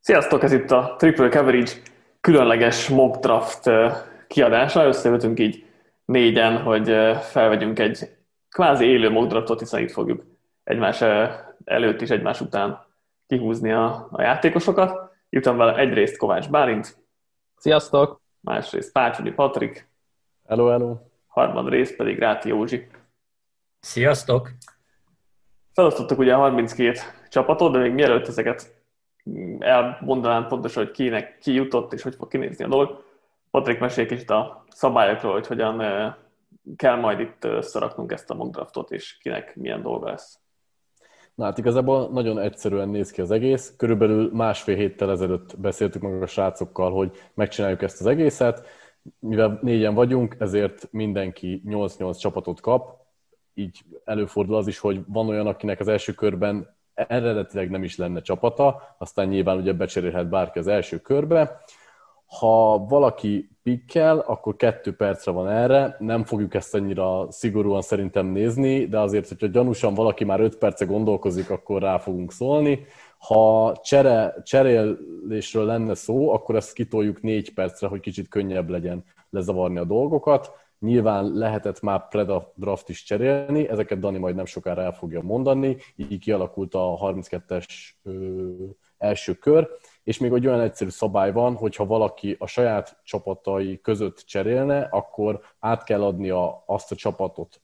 Sziasztok, ez itt a Triple Coverage különleges mock draft kiadása. Összejöttünk így négyen, hogy felvegyünk egy kvázi élő mock draftot, hiszen itt fogjuk egymás előtt is egymás után kihúzni a játékosokat. Itt van velem egyrészt Kovács Bálint, Sziasztok! másrészt Pácsonyi Patrik, Hello, hello! harmadrészt pedig Ráti Józsi. Sziasztok! Felosztottuk ugye a 32 csapatot, de még mielőtt ezeket elmondanám pontosan, hogy kinek ki jutott és hogy fog kinézni a dolog. Patrik, mesél kicsit a szabályokról, hogy hogyan kell majd itt összeraknunk ezt a mock draftot, és kinek milyen dolga lesz. Na hát igazából nagyon egyszerűen néz ki az egész. Körülbelül másfél héttel ezelőtt beszéltük meg a srácokkal, hogy megcsináljuk ezt az egészet. Mivel négyen vagyunk, ezért mindenki 8-8 csapatot kap. Így előfordul az is, hogy van olyan, akinek az első körben eredetileg nem is lenne csapata, aztán nyilván ugye becserélhet bárki az első körbe. Ha valaki pikkel, akkor 2 percre van erre, nem fogjuk ezt annyira szigorúan szerintem nézni, de azért, hogyha gyanúsan valaki már 5 perce gondolkozik, akkor rá fogunk szólni. Ha cserélésről lenne szó, akkor ezt kitoljuk 4 percre, hogy kicsit könnyebb legyen lezavarni a dolgokat. Nyilván lehetett már pre-draft is cserélni, ezeket Dani majd nem sokára el fogja mondani, így kialakult a 32-es első kör, és még egy olyan egyszerű szabály van, hogy ha valaki a saját csapatai között cserélne, akkor át kell adnia azt a csapatot,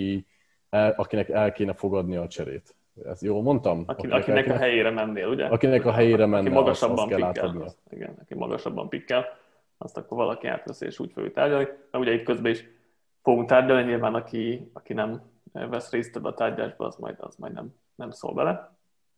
akinek el kéne fogadnia a cserét. Ezt jól mondtam? Akinek a helyére mennél, ugye? Akinek a helyére mennél, aki magasabban azt kell pikkel, átadnia. igen, aki magasabban pikkel, azt akkor valaki átveszi, és úgy fogjuk tárgyalni. Mert ugye itt közben is fogunk tárgyalni, nyilván aki nem vesz részt ebbe a tárgyalásba, az majd nem szól bele.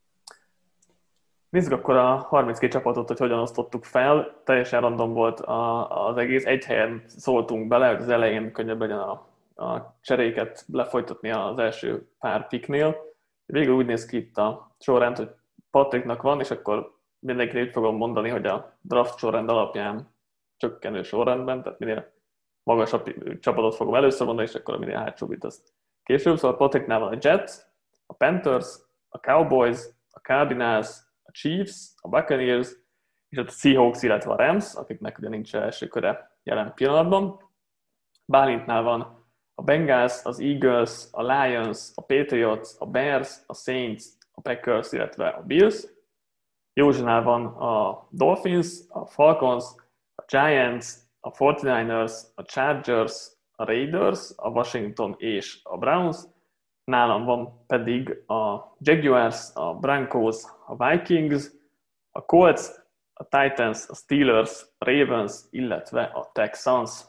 Nézzük akkor a 32 csapatot, hogy hogyan osztottuk fel. Teljesen random volt az egész. Egy helyen szóltunk bele, hogy az elején könnyebb legyen a cseréket lefolytatni az első pár picknél. Végül úgy néz ki itt a sorrend, hogy Patriknak van, és akkor mindenkinek úgy fogom mondani, hogy a draft sorrend alapján csökkenő sorrendben, tehát minél magasabb csapatot fogom először mondani, és akkor a minél hátsóbbit azt később. Szóval Patriknál van a Jets, a Panthers, a Cowboys, a Cardinals, a Chiefs, a Buccaneers, és a Seahawks, illetve a Rams, akiknek ugye nincs első köre jelen pillanatban. Bálintnál van a Bengals, az Eagles, a Lions, a Patriots, a Bears, a Saints, a Packers, illetve a Bills. Józsinál van a Dolphins, a Falcons, a Giants, a 49ers, a Chargers, a Raiders, a Washington és a Browns. Nálam van pedig a Jaguars, a Broncos, a Vikings, a Colts, a Titans, a Steelers, a Ravens, illetve a Texans.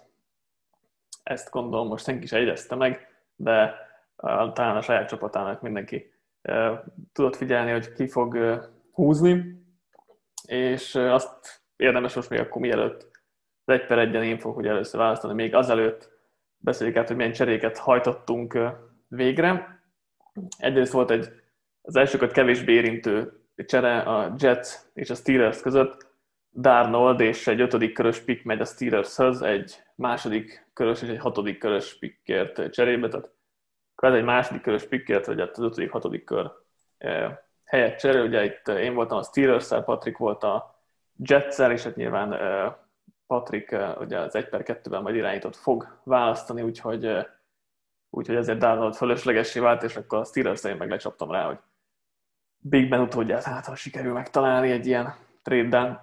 Ezt gondolom most senki sem jegyezte meg, de talán a saját csapatának mindenki tudott figyelni, hogy ki fog húzni, és azt érdemes most még akkor mielőtt az 1/1-en én fogok ugye először választani, még azelőtt beszéljük át, hogy milyen cseréket hajtottunk végre. Egyrészt volt az elsőket kevésbé érintő csere a Jets és a Steelers között. Darnold és egy 5. körös pick megy a Steelershez, egy második körös és egy 6. körös pickért cserébe, tehát ez egy második körös pickért, vagy az 5. 6. kör helyett cserél. Ugye itt én voltam a Steelers-szel, Patrik volt a Jets-szel, és hát nyilván Patrik ugye az 1/2-ben majd irányított fog választani, úgyhogy ezért Darnold fölöslegessé vált, és akkor a Steelers-en meg lecsaptam rá, hogy Big Ben utódját ha sikerül megtalálni egy ilyen trade-ben.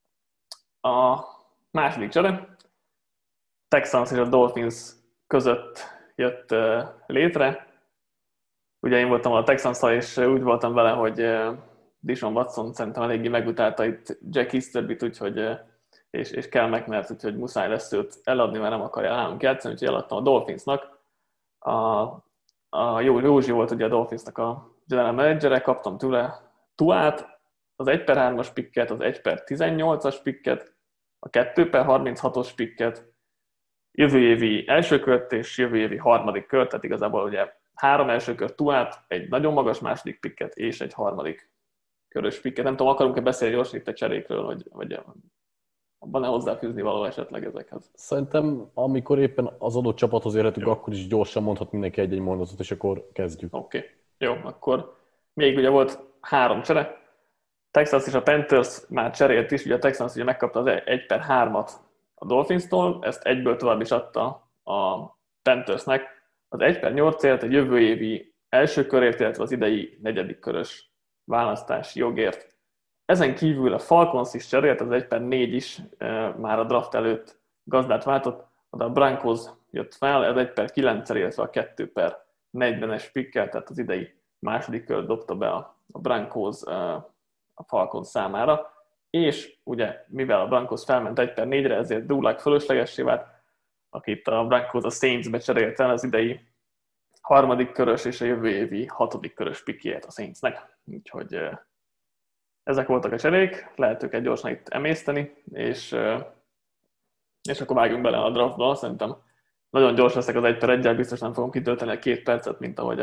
A második csere Texans és a Dolphins között jött létre. Ugye én voltam a Texans-szal, és úgy voltam vele, hogy Deshaun Watson szerintem eléggé megutálta itt Jack Easterbyt, úgyhogy és Cal McNair, úgyhogy muszáj lesz őt eladni, mert nem akarja nálunk játszani, úgyhogy eladtam a Dolphinsnak. A Józsi volt ugye a Dolphinsnak a general managere, kaptam tőle Tuát, az 1/3-as picket, az 1/18-as picket, a 2/36-os picket, jövő évi első kört és jövő évi harmadik kört, tehát igazából ugye 3 első kör Tuát, egy nagyon magas második picket és egy harmadik körös picket. Nem tudom, akarunk-e beszélni gyorsan itt a cserékről, vagy van-e hozzáfűzni való esetleg ezekhez? Szerintem, amikor éppen az adott csapathoz érhetünk, akkor is gyorsan mondhat mindenki egy-egy mondatot, és akkor kezdjük. Oké. Jó, akkor még ugye volt 3 csere. Texans és a Panthers már cserélt is, ugye a Texans ugye megkapta az 1/3-at a Dolphins-tól, ezt egyből tovább is adta a Panthersnek. Az 1/8-ért egy jövő évi első körért, illetve az idei 4. körös választási jogért. Ezen kívül a Falcons is cserélt, az 1/4 is már a draft előtt gazdát váltott, oda a Broncos jött fel, ez 1/9-szer, illetve a 2/40-es pikkel, tehát az idei második kört dobta be a Broncos a Falcons számára, és ugye mivel a Broncos felment 1/4-re, ezért Drew Luck fölöslegessé vált, akit a Broncos a Saints-be cserélt el az idei 3. körös és a jövő évi 6. körös pikjét a Saintsnek. Úgyhogy ezek voltak a cserék, lehet őket gyorsan itt emészteni, és akkor vágjunk bele a draftba. Szerintem nagyon gyors leszek az 1/1-gyel, biztos nem fogom kitölteni a 2 percet, mint ahogy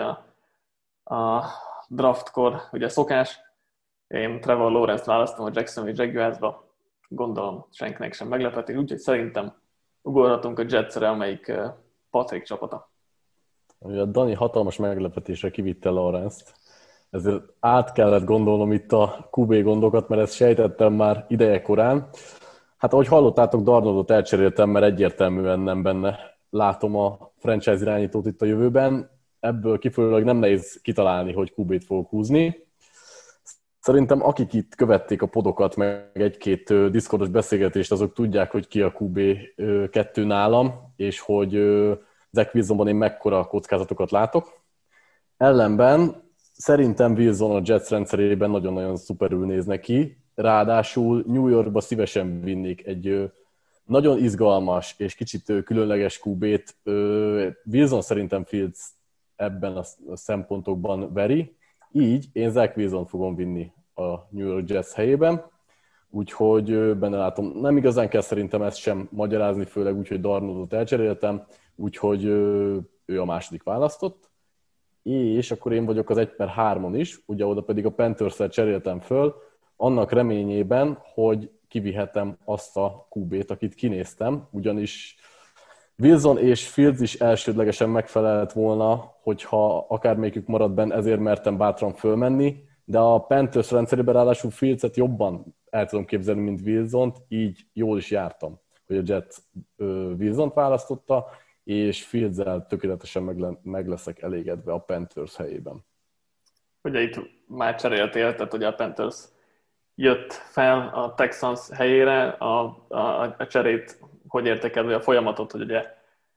a draftkor ugye szokás. Én Trevor Lawrence-t választom a Jacksonville Jaguarsba, gondolom senkinek sem meglepetés, úgyhogy szerintem ugorhatunk a Jetsre, amelyik Patrick csapata. A Dani hatalmas meglepetésre kivitte Lawrence-t, ezért át kellett gondolnom itt a QB gondokat, mert ezt sejtettem már ideje korán. Hát ahogy hallottátok, Darnoldot elcseréltem, mert egyértelműen nem benne látom a franchise irányítót itt a jövőben. Ebből kifolyólag nem nehéz kitalálni, hogy QB-t fogok húzni. Szerintem akik itt követték a podokat, meg egy-két diszkordos beszélgetést, azok tudják, hogy ki a QB2 nálam, és hogy Zach Wilsonban én mekkora kockázatokat látok. Ellenben szerintem Wilson a Jets rendszerében nagyon-nagyon szuperül néz neki, ráadásul New Yorkba szívesen vinnék egy nagyon izgalmas és kicsit különleges QB-t. Wilson szerintem Fields ebben a szempontokban veri, így én Zach Wilson fogom vinni a New York Jets helyében, úgyhogy benne látom. Nem igazán kell szerintem ezt sem magyarázni, főleg úgy, hogy Darnoldot elcseréltem, úgyhogy ő a második választott, és akkor én vagyok az 1/3-on is, ugye oda pedig a Panthers-szel cseréltem föl, annak reményében, hogy kivihetem azt a QB-t, akit kinéztem, ugyanis Wilson és Fields is elsődlegesen megfelelt volna, hogyha akármelyikük marad benn, ezért mertem bátran fölmenni, de a Panthers rendszerében ráadásul Fields-et jobban el tudom képzelni, mint Wilsont, így jól is jártam, hogy a Jets Wilsont választotta, és Fields-el tökéletesen meg leszek elégedve a Panthers helyében. Ugye itt már cseréltél, tehát ugye a Panthers jött fel a Texans helyére, a cserét hogy értékelő a folyamatot, hogy ugye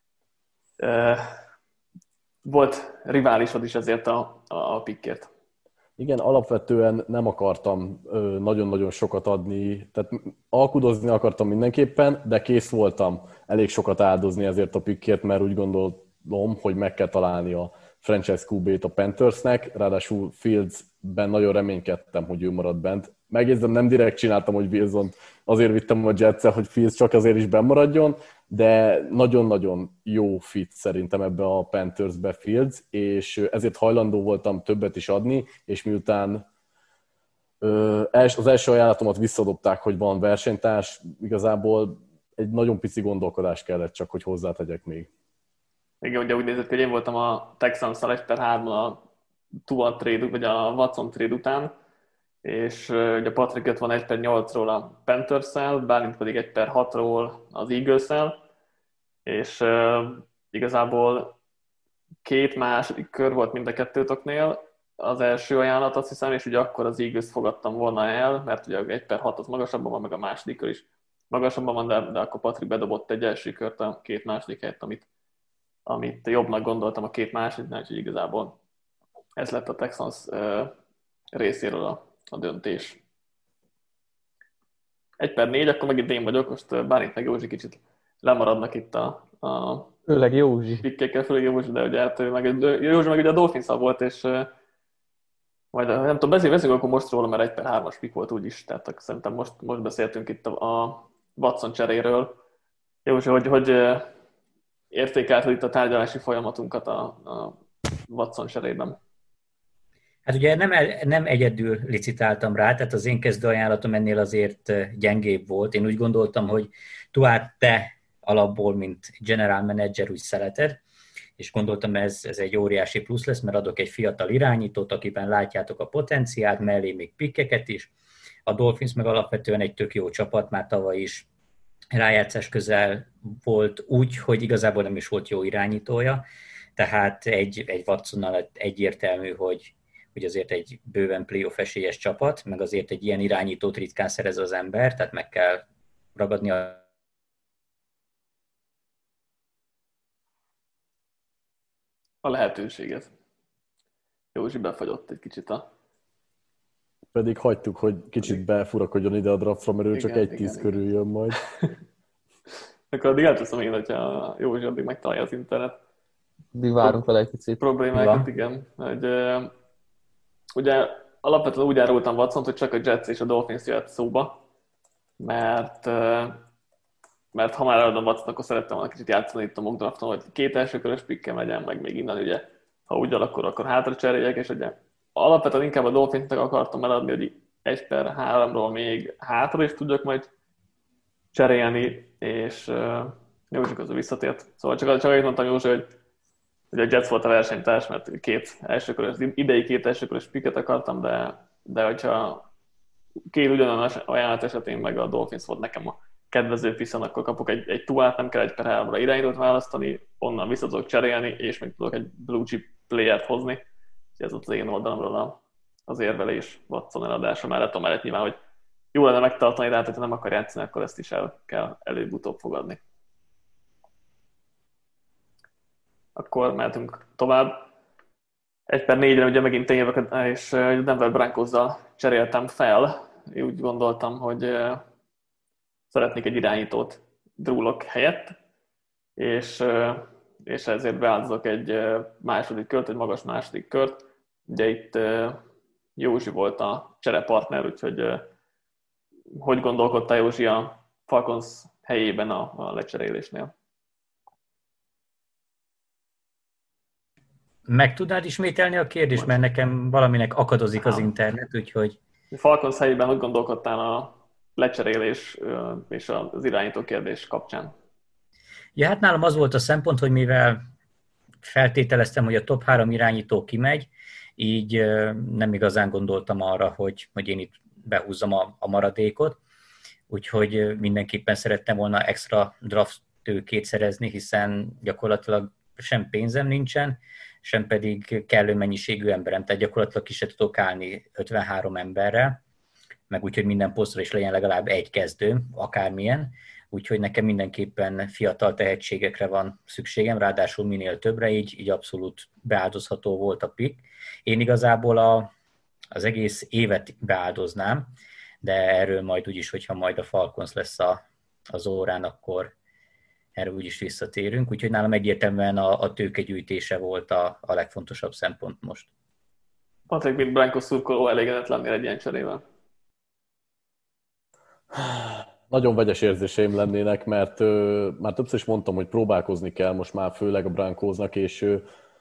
volt riválisod is ezért a pickért. Igen, alapvetően nem akartam nagyon-nagyon sokat adni, tehát alkudozni akartam mindenképpen, de kész voltam elég sokat áldozni ezért a pickért, mert úgy gondolom, hogy meg kell találni a franchise QB-t a Panthersnek, ráadásul Fields-ben nagyon reménykedtem, hogy ő marad bent. Megjegyzem, nem direkt csináltam, hogy Wilsont azért vittem a Jets-el, hogy Fields csak azért is bennmaradjon, de nagyon-nagyon jó fit szerintem ebbe a Panthersbe Fields, és ezért hajlandó voltam többet is adni, és miután az első ajánlatomat visszadobták, hogy van versenytárs, igazából egy nagyon pici gondolkodás kellett csak, hogy hozzátegyek még. Igen, ugye úgy nézett ki, hogy én voltam a Texans-szal 1/3-on a Tua trade, vagy a Watson trade után, és ugye Patrick van 1/8-ról a Panthers-szel, Bálint pedig 1/6-ról az Eagles-szel, és igazából 2 második kör volt mind a kettőtöknél, az első ajánlat azt hiszem, és ugye akkor az Eagles-t fogadtam volna el, mert ugye 1/6 az magasabban van, meg a második kör is magasabban van, de akkor Patrick bedobott egy első kört a 2 második helyett, amit jobbnak gondoltam a 2 másodiknál, úgyhogy igazából ez lett a Texans részéről a döntés. 1/4, akkor megint én vagyok, most Bálint meg Józsi kicsit lemaradnak itt a főleg Józsi. Pikkekkel, főleg Józsi, de ugye hát Józsi meg ugye a Dolphins-szal volt, és majd nem tudom, beszélünk akkor most róla, mert 1/3-as pick volt úgyis, tehát szerintem most beszéltünk itt a Watson cseréről. Józsi, hogy értékelted itt a tárgyalási folyamatunkat a Watson cserében? Hát ugye nem egyedül licitáltam rá, tehát az én kezdő ajánlatom ennél azért gyengébb volt. Én úgy gondoltam, hogy Tuát te alapból, mint general manager úgy szereted, és gondoltam, ez egy óriási plusz lesz, mert adok egy fiatal irányítót, akiben látjátok a potenciált, mellé még pikkeket is, A Dolphins meg alapvetően egy tök jó csapat, már tavaly is rájátszás közel volt úgy, hogy igazából nem is volt jó irányítója, tehát egy Watsonnal egyértelmű, hogy azért egy bőven playoff esélyes csapat, meg azért egy ilyen irányítót ritkán szerez az ember, tehát meg kell ragadni a lehetőséget. Józsi befagyott egy kicsit Pedig hagytuk, hogy kicsit befurakodjon ide a draftra, mert ő csak 1-10 körül jön majd. Akkor addig elteszem én, hogyha Józsi addig megtalálja az internet. Addig várunk vele egy picit. Problémákat, igen. Hogy, ugye alapvetően úgy árultam Watsont, hogy csak a Jets és a Dolphins jöhet szóba, mert ha már eladom Watsont, akkor szerettem volna kicsit játszani itt a mock drafton, hogy 2 elsőkörös pikkem legyen, meg még innen ugye, ha úgy alakul, akkor hátra cseréljek, és ugye alapvetően inkább a Dolphinsnek akartam eladni, hogy 1/3-ról még hátra is tudjak majd cserélni, és Józsi közül visszatért. Szóval csak annyit mondtam Józsi, hogy a Jets volt a versenytárs, mert idei 2 elsőkörös picket akartam, de hogyha 2 ugyanaz ajánlat esetén meg a Dolphins volt nekem a kedvező viszont, akkor kapok egy tuát, nem kell 1/3-ra irányítót választani, onnan vissza tudok cserélni, és még tudok egy blue chip playert hozni. Ez ott az én oldalamról az érvelés Watson eladása mellett nyilván, hogy jó lenne megtartani, de hát, ha nem akar játszani, akkor ezt is el kell előbb-utóbb fogadni. Akkor mehetünk tovább. 1/4-re ugye megint én jövök, és Denver Broncosszal cseréltem fel. Én úgy gondoltam, hogy szeretnék egy irányítót Drew Lock helyett, és ezért beáldozok egy második kört, egy magas második kört. Ugye itt Józsi volt a cserepartner, úgyhogy hogy gondolkodtál Józsi a Falcons helyében a lecserélésnél? Meg tudnád ismételni a kérdést, mert nekem valaminek akadozik az internet, úgyhogy... Falcons helyében úgy gondolkodtál a lecserélés és az irányító kérdés kapcsán? Ja, hát nálam az volt a szempont, hogy mivel feltételeztem, hogy a top 3 irányító kimegy, így nem igazán gondoltam arra, hogy én itt behúzzam a maradékot, úgyhogy mindenképpen szerettem volna extra draft tőkét szerezni, hiszen gyakorlatilag sem pénzem nincsen, sem pedig kellő mennyiségű emberem, tehát gyakorlatilag ki se tudok állni 53 emberrel, meg úgyhogy minden posztra is legyen legalább egy kezdő, akármilyen, úgyhogy nekem mindenképpen fiatal tehetségekre van szükségem, ráadásul minél többre, így abszolút beáldozható volt a pick. Én igazából az egész évet beáldoznám, de erről majd úgyis, hogyha majd a Falcons lesz az órán, akkor erről úgyis visszatérünk, úgyhogy nálam egyértelműen a tőkegyűjtése volt a legfontosabb szempont most. Patrik, mint Broncos szurkoló, elégedett lennél egy ilyen cserével? Nagyon vegyes érzéseim lennének, mert már többször is mondtam, hogy próbálkozni kell most már főleg a Broncosnak, és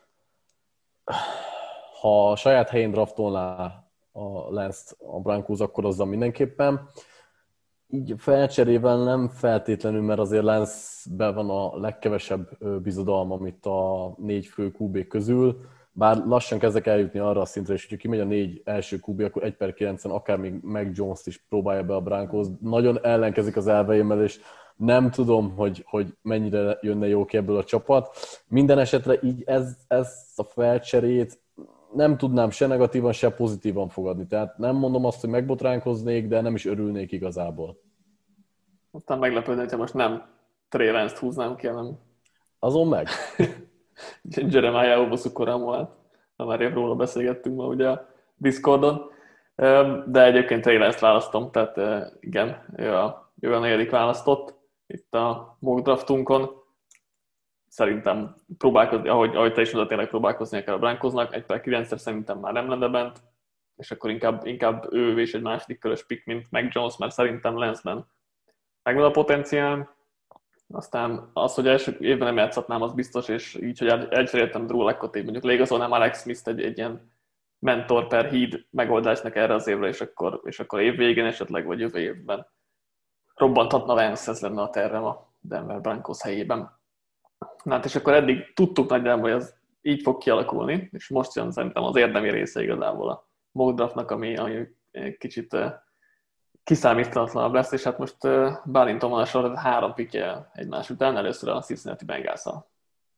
ha a saját helyén draftolná a Lance-t a Broncos, akkor azzal mindenképpen. Így felcserével nem feltétlenül, mert azért Lance-ben van a legkevesebb bizodalmam itt a 4 fő QB közül, bár lassan kezdek eljutni arra a szintre, és hogyha kimegy a 4 első QB, akkor 1/9-en akár még Mac Jones-t is próbálja be a Broncos. Nagyon ellenkezik az elveimmel, és nem tudom, hogy mennyire jönne jó ki ebből a csapat. Minden esetre így ez a felcserét nem tudnám se negatívan, se pozitívan fogadni. Tehát nem mondom azt, hogy megbotránkoznék, de nem is örülnék igazából. Aztán meglepődni, hogyha most nem Trey Lance-t húznám ki, hanem... Azon meg? Jeremiah Obosukoramoát, ha már épp róla beszélgettünk ma ugye a Discordon. De egyébként Trey Lance-t választom, tehát igen, ő a 4. választott itt a mock draftunkon. Szerintem próbálkozni, ahogy te is mondod, tényleg próbálkoznia kell a Broncosnak, 1/9-re szerintem már nem lenne bent, és akkor inkább ő és egy második körös pick, mint Mac Jones, mert szerintem Lance-ben megvan a potenciál. Aztán az, hogy első évben nem játszhatnám, az biztos, és így, hogy elcseréltem Drew Lockot, így mondjuk leigazolnám Alex Smith egy ilyen mentor per híd megoldásnak erre az évre, és akkor év végén esetleg, vagy jövő évben robbanthatna Lance, ez lenne a tervem a Denver Broncos helyében. Na hát, és akkor eddig tudtuk nagyjából, hogy ez így fog kialakulni, és most jön szerintem az érdemi része igazából a mock draftnak, ami kicsit kiszámíthatatlanabb lesz, és hát most Bálinton van a sor, 3 pikje egymás után, először a Cincinnati Bengals-szal.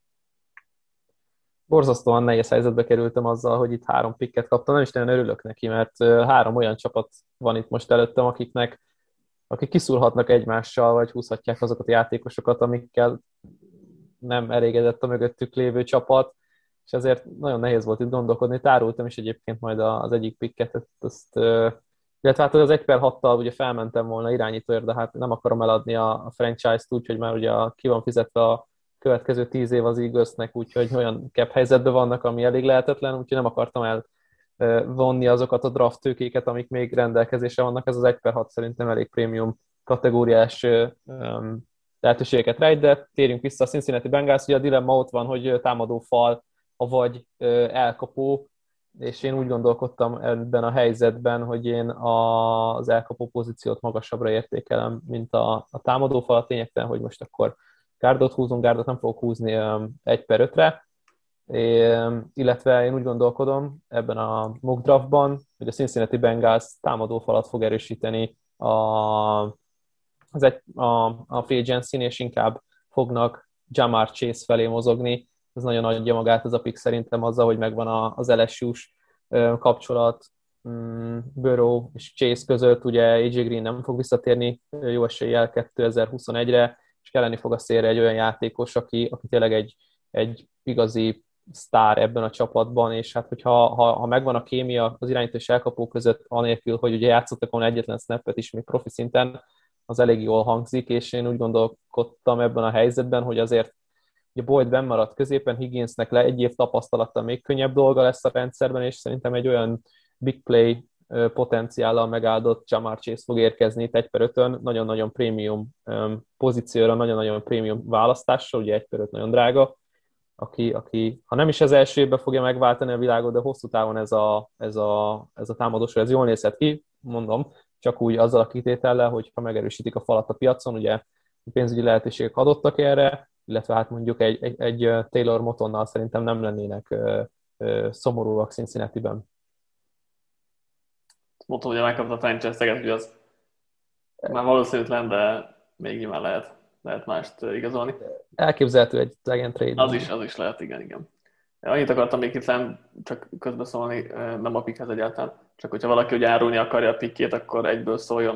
Borzasztóan nehéz helyzetbe kerültem azzal, hogy itt 3 pikket kaptam, nem is nagyon örülök neki, mert 3 olyan csapat van itt most előttem, akik kiszúrhatnak egymással, vagy húzhatják azokat a játékosokat, amikkel nem elégedett a mögöttük lévő csapat, és ezért nagyon nehéz volt itt gondolkodni. Tárultam is egyébként majd az egyik pikket, illetve hát az 1/6-tal ugye felmentem volna irányítóért, de hát nem akarom eladni a franchise-t, úgyhogy már ugye ki van fizetve a következő 10 év az Eaglesnek, úgyhogy olyan cap helyzetben vannak, ami elég lehetetlen, úgyhogy nem akartam elvonni azokat a draft tőkéket, amik még rendelkezésre vannak. Ez az 1/6 szerintem elég prémium kategóriás lehetőségeket rejt, de térjünk vissza a Cincinnati Bengals, ugye a dilemma ott van, hogy támadó fal, vagy elkapó, és én úgy gondolkodtam ebben a helyzetben, hogy én az elkapó pozíciót magasabbra értékelem, mint a támadó falat, lényegtelen, hogy most akkor gárdot húzunk, gárdot nem fogok húzni 1/5-re, illetve én úgy gondolkodom ebben a mock draftban, hogy a Cincinnati Bengals támadó falat fog erősíteni a free agency-n, és inkább fognak Ja'Marr Chase felé mozogni. Ez nagyon adja magát ez a pick szerintem azzal, hogy megvan az LSU-s kapcsolat Burrow és Chase között. Ugye AJ Green nem fog visszatérni jó eséllyel 2021-re, és kelleni fog a szélre egy olyan játékos, aki tényleg egy igazi sztár ebben a csapatban, és hát hogyha megvan a kémia az irányító és elkapó között, anélkül, hogy ugye játszottak volna egyetlen snappet is még profi szinten, az elég jól hangzik, és én úgy gondolkodtam ebben a helyzetben, hogy azért ugye Boyd benn maradt középen, Higginsnek egy év tapasztalattal még könnyebb dolga lesz a rendszerben, és szerintem egy olyan big play potenciállal megáldott Ja'Marr Chase fog érkezni itt 1/5-ön, nagyon-nagyon prémium pozícióra, nagyon-nagyon prémium választással, ugye 1/5 nagyon drága, aki ha nem is az első évben fogja megváltani a világot, de hosszú távon ez a támadósor, ez jól nézhet ki, mondom, csak úgy azzal a kitétellel, hogy ha megerősítik a falat a piacon, ugye pénzügyi lehetőségek adottak erre, illetve hát mondjuk egy Taylor Motonnal szerintem nem lennének szomorúak Cincinnati-ben. Mondtam, hogy megkapta a franchise-teget, hogy az már valószínűtlen, de még nyilván lehet mást igazolni. Elképzelhető egy legend trade. Az is lehet, igen. Annyit akartam még itt csak közbeszólni, nem a pickhez egyáltalán, csak hogyha valaki hogy árulni akarja a pickét, akkor egyből szóljon,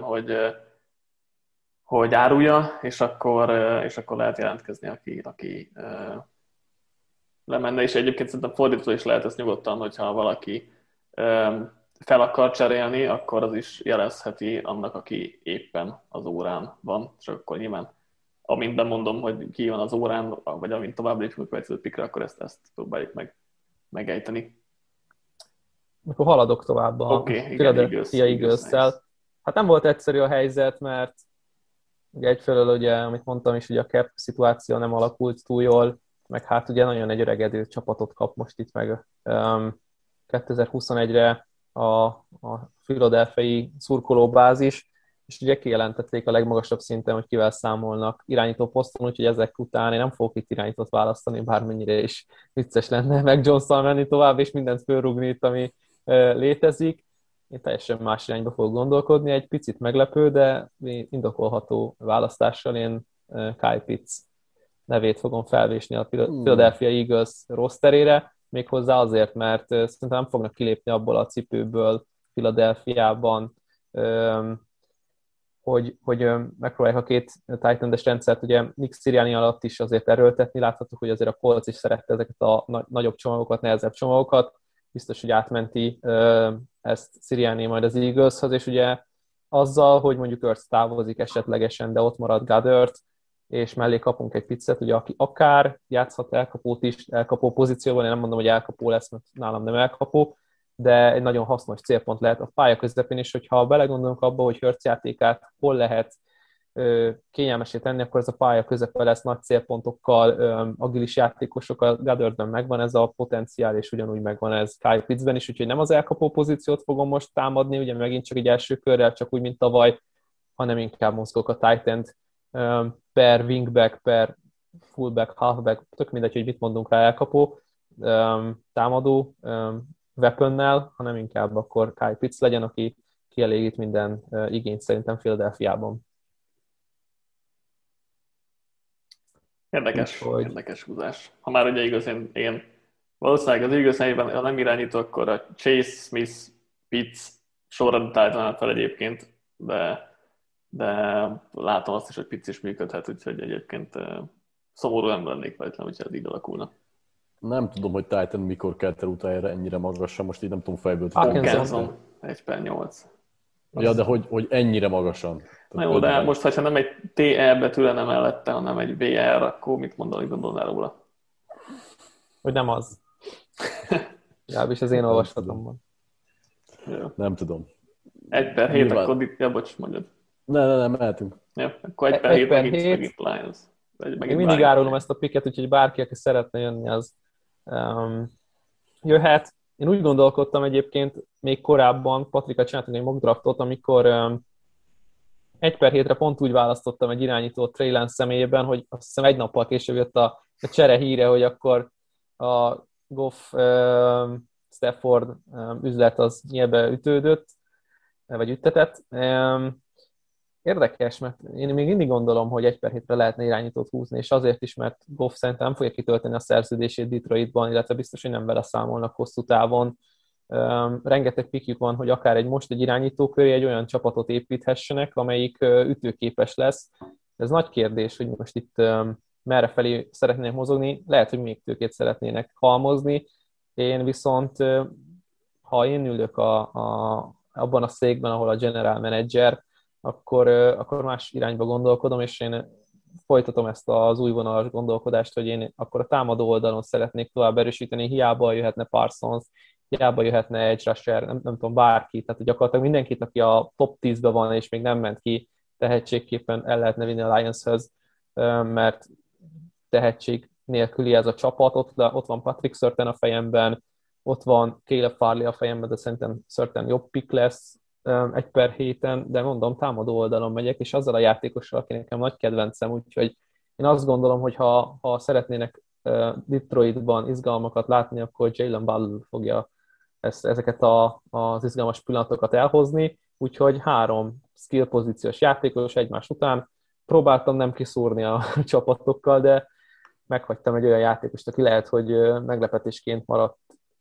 hogy árulja, és akkor lehet jelentkezni, aki lemenne, és egyébként szerintem fordítva is lehet ezt nyugodtan, hogyha valaki fel akar cserélni, akkor az is jelezheti annak, aki éppen az órán van, csak akkor nyilván amint bemondom, hogy ki van az órán, vagy amint tovább lépünk a következő pikre, akkor ezt próbáljuk megejteni. Akkor haladok tovább a Philadelphia Eagles-szel. Hát nem volt egyszerű a helyzet, mert ugye egyfelől, ugye, amit mondtam is, hogy a cap szituáció nem alakult túl jól, meg hát ugye nagyon egy öregedő csapatot kap most itt meg 2021-re a philadelphiai szurkolóbázis, és ugye kijelentették a legmagasabb szinten, hogy kivel számolnak irányító poszton, úgyhogy ezek után én nem fogok itt irányítót választani, bármennyire is vicces lenne meg Jones-szal menni tovább, és mindent fölrúgni itt, ami létezik. Én teljesen más irányba fogok gondolkodni, egy picit meglepő, de indokolható választással én Kyle Pitts nevét fogom felvésni a Philadelphia Eagles rosterére, méghozzá azért, mert szerintem nem fognak kilépni abból a cipőből Philadelphiában, hogy megpróbálják a két tight endes rendszert, ugye Nick Sirianni alatt is azért erőltetni, láthatjuk, hogy azért a Colts is szerette ezeket a nagyobb csomagokat, nehezebb csomagokat, biztos, hogy átmenti ezt Sirianni majd az Eagleshoz, és ugye azzal, hogy mondjuk Ertz távozik esetlegesen, de ott marad Goddard, és mellé kapunk egy pizzet, ugye, aki akár játszhat elkapót is, elkapó pozícióban, én nem mondom, hogy elkapó lesz, mert nálam nem elkapó, de egy nagyon hasznos célpont lehet a pálya közepén is, hogyha belegondolunk abba, hogy Hurts játékát hol lehet kényelmesé tenni, akkor ez a pálya közepe lesz nagy célpontokkal, agilis játékosokkal, Goddardben megvan ez a potenciál, és ugyanúgy megvan ez Kyle Pittsben is, úgyhogy nem az elkapó pozíciót fogom most támadni, ugye megint csak egy első körrel, csak úgy, mint tavaly, hanem inkább mozgok a tight end per wingback, per fullback, halfback, tök mindegy, hogy mit mondunk rá elkapó, támadó weaponnel, hanem inkább akkor Kyle Pitts legyen, aki kielégít minden igényt szerintem Philadelphiában. Érdekes húzás. Ha már ugye igaz, én valószínűleg az igaz helyben, ha nem irányító, akkor a Chase, Smith, Pitts sorrendben állítanám fel egyébként, de látom azt is, hogy Pitts is működhet, úgyhogy egyébként szomorú nem lennék veletem, hogyha ez így alakulna. Nem tudom, hogy Titan mikor kelt el utájára ennyire magasan, most így nem tudom fejből. Hawkinson 1/8. Ja, de hogy ennyire magasan. Na jó, de most, ha nem egy TR betű lenne mellette, hanem egy VR, akkor mit gondolnál róla? Hogy nem az. Legalábbis az én olvasatomban. Nem tudom. 1/7, akkor ja, bocs, mondjad. Nem, mehetünk. Ja, akkor 1/7 megint Lions. Én mindig árulom ezt a picket, úgyhogy bárki, aki szeretne jönni, az jöhet. Én úgy gondolkodtam egyébként még korábban, Patrika csináltunk egy mock draftot, amikor 1/7-re pont úgy választottam egy irányítót Trey Lance személyében, hogy azt hiszem egy nappal később jött a csere híre, hogy akkor a Goff Stafford üzlet az nyilván ütődött, vagy üttetett. Érdekes, mert én még mindig gondolom, hogy 1/7-re lehetne irányítót húzni, és azért is, mert Goff szerintem nem fogja kitölteni a szerződését Detroitban, illetve biztos, hogy nem vele számolnak hosszú távon. Rengeteg pikjük van, hogy akár egy irányító köré egy olyan csapatot építhessenek, amelyik ütőképes lesz. Ez nagy kérdés, hogy most itt merre felé szeretnének mozogni. Lehet, hogy még tőkét szeretnének halmozni. Én viszont, ha én ülök abban a székben, ahol a general manager, akkor más irányba gondolkodom, és én folytatom ezt az újvonalas gondolkodást, hogy én akkor a támadó oldalon szeretnék tovább erősíteni, hiába jöhetne Parsons, hiába jöhetne Edge Rusher, nem tudom, bárki, tehát gyakorlatilag mindenkit, aki a top 10-ben van, és még nem ment ki, tehetségképpen el lehetne vinni a Lions-höz, mert tehetség nélküli ez a csapat, ott van Patrick Surtain a fejemben, ott van Caleb Farley a fejemben, de szerintem Surtain jobb pick lesz 1/7, de mondom, támadó oldalon megyek, és azzal a játékossal, aki nekem nagy kedvencem, úgyhogy én azt gondolom, hogy ha szeretnének Detroitban izgalmakat látni, akkor Jalen Waddle fogja ezeket az izgalmas pillanatokat elhozni, úgyhogy 3 skill pozíciós játékos egymás után. Próbáltam nem kiszúrni a csapatokkal, de meghagytam egy olyan játékost, aki lehet, hogy meglepetésként maradt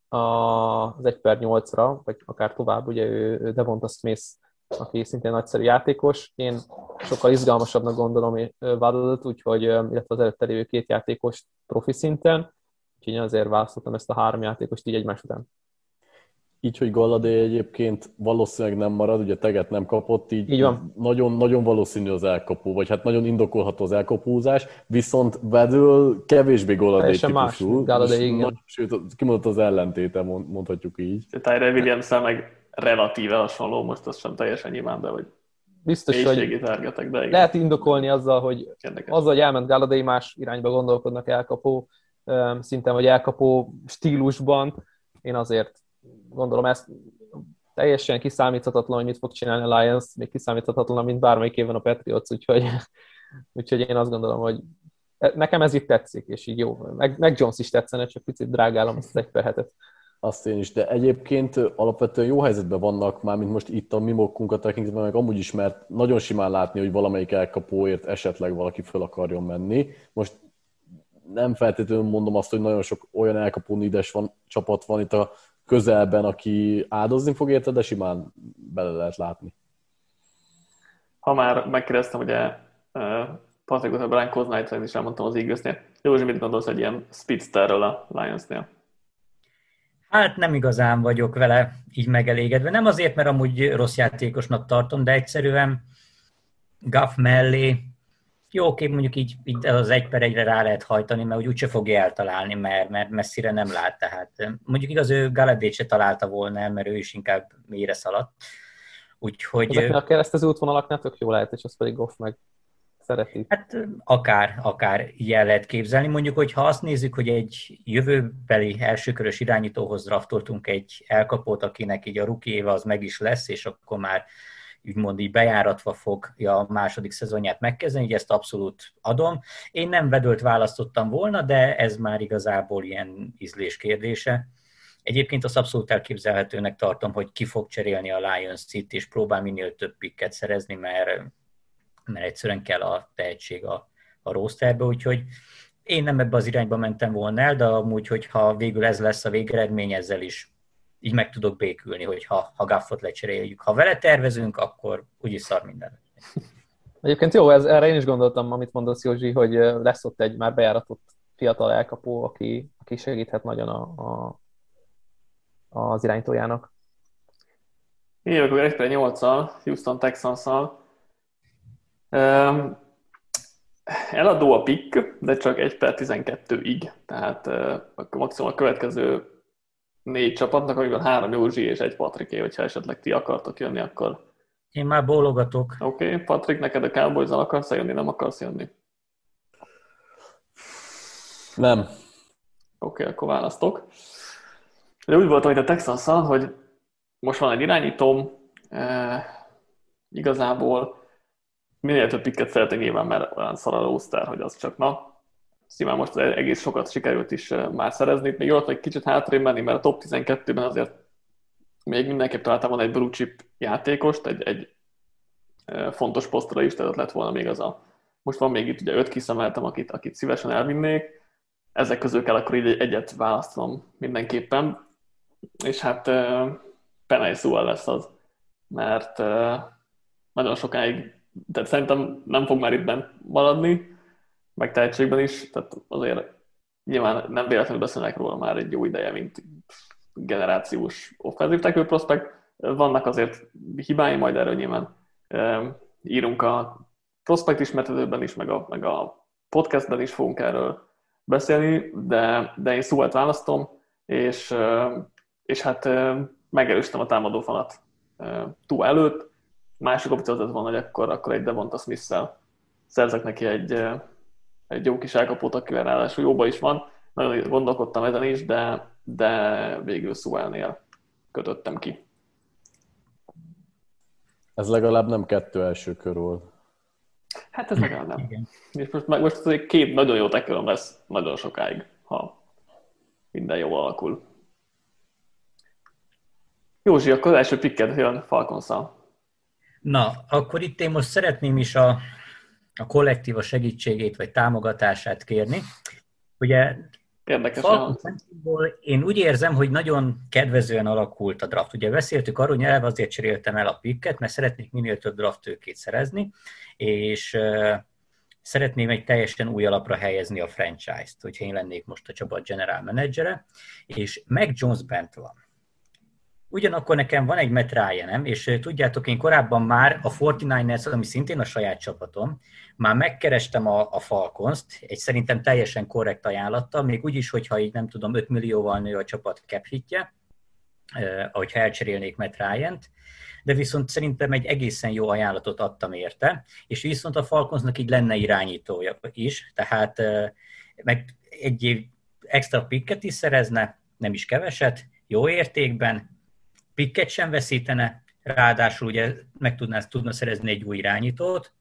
az 1/8-ra, vagy akár tovább, ugye ő Devonta Smith, aki szintén nagyszerű játékos. Én sokkal izgalmasabbnak gondolom Waddle-t, illetve az előtte lévő 2 játékos profi szinten, úgyhogy azért választottam ezt a 3 játékost így egymás után. Így, hogy Galladay egyébként valószínűleg nem marad, ugye teget nem kapott, így nagyon, nagyon valószínű az elkapó, vagy hát nagyon indokolható az elkapózás, viszont Waddle kevésbé Galladay típusú. Sőt, kimondott az ellentéte, mondhatjuk így. Tyrell Williams-szel meg relatíve hasonló, most azt sem teljesen nyilván, de hogy biztos, hogy targetek, de igen. Lehet indokolni azzal, hogy elment Galladay, más irányba gondolkodnak elkapó szinten, vagy elkapó stílusban. Én azért gondolom, ezt teljesen kiszámíthatatlan, hogy mit fog csinálni a Lions, még kiszámíthatatlan, mint bármelyik évben a Patriots, úgyhogy én azt gondolom, hogy nekem ez itt tetszik, és így jó. Meg Jones is tetszene, csak picit drágálom ezt az 1/7-et. Azt én is, de egyébként alapvetően jó helyzetben vannak már, mint most itt a mi mokkunkat tekintve, meg amúgy is, mert nagyon simán látni, hogy valamelyik elkapóért esetleg valaki föl akarjon menni. Most nem feltétlenül mondom azt, hogy nagyon sok olyan elkapó nídes csapat van itt a közelben, aki áldozni fog érte, de simán bele lehet látni. Ha már megkérdeztem, ugye Patrickot, a Brian Kosnight-en is elmondtam az Eaglesnél. Józsi, mit gondolsz egy ilyen speedsterről a Lionsnél? Hát nem igazán vagyok vele így megelégedve. Nem azért, mert amúgy rossz játékosnak tartom, de egyszerűen Goff mellé jó, oké, mondjuk így az 1/1-re rá lehet hajtani, mert úgyse fogja eltalálni, mert messzire nem lát. Tehát mondjuk igaz, ő Galladayt se találta volna el, mert ő is inkább mélyre szaladt. Úgyhogy... Ezeknél a keresztező útvonalaknál tök jó lehet, és azt pedig Goff meg szereti. Hát akár ilyen lehet képzelni. Mondjuk, hogyha azt nézzük, hogy egy jövőbeli elsőkörös irányítóhoz draftoltunk egy elkapót, akinek így a rookie éve az meg is lesz, és akkor már úgymond így bejáratva fogja a második szezonját megkezdeni, így ezt abszolút adom. Én nem Waddle-t választottam volna, de ez már igazából ilyen ízlés kérdése. Egyébként azt abszolút elképzelhetőnek tartom, hogy ki fog cserélni a Lions-t, és próbál minél több picket szerezni, mert egyszerűen kell a tehetség a rosterbe, úgyhogy én nem ebbe az irányba mentem volna el, de amúgy, hogyha végül ez lesz a végeredmény, ezzel is így meg tudok békülni, hogy ha Goffot lecseréljük. Ha vele tervezünk, akkor úgyis szar minden. Egyébként jó, erre én is gondoltam, amit mondasz, Józsi, hogy lesz ott egy már bejáratott fiatal elkapó, aki segíthet nagyon az irányítójának. Én jövök a 1/8-al, Houston Texans-szal. Eladó a pick, de csak 1/12-ig, tehát maximum a következő 4 csapatnak, amivel 3 Józsi és 1 Patriké, hogyha esetleg ti akartok jönni, akkor... Én már bólogatok. Oké, Patrik, neked a Cowboys-al akarsz jönni, nem akarsz jönni? Nem. Oké, akkor választok. De úgy volt, hogy a Texans-szal, hogy most van egy irányítóm, igazából minél több picket szeretnék nyilván, mert olyan szar a roster, hogy az csak Szimán most egész sokat sikerült is már szerezni. Még jól egy kicsit hátrébb menni, mert a top 12-ben azért még mindenképp találtam volna egy blue chip játékost, egy fontos posztra is, tehát lett volna még az most van még itt ugye 5 kiszemeltem, akit szívesen elvinnék. Ezek közül kell akkor így egyet választanom mindenképpen. És hát Penei Sewell lesz az, mert nagyon sokáig, tehát szerintem nem fog már itt bent maradni, meg tehetségben is, tehát azért nyilván nem véletlenül beszélnek róla már egy jó ideje, mint generációs offensive tackle prospect. Vannak azért hibái, majd erről nyilván írunk a prospect ismertetőben is, meg a podcastben is fogunk erről beszélni, de én Sewellt választom, és hát megerősítem a támadó falat túl előtt. Másik opció az van, hogy akkor egy Devonta Smith-szel szerzek neki egy jó kis elkapót, akivel ráadásul jóba is van. Nagyon gondolkodtam ezen is, de végül Sewellnél kötöttem ki. Ez legalább nem 2 első kör volt. Hát ez legalább nem. Igen. És most azért 2 nagyon jó tackle-om lesz nagyon sokáig, ha minden jól alakul. Józsi, akkor az első picked jön Falconszal. Na, akkor itt én most szeretném is a kollektíva segítségét, vagy támogatását kérni. Ugye érdekes. Én úgy érzem, hogy nagyon kedvezően alakult a draft. Ugye beszéltük arról, hogy eleve azért cseréltem el a picket, mert szeretnék minél több draft tőkét szerezni, és szeretném egy teljesen új alapra helyezni a franchise-t, hogyha én lennék most a csapat general menedzsere, és Mac Jones bent van. Ugyanakkor nekem van egy Matt Ryanem, és tudjátok, én korábban már a 49ers, ami szintén a saját csapatom, már megkerestem a Falcons-t, egy szerintem teljesen korrekt ajánlattal, még úgyis, hogyha így nem tudom, 5 millióval nő a csapat cap hitje, ahogyha elcserélnék Matt Ryant, de viszont szerintem egy egészen jó ajánlatot adtam érte, és viszont a Falconsnak így lenne irányítója is, tehát meg egy év extra picket is szerezne, nem is keveset, jó értékben, picket sem veszítene, ráadásul ugye tudna szerezni egy új irányítót,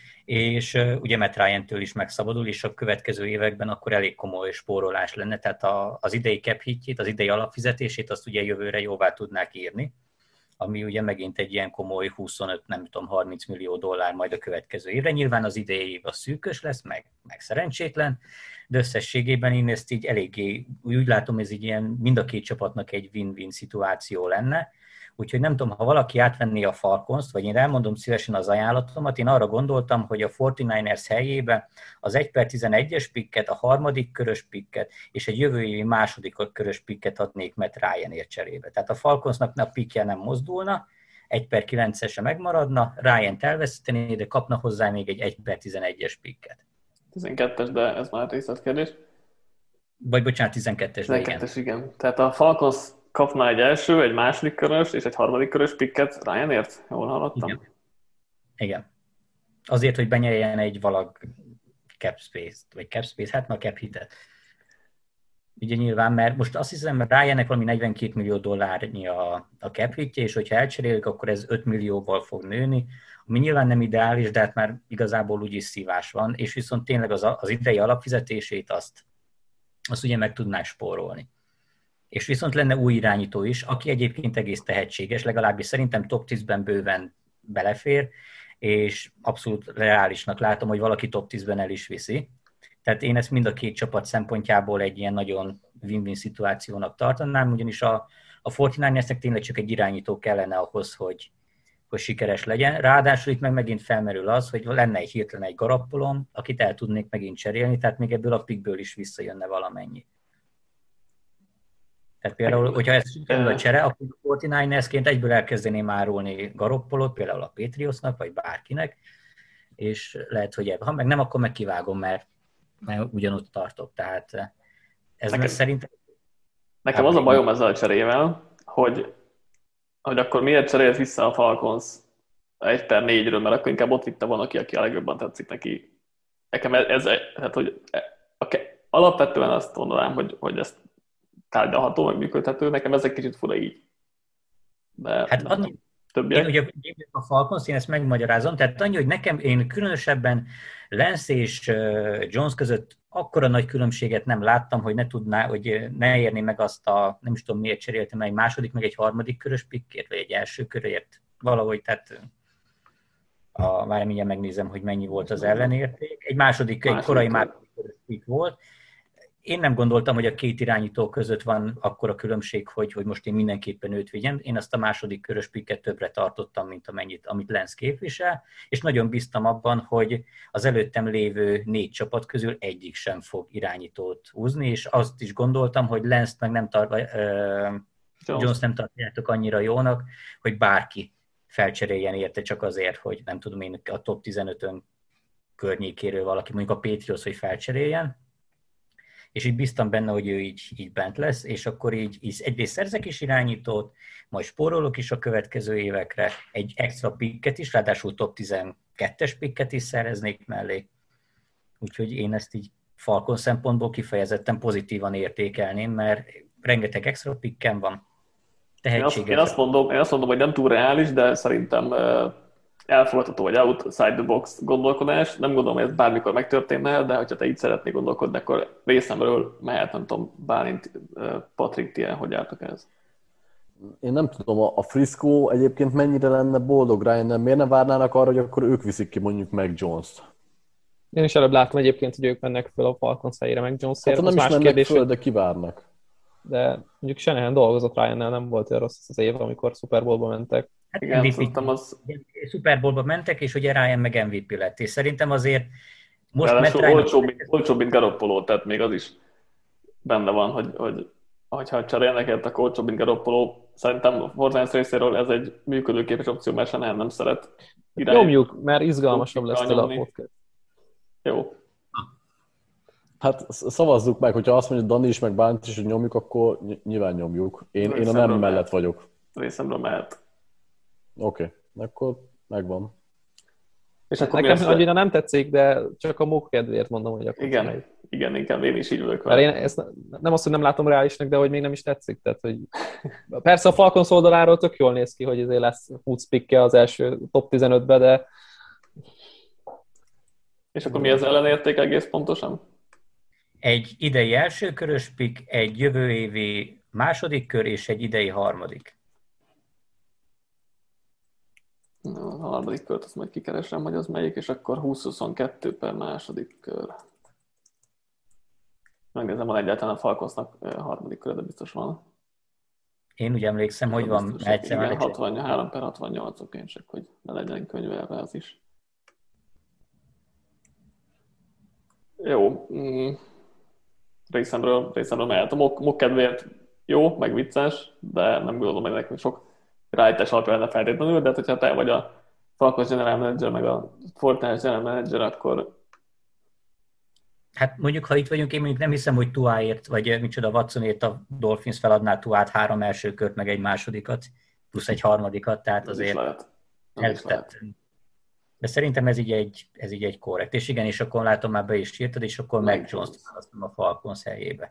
és ugye Matt Ryan-től is megszabadul, és a következő években akkor elég komoly spórolás lenne, tehát az idei cap hitjét, az idei alapfizetését azt ugye jövőre jóvá tudnák írni, ami ugye megint egy ilyen komoly 25, nem tudom, 30 millió dollár majd a következő évre. Nyilván az idei év a szűkös lesz, meg szerencsétlen, de összességében én ezt így eléggé, úgy látom, ez így ilyen mind a két csapatnak egy win-win szituáció lenne. Úgyhogy nem tudom, ha valaki átvenné a Falcons-t, vagy én elmondom szívesen az ajánlatomat, én arra gondoltam, hogy a 49ers helyébe az 1/11-es picket, a harmadik körös picket és egy jövő évi második körös picket adnék Matt Ryanért cserébe. Tehát a Falconsnak a pickje nem mozdulna, 1/9-ese megmaradna, Ryant elveszítené, de kapna hozzá még egy 1/11-es picket. 12-es, de ez már részletkérdés. Vagy bocsánat, 12-es, de igen. 12-es, igen. Tehát a Falcons kapna egy első, egy második körös és egy harmadik körös picket Ryanért? Jól hallottam? Igen. Azért, hogy benyeljen egy valag cap space-t, vagy cap space, hát a cap hitet. Ugye nyilván, mert most azt hiszem, Ryannek valami 42 millió dollárnyi a cap hitje, és hogyha elcserélik, akkor ez 5 millióval fog nőni, ami nyilván nem ideális, de hát már igazából úgyis szívás van, és viszont tényleg az idei alapfizetését azt ugye meg tudnák spórolni. és viszont lenne új irányító is, aki egyébként egész tehetséges, legalábbis szerintem top 10-ben bőven belefér, és abszolút reálisnak látom, hogy valaki top 10-ben el is viszi. Tehát én ezt mind a két csapat szempontjából egy ilyen nagyon win-win szituációnak tartanám, ugyanis a 49ersnek tényleg csak egy irányító kellene ahhoz, hogy sikeres legyen. Ráadásul itt meg megint felmerül az, hogy lenne egy hirtelen egy Garoppolom, akit el tudnék megint cserélni, tehát még ebből a pickből is visszajönne valamennyi. Tehát például, hogyha ez sikerül a csere, akkor a 49ersként egyből elkezdeném árulni Garoppolót, például a Patriotsnak, vagy bárkinek, és lehet, hogy ha meg nem, akkor meg kivágom, mert ugyanott tartok. Tehát ez szerintem... Nekem az a bajom ezzel a cserével, hogy akkor miért cserélt vissza a Falcons 1/4-ről, mert akkor inkább ott vitte volna ki, aki a legjobban tetszik neki. Nekem hát, hogy alapvetően azt mondanám, hogy ezt tárgyalható, meg működhető, nekem ez egy kicsit fura így. De hát annyi, én ugye a Falcons, én ezt megmagyarázom, tehát annyi, hogy nekem én különösebben Lance és Jones között akkora nagy különbséget nem láttam, hogy ne tudná, hogy ne érné meg azt a, nem is tudom miért cseréltem, egy második, meg egy harmadik körös pikkért, vagy egy első körért, valahogy, tehát már mindjárt megnézem, hogy mennyi volt az ellenérték. Egy korai második körös pikk volt. Én nem gondoltam, hogy a két irányító között van akkora különbség, hogy most én mindenképpen őt vigyem. Én azt a második körös pikket többre tartottam, mint amit Lance képvisel, és nagyon bíztam abban, hogy az előttem lévő 4 csapat közül egyik sem fog irányítót húzni, és azt is gondoltam, hogy Lance-t meg nem Jones nem tartjátok annyira jónak, hogy bárki felcseréljen érte csak azért, hogy nem tudom én a top 15-ön környékéről valaki, mondjuk a Patriots, hogy felcseréljen, és így bíztam benne, hogy ő így bent lesz, és akkor így egyrészt szerzek is irányítót, majd spórolok is a következő évekre, egy extra picket is, ráadásul top 12-es picket is szereznék mellé. Úgyhogy én ezt így Falcon szempontból kifejezetten pozitívan értékelném, mert rengeteg extra pickem van. Tehetséges. Én azt mondom, hogy nem túl reális, de szerintem elfogadható, vagy outside the box gondolkodás. Nem gondolom, hogy ez bármikor megtörténne, de ha te így szeretnél gondolkodni, akkor részemről mehet, nem tudom, Bálint, Patrik, ti hogy álltok ez? Én nem tudom, a Frisco egyébként mennyire lenne boldog Ryan-nel, miért nem várnának arra, hogy akkor ők viszik ki mondjuk meg Jones-t? Én is előbb láttam egyébként, hogy ők mennek föl a Falcons helyére, meg Jones-ért. Hát nem is mennek föl, de kivárnak. De mondjuk Shanahan dolgozott Ryan-nel, nem volt olyan rossz az év, amikor Super Bowl-ba mentek. Hát igen, Super Bowl-ba mentek, és ugye Ryan meg MVP lett, és szerintem azért most olcsóbb, mint Garoppolo, tehát még az is benne van, hogy ha cserélnek érte, akkor olcsóbb, mint Garoppolo. Szerintem a Fortnite részéről ez egy működőképes opció, mert Shanahan nem szeret Nyomjuk, mert izgalmasabb lesz tőle a podcast. Jó. Hát szavazzuk meg, hogyha azt mondja Dani is, meg Bánt is, hogy nyomjuk, akkor nyilván nyomjuk. Én a nem mellett vagyok. Részemről mehet. Oké, akkor megvan. És akkor nekem annyira nem tetszik, de csak a mók kedvéért mondom, hogy akkor igen, inkább én is így ülök vele. Én ezt nem azt, hogy nem látom reálisnak, de hogy még nem is tetszik. Tehát, hogy persze a Falcons oldaláról tök jól néz ki, hogy ezért lesz Woods pick-e az első top 15-be, de... És akkor mi az ellenérték egész pontosan? Egy idei elsőkörös pick, egy jövő évi második kör és egy idei harmadik. A harmadik kört azt majd kikeresem, hogy az melyik, és akkor 20-22 per második kör. Megnézem, van egyáltalán a Falconsnak harmadik kör, de biztos van. Én úgy emlékszem, hogy van egyszer. Igen, 63 per 68, oké, csak hogy ne legyen könyvelve az is. Jó. Részemről mehet. A mock kedvéért jó, meg vicces, de nem gondolom, hogy nekünk sok rájtás alapja lenne feltétlenül, de hogyha te vagy a Falcons General Manager, meg a Fortnite General Manager, akkor... Hát mondjuk, ha itt vagyunk, én mondjuk nem hiszem, hogy Tuáért, vagy micsoda Watsonért a Dolphins feladná Tuát 3 első kört, meg egy másodikat, plusz egy harmadikat, tehát azért lehet. De szerintem ez így egy korrekt. És igen, és akkor látom, már be is írtad, és akkor meg Jones-t választom a Falcons helyébe.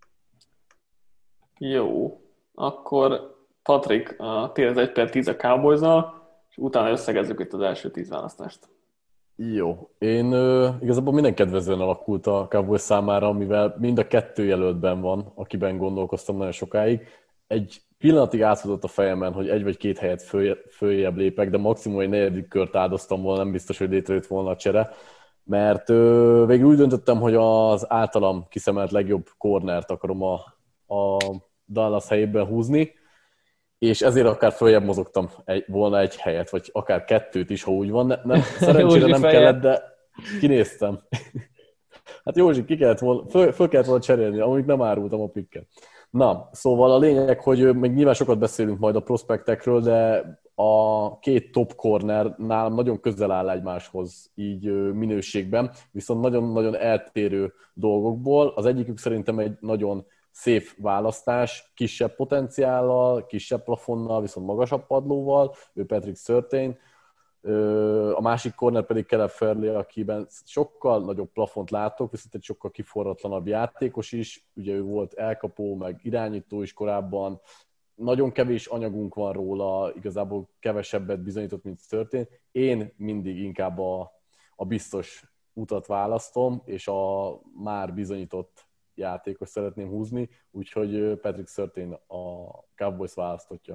Jó, akkor Patrik, a 11 per 10 a Cowboys-nal, és utána összegezzük itt az első 10 választást. Jó. Én igazából minden kedvezően alakult a Cowboys számára, mivel mind a kettő jelöltben van, akiben gondolkoztam nagyon sokáig. Egy pillanatig átfutott a fejemen, hogy egy vagy két helyet följebb lépek, de maximum egy negyedik kört áldoztam volna, nem biztos, hogy létrejött volna a csere, mert végül úgy döntöttem, hogy az általam kiszemelt legjobb cornert akarom a Dallas helyében húzni, és ezért akár följebb mozogtam volna egy helyet, vagy akár kettőt is, ha úgy van. Szerencsére nem kellett, de kinéztem. Hát Józsi, föl kellett volna cserélni, amúgy nem árultam a pikket. Na, szóval a lényeg, hogy még nyilván sokat beszélünk majd a prospektekről, de a két top corner nálam nagyon közel áll egymáshoz így minőségben, viszont nagyon-nagyon eltérő dolgokból. Az egyikük szerintem egy nagyon szép választás, kisebb potenciállal, kisebb plafonnal, viszont magasabb padlóval, ő Patrick Surtain. A másik corner pedig Caleb Farley, akiben sokkal nagyobb plafont látok, viszont egy sokkal kiforratlanabb játékos is. Ugye ő volt elkapó, meg irányító is korábban. Nagyon kevés anyagunk van róla, igazából kevesebbet bizonyított, mint Surtain. Én mindig inkább a biztos utat választom, és a már bizonyított játékos szeretném húzni, úgyhogy Patrick Surtain a Cowboys választotja.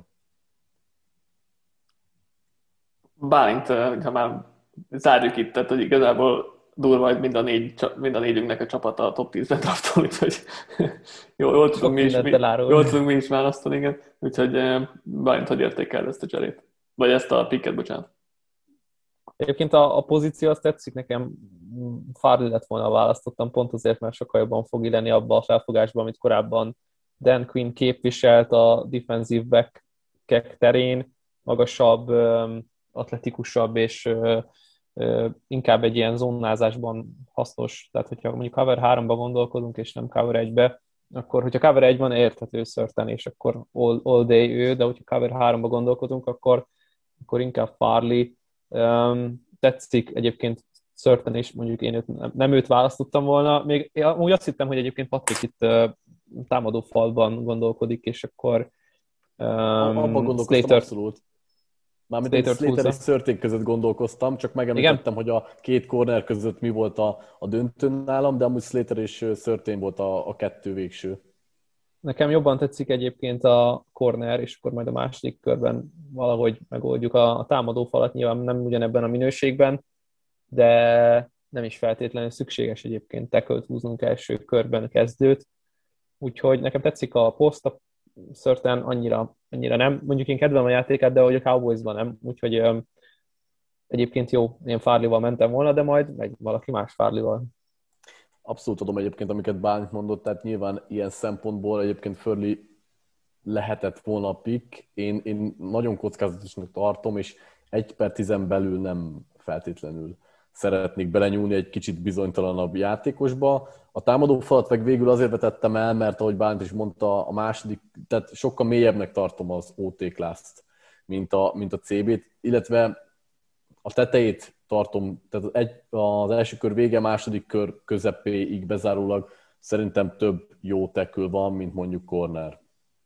Bálint, ha már zárjuk itt, tehát hogy igazából durva, hogy mind a négyünknek a csapata a top 10-ben draftol, úgyhogy jól tudunk mi is választani, igen. Úgyhogy Bálint, hogy értékel ezt a cserét? Vagy ezt a picket, bocsánat. Egyébként a pozíció azt tetszik nekem, Farley lett volna választottam, pont azért, mert sokkal jobban fog illeni abba a felfogásba, amit korábban Dan Quinn képviselt a defensive back-ek terén, magasabb, atletikusabb és inkább egy ilyen zónázásban hasznos. Tehát, hogyha mondjuk cover 3-ba gondolkodunk, és nem cover 1-be, akkor, hogyha cover 1 van, érthető Surtain, és akkor all day ő, de hogyha cover 3-ba gondolkodunk, akkor inkább Farley. Tetszik egyébként Surtain, és mondjuk én nem őt választottam volna. Még úgy azt hittem, hogy egyébként Patrik itt támadó falban gondolkodik, és akkor abban gondolkoztam Slater, abszolút. Mármint Slater és Surtain között gondolkoztam, csak megemlítettem, hogy a két corner között mi volt a döntő nálam, de amúgy Slater és Surtain volt a kettő végső. Nekem jobban tetszik egyébként a corner, és akkor majd a második körben valahogy megoldjuk a támadó falat, nyilván nem ugyanebben a minőségben, de nem is feltétlenül szükséges egyébként tackle-t húznunk első körben kezdőt. Úgyhogy nekem tetszik a poszt, a Surtain annyira nem. Mondjuk én kedvelem a játékát, de hogy a Cowboysban nem. Úgyhogy egyébként jó, én Farley-val mentem volna, de majd megy valaki más Farley-val. Abszolút tudom egyébként, amiket Bálint mondott, tehát nyilván ilyen szempontból egyébként Farley lehetett volna a pick. Én nagyon kockázatosnak tartom, és 1/10 belül nem feltétlenül szeretnék belenyúlni egy kicsit bizonytalanabb játékosba. A támadó falat meg végül azért vetettem el, mert ahogy Bálint is mondta, a második, tehát sokkal mélyebbnek tartom az OT class-t, mint a CB-t, illetve a tetejét tartom, tehát az első kör vége, második kör közepéig bezárólag szerintem több jó tackle van, mint mondjuk corner.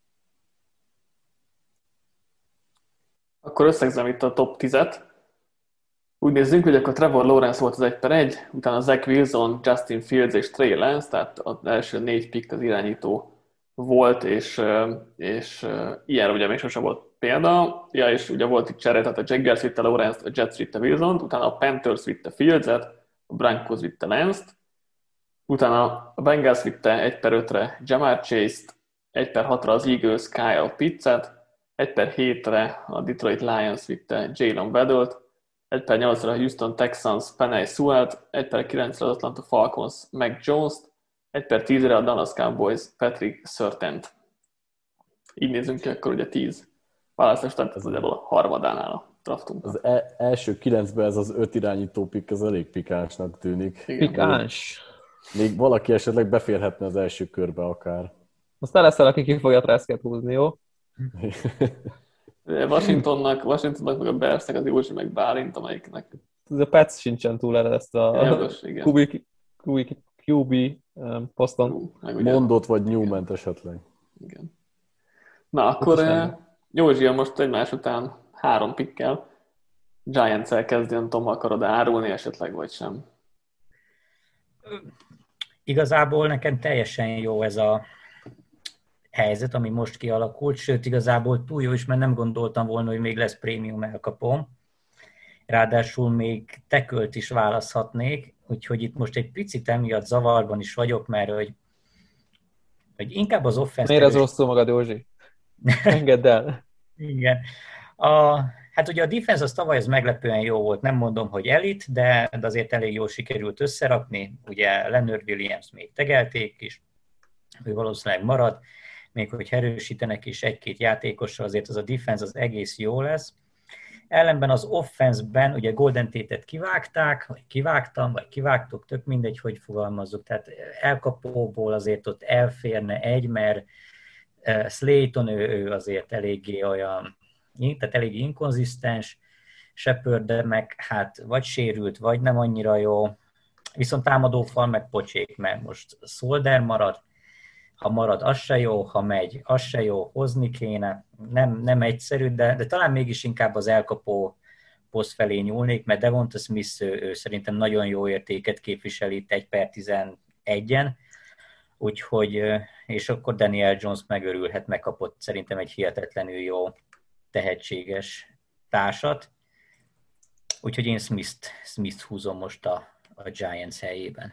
Akkor összegzem itt a top 10-et. Úgy nézzünk, hogy akkor Trevor Lawrence volt az 1/1, utána Zach Wilson, Justin Fields és Trey Lance, tehát az első 4 pick az irányító volt, és ilyenre ugye még sosem volt példa. Ja, és ugye volt itt csere, tehát a Jaguars vitte Lawrence-t, a Jets vitte Wilsont, utána a Panthers vitte Fields-et, a Broncos vitte Lance-t, utána a Bengals vitte 1/5-re Jamar Chase-t, 1/6-ra az Eagles Kyle Pitts-et, 1/7-re a Detroit Lions vitte Jalen Waddle-t, 1/8-ra a Houston Texans Penei Sewell-t, 1/9-re az Atlanta Falcons Mac Jones-t, 1/10-re a Dallas Cowboys Patrick Surtain-t. Így nézzünk ki, akkor ugye 10 választás, tehát ez ebből a harmadánál a draftunk. Az első 9-ben ez az 5 irányító pick, ez elég pikánsnak tűnik. Pikáns. Még valaki esetleg beférhetne az első körbe akár. Azt te leszel, aki ki fogja Trasket húzni, jó? Washingtonnak meg a Bearsnek az Józsi meg Bálint, amelyiknek... Ez a Pets sincsen túl el ezt a QB poszton. Mondott vagy Newman esetleg. Igen. Na, akkor Józsi most egymás után 3 pickkel. Giants-el kezdi, nem tudom, akarod árulni esetleg, vagy sem. Igazából nekem teljesen jó ez a helyzet, ami most kialakult, sőt igazából túl jó is, mert nem gondoltam volna, hogy még lesz prémium elkapom. Ráadásul még tekölt is választhatnék, úgyhogy itt most egy picit emiatt zavarban is vagyok, mert hogy inkább az offense... Miért ez rosszul magad, Józsi? Engedd el. Igen. Hát ugye a defense az tavaly az meglepően jó volt, nem mondom, hogy elit, de azért elég jól sikerült összerakni. Ugye Leonard Williams még tegelték is, ő valószínűleg marad, még hogy erősítenek is egy-két játékossal, azért az a defense az egész jó lesz. Ellenben az offense-ben ugye Golden Tate-et kivágták, vagy kivágtam, vagy kivágtok, tök mindegy, hogy fogalmazzuk. Tehát elkapóból azért ott elférne egy, mert Slayton ő azért eléggé olyan, tehát eléggé inkonzisztens, Shepard de meg hát vagy sérült, vagy nem annyira jó, viszont támadófal meg pocsék, mert most Solder marad, ha marad, az se jó, ha megy, az se jó, hozni kéne, nem egyszerű, de talán mégis inkább az elkapó poszt felé nyúlnék, mert Devonta Smith ő szerintem nagyon jó értéket képvisel itt 1/11-en, úgyhogy, és akkor Daniel Jones megörülhet, megkapott szerintem egy hihetetlenül jó, tehetséges társat, úgyhogy én Smith húzom most a Giants helyében.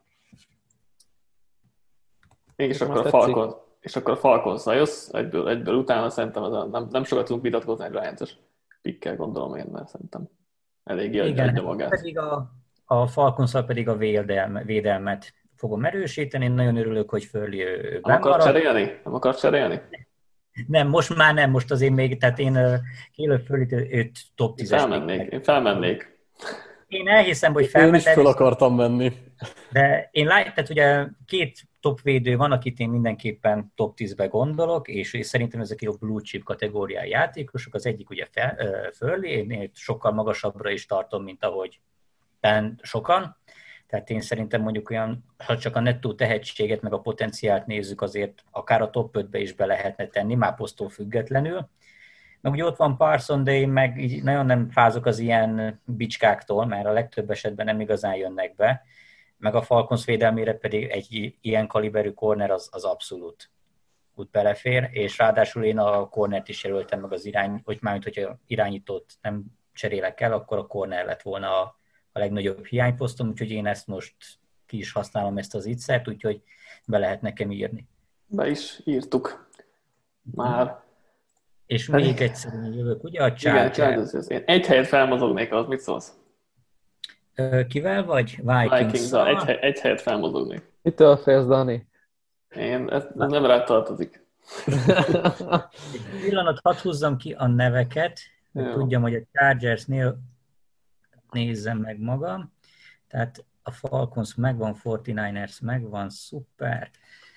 És akkor a Falcons-zal jössz, egyből utána szerintem nem sokat tudunk vitatkozni egy Giants-es pikkel, gondolom én, mert szerintem eléggé adja magát. Pedig a Falcons-szal pedig a védelmet fogom erősíteni, én nagyon örülök, hogy Furley Nem akar cserélni? Nem, most már nem, most azért még, tehát én Caleb Furley-t top 10-es. Én felmennék. Én elhiszem, hogy Én is fel akartam menni. De én tehát ugye két top védő van, akit én mindenképpen top 10-be gondolok, és szerintem ezek a blue chip kategóriá játékosok. Az egyik ugye Furley, én sokkal magasabbra is tartom, mint ahogy sokan. Tehát én szerintem mondjuk olyan, ha csak a nettó tehetséget meg a potenciált nézzük, azért akár a top 5-be is be lehetne tenni, már posztól függetlenül. Meg ugye ott van Parson, de én meg így nagyon nem fázok az ilyen bicskáktól, mert a legtöbb esetben nem igazán jönnek be. Meg a Falcons védelmére pedig egy ilyen kaliberű corner az abszolút úgy belefér, és ráadásul én a cornert is jelöltem meg hogy mármint, hogyha irányítót nem cserélek el, akkor a corner lett volna a legnagyobb hiányposztom, úgyhogy én ezt most ki is használom ezt az ittszert, úgyhogy be lehet nekem írni. Be is írtuk már. És még egyszerűen jövök, ugye a Chargers. Igen, én egy helyet felmozognék, az mit szólsz? Kivel vagy? Vikings-zal. Egy helyet felmozognék. Mitől félsz, Dani? Ez nem rád tartozik. Egy pillanat, hadd húzzam ki a neveket, hogy tudjam, hogy a Chargersnél nézzem meg magam. Tehát a Falcons megvan, 49ers megvan, szuper.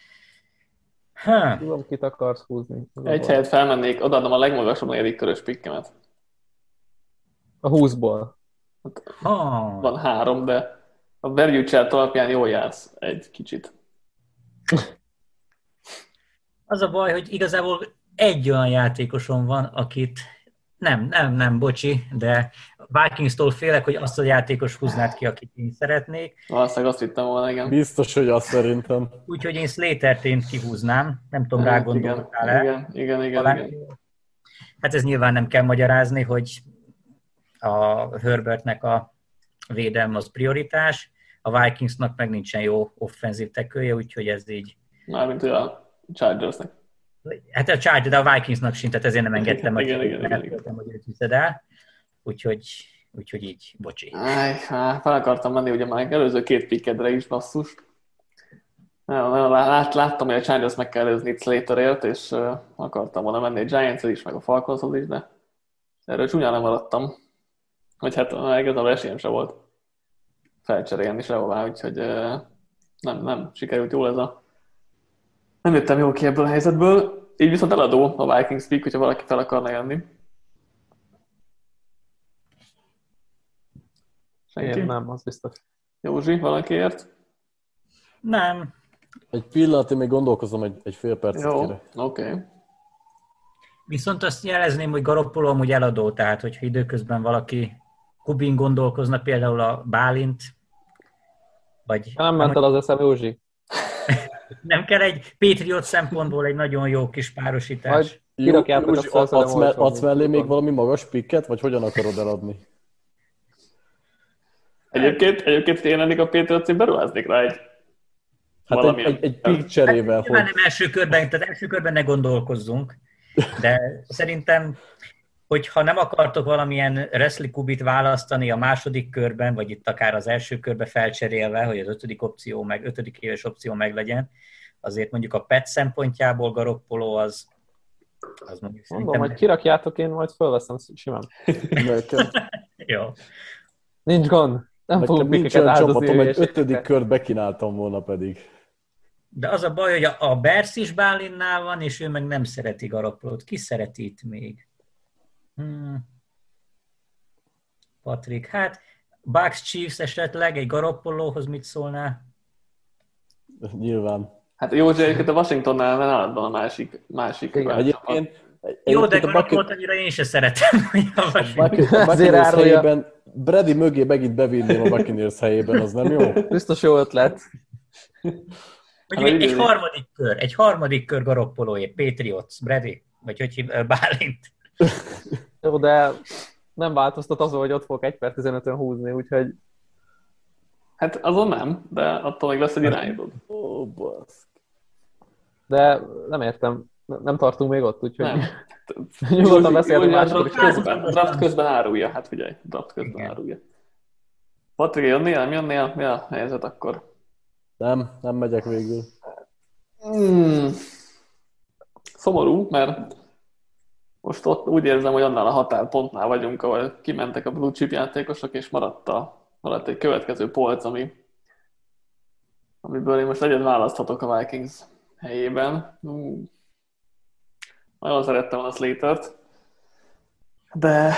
Tudom, kit akarsz húzni. Egy helyet felmennék, odaadom a legmagasabb 4. körös pikkemet. A 20-ból. Van 3, de a value chart alapján jól jársz egy kicsit. Az a baj, hogy igazából egy olyan játékosom van, akit nem, bocsi, de Vikings-tól félek, hogy azt a játékos húznád ki, akit én szeretnék. Valószínűleg azt hittem volna, igen. Biztos, hogy azt szerintem. Úgyhogy én Slatert én kihúznám, nem tudom, rá gondoltál-e. Igen. Hát ez nyilván nem kell magyarázni, hogy a Herbertnek a védelme az prioritás, a Vikingsnak meg nincsen jó offenzív tekője, úgyhogy ez így... Mármint a Chargersnek. Hát a Chargers, de a Vikingsnak sincs, tehát ezért nem engedtem, hogy őt viszed el. Úgyhogy így, bocsi. Fel akartam menni, ugye már előző 2 pikkedre is, basszus. Láttam, hogy a Chargers meg kell előzni Slaterért, és akartam volna menni a Giants-el is, meg a Falconshoz is, de erről csúnyán nem maradtam. Hogy hát igazából esélyem se volt felcserélni sehová, úgyhogy nem sikerült jól ez a... Nem jöttem jól ki ebből a helyzetből, így viszont eladó a Vikings pick, hogyha valaki fel akarna jönni. Senki? Én nem, az biztos. Józsi, valakiért? Nem. Egy pillanat, én még gondolkozom egy fél percet. Jó, oké. Viszont azt jelezném, hogy Garoppolo amúgy eladó, tehát hogyha időközben valaki Kubin gondolkozna, például a Bálint, vagy Nem ment el az eszem, Józsi. nem kell egy Patriot szempontból egy nagyon jó kis párosítás. Majd kirakjátok, azt felszedem adsz mellé még valami magas pikket, vagy hogyan akarod eladni? Egyébként tényleg a Patriots-én beruháznék rá egy pick cserével. Hát, nem első körben, tehát első körben ne gondolkozzunk, de szerintem, hogyha nem akartok valamilyen wrestling kubit választani a második körben, vagy itt akár az első körbe felcserélve, hogy az ötödik éves opció meglegyen, azért mondjuk a pet szempontjából Garoppolo az mondjuk mondom, hogy kirakjátok, én majd fölveszem simán. Jó. Nincs gond. Nem fogok nincs olyan csapatom, egy 5. kört bekínáltam volna pedig. De az a baj, hogy a Bears is Bálinnál van, és ő meg nem szereti Garoppolót. Ki szereti itt még? Patrik, hát Bucks Chiefs esetleg egy Garoppolóhoz mit szólnál? Nyilván. Hát jó, hogy egyébként a Washingtonnál nálad van a másik egyébként jó, de Garoppolót annyira én se szeretem. A Buccaneers helyében Brady mögé megint bevinném a Buccaneers helyében, az nem jó? Biztos jó ötlet. Egy harmadik kör Garoppolóért, Patriots, Brady, vagy hogy Bálint. Jó, de nem változtat azon, hogy ott fogok 1/15-ön húzni, úgyhogy... Hát azon nem, de attól még lesz egy irányítod. Ó, basz. De nem értem, nem tartunk még ott, úgyhogy... Nem. Nyugodtan beszélünk máskor is. Draft közben árulja, hát figyelj, draft közben árulja. Patrik, jönnél, nem jönnél? Mi a helyzet akkor? Nem megyek végül. Szomorú, mert most ott úgy érzem, hogy annál a határpontnál vagyunk, ahol kimentek a blue chip játékosok, és maradt egy következő polc, amiből én most egyet választhatok a Vikings helyében. Nagyon szerettem volna a Slatert, de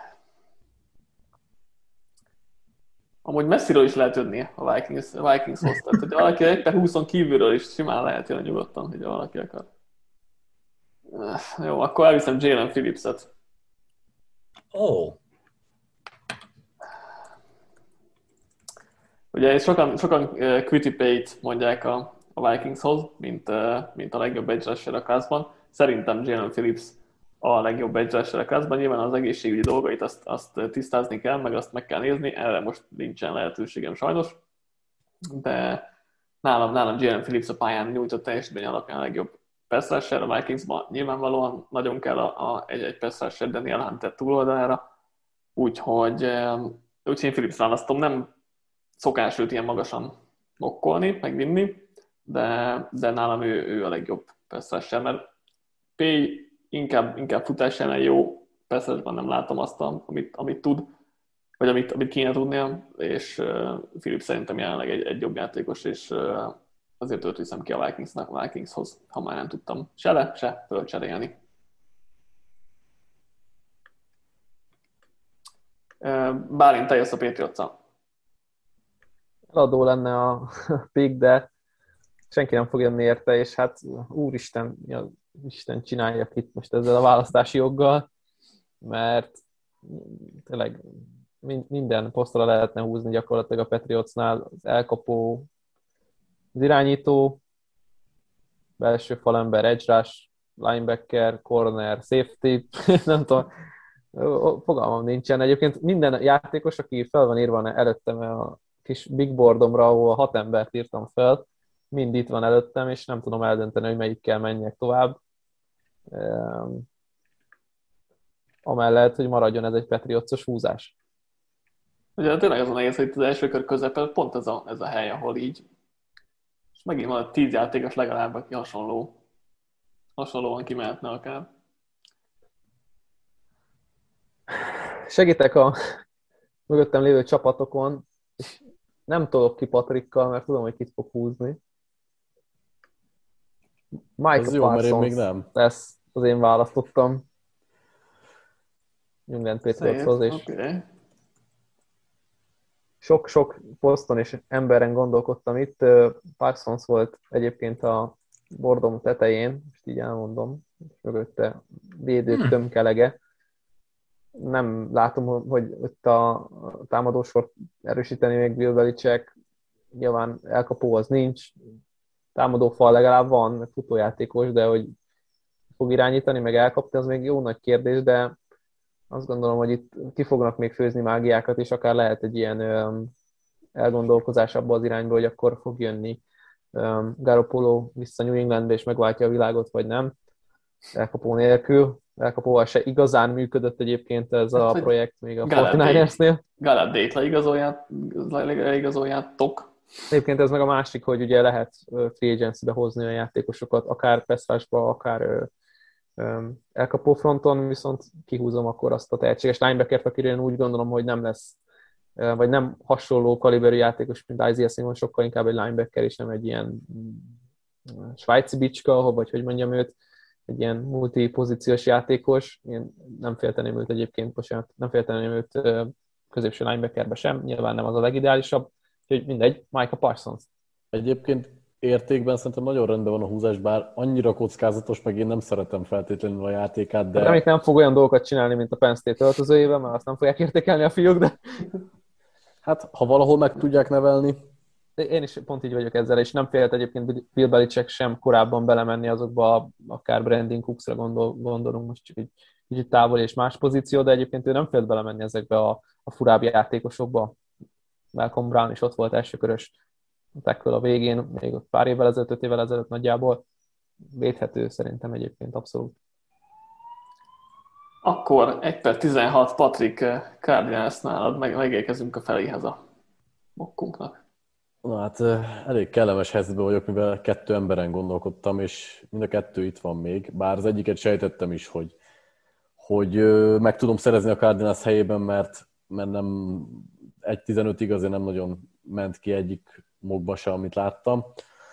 amúgy messziről is lehet jönni a Vikingshoz. Tehát, hogy valaki 1/20 kívülről is simán lehet jönni nyugodtan, hogy valaki akar. Jó, akkor elviszem Jalen Phillips-et. Ó. Ugye sokan Quitty-Payt mondják a Vikingshoz, mint a legjobb edge rusher a classban. Szerintem Jalen Phillips a legjobb edge rusher a classban. Nyilván az egészségügyi dolgait azt tisztázni kell, meg azt meg kell nézni. Erre most nincsen lehetőségem sajnos. De nálam Jalen Phillips a pályán nyújtott teljesítmény alapján a legjobb pass rusher a Vikingsban. Nyilvánvalóan nagyon kell egy pass rusher Daniel Hunter túloldalára. Úgyhogy én Phillips választom. Nem szokás őt ilyen magasan mokkolni, megvinni, de nálam ő a legjobb pass rusher, mert Pay inkább futás ellen jó, pass rushban nem látom azt, amit tud, vagy amit kéne tudnia, és Phillips szerintem jelenleg egy jobb játékos, és azért őt viszem ki a Vikingshoz, ha már nem tudtam se fölcserélni. Bálint, te jössz a Patriots-al. Eladó lenne a pick, de senki nem fog jönni érte, és hát úristen, Isten csináljak itt most ezzel a választási joggal, mert tényleg minden posztra lehetne húzni gyakorlatilag a Patriotsnál, az elkapó, az irányító, belső falember, edge rush, linebacker, corner, safety, nem tudom, fogalmam nincsen. Egyébként minden játékos, aki fel van írva előttem a kis big boardomra, ahol 6 embert írtam fel, mind itt van előttem, és nem tudom eldönteni, hogy melyikkel menjek tovább. Amellett, hogy maradjon ez egy Patriotsos húzás. Ugye tényleg az a nehéz, hogy az első kör közepén pont ez a hely, ahol így, és megint van 10 játékos legalább, aki hasonlóan kimehetne akár. Segítek a mögöttem lévő csapatokon, és nem tolok ki Patrikkal, mert tudom, hogy kit fog húzni. Micah jó, mert én még Parsons nem. lesz, az én választottam. Minden Patriotshoz, és Okay. sok poszton és emberen gondolkodtam itt. Parsons volt egyébként a bordom tetején, most így elmondom, mögötte védők tömkelege. Nem látom, hogy itt a támadósort erősíteni még Bill Belichick. Nyilván elkapó az nincs, támadófal legalább van, meg futójátékos, de hogy fog irányítani, meg elkapni, az még jó nagy kérdés, de azt gondolom, hogy itt ki fognak még főzni mágiákat, és akár lehet egy ilyen elgondolkozás abba az irányba, hogy akkor fog jönni Garoppolo vissza New Englandbe, és megváltja a világot, vagy nem. Elkapó nélkül. Elkapóval se igazán működött egyébként ez a projekt, még a 49ersnél. Galladay-t leigazoljátok. Egyébként ez meg a másik, hogy ugye lehet free agency-be hozni a játékosokat, akár pass rushba, akár elkapó fronton, viszont kihúzom akkor azt a tehetséges linebackert, akire én úgy gondolom, hogy nem lesz, vagy nem hasonló kaliberű játékos, mint Isaiah Simmons, sokkal inkább egy linebacker, és nem egy ilyen svájci bicska, vagy hogy mondjam őt, egy ilyen multipozíciós játékos. Én nem félteném őt egyébként, nem félteném őt középső linebackerbe sem, nyilván nem az a legideálisabb, úgyhogy mindegy, Micah Parsons. Egyébként értékben szerintem nagyon rendben van a húzás, bár annyira kockázatos, meg én nem szeretem feltétlenül a játékát, de... Reméljük nem fog olyan dolgokat csinálni, mint a Penn State öltözőjében, mert azt nem fogják értékelni a fiúk, de... Hát, ha valahol meg tudják nevelni. Én is pont így vagyok ezzel, és nem félt egyébként Bill Belichick sem korábban belemenni azokba, akár Brandon Cooksra gondolunk, most csak egy kicsit távol és más pozíció, de egyébként ő nem félt belemenni ezekbe a furább játékosokba. Malcolm Brown is ott volt elsőkörös tackle a végén, még pár évvel ezelőtt, 5 évvel ezelőtt nagyjából. Védhető szerintem egyébként abszolút. Akkor 1/16 Patrick Cardinals nálad, megérkezünk a feléhez a mokkunknak. Na hát elég kellemes helyzetben vagyok, mivel 2 emberen gondolkodtam, és mind a 2 itt van még, bár az egyiket sejtettem is, hogy meg tudom szerezni a Cardinals helyében, mert nem 1-15-ig azért nem nagyon ment ki egyik mockba se, amit láttam.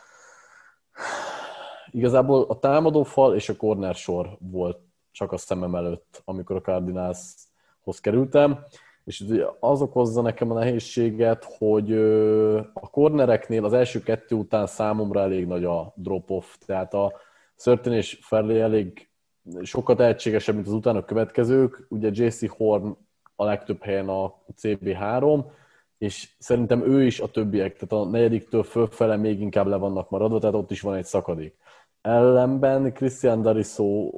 Igazából a támadófal és a corner sor volt csak a szemem előtt, amikor a Cardinalshoz kerültem, és az okozza nekem a nehézséget, hogy a cornereknél az első 2 után számomra elég nagy a drop-off, tehát a Surtain és Fairley elég sokkal tehetségesebb, mint az utána következők. Ugye J.C. Horn a legtöbb helyen a CB3, és szerintem ő is a többiek, tehát a 4-től fölfele még inkább le vannak maradva, tehát ott is van egy szakadék. Ellenben Christian Darrisaw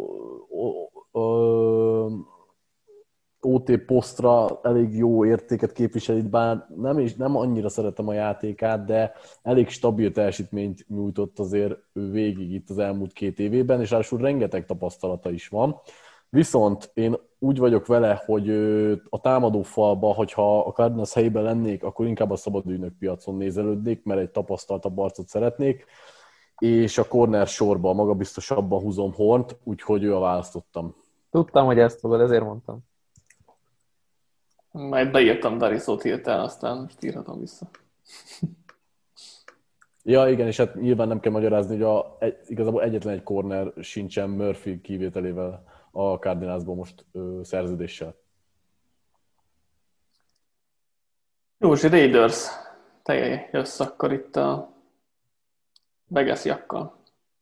OT posztra elég jó értéket képvisel itt, bár nem annyira szeretem a játékát, de elég stabil teljesítményt nyújtott azért ő végig itt az elmúlt 2 évében, és ráadásul rengeteg tapasztalata is van. Viszont én úgy vagyok vele, hogy a támadó falba, hogyha a Cardinals helyében lennék, akkor inkább a szabadügynök piacon nézelődnék, mert egy tapasztaltabb arcot szeretnék, és a corner sorba magabiztosabban húzom Hornt, úgyhogy ő a választottam. Tudtam, hogy ezt fogod, ezért mondtam. Majd beírtam Darrisawt hirtelen, aztán most írhatom vissza. Ja, igen, és hát nyilván nem kell magyarázni, hogy igazából egyetlen egy corner sincsen Murphy kivételével a Cardinalsból most szerződéssel. Józsi, Raiders, te jössz akkor itt a Vegas-jakkal.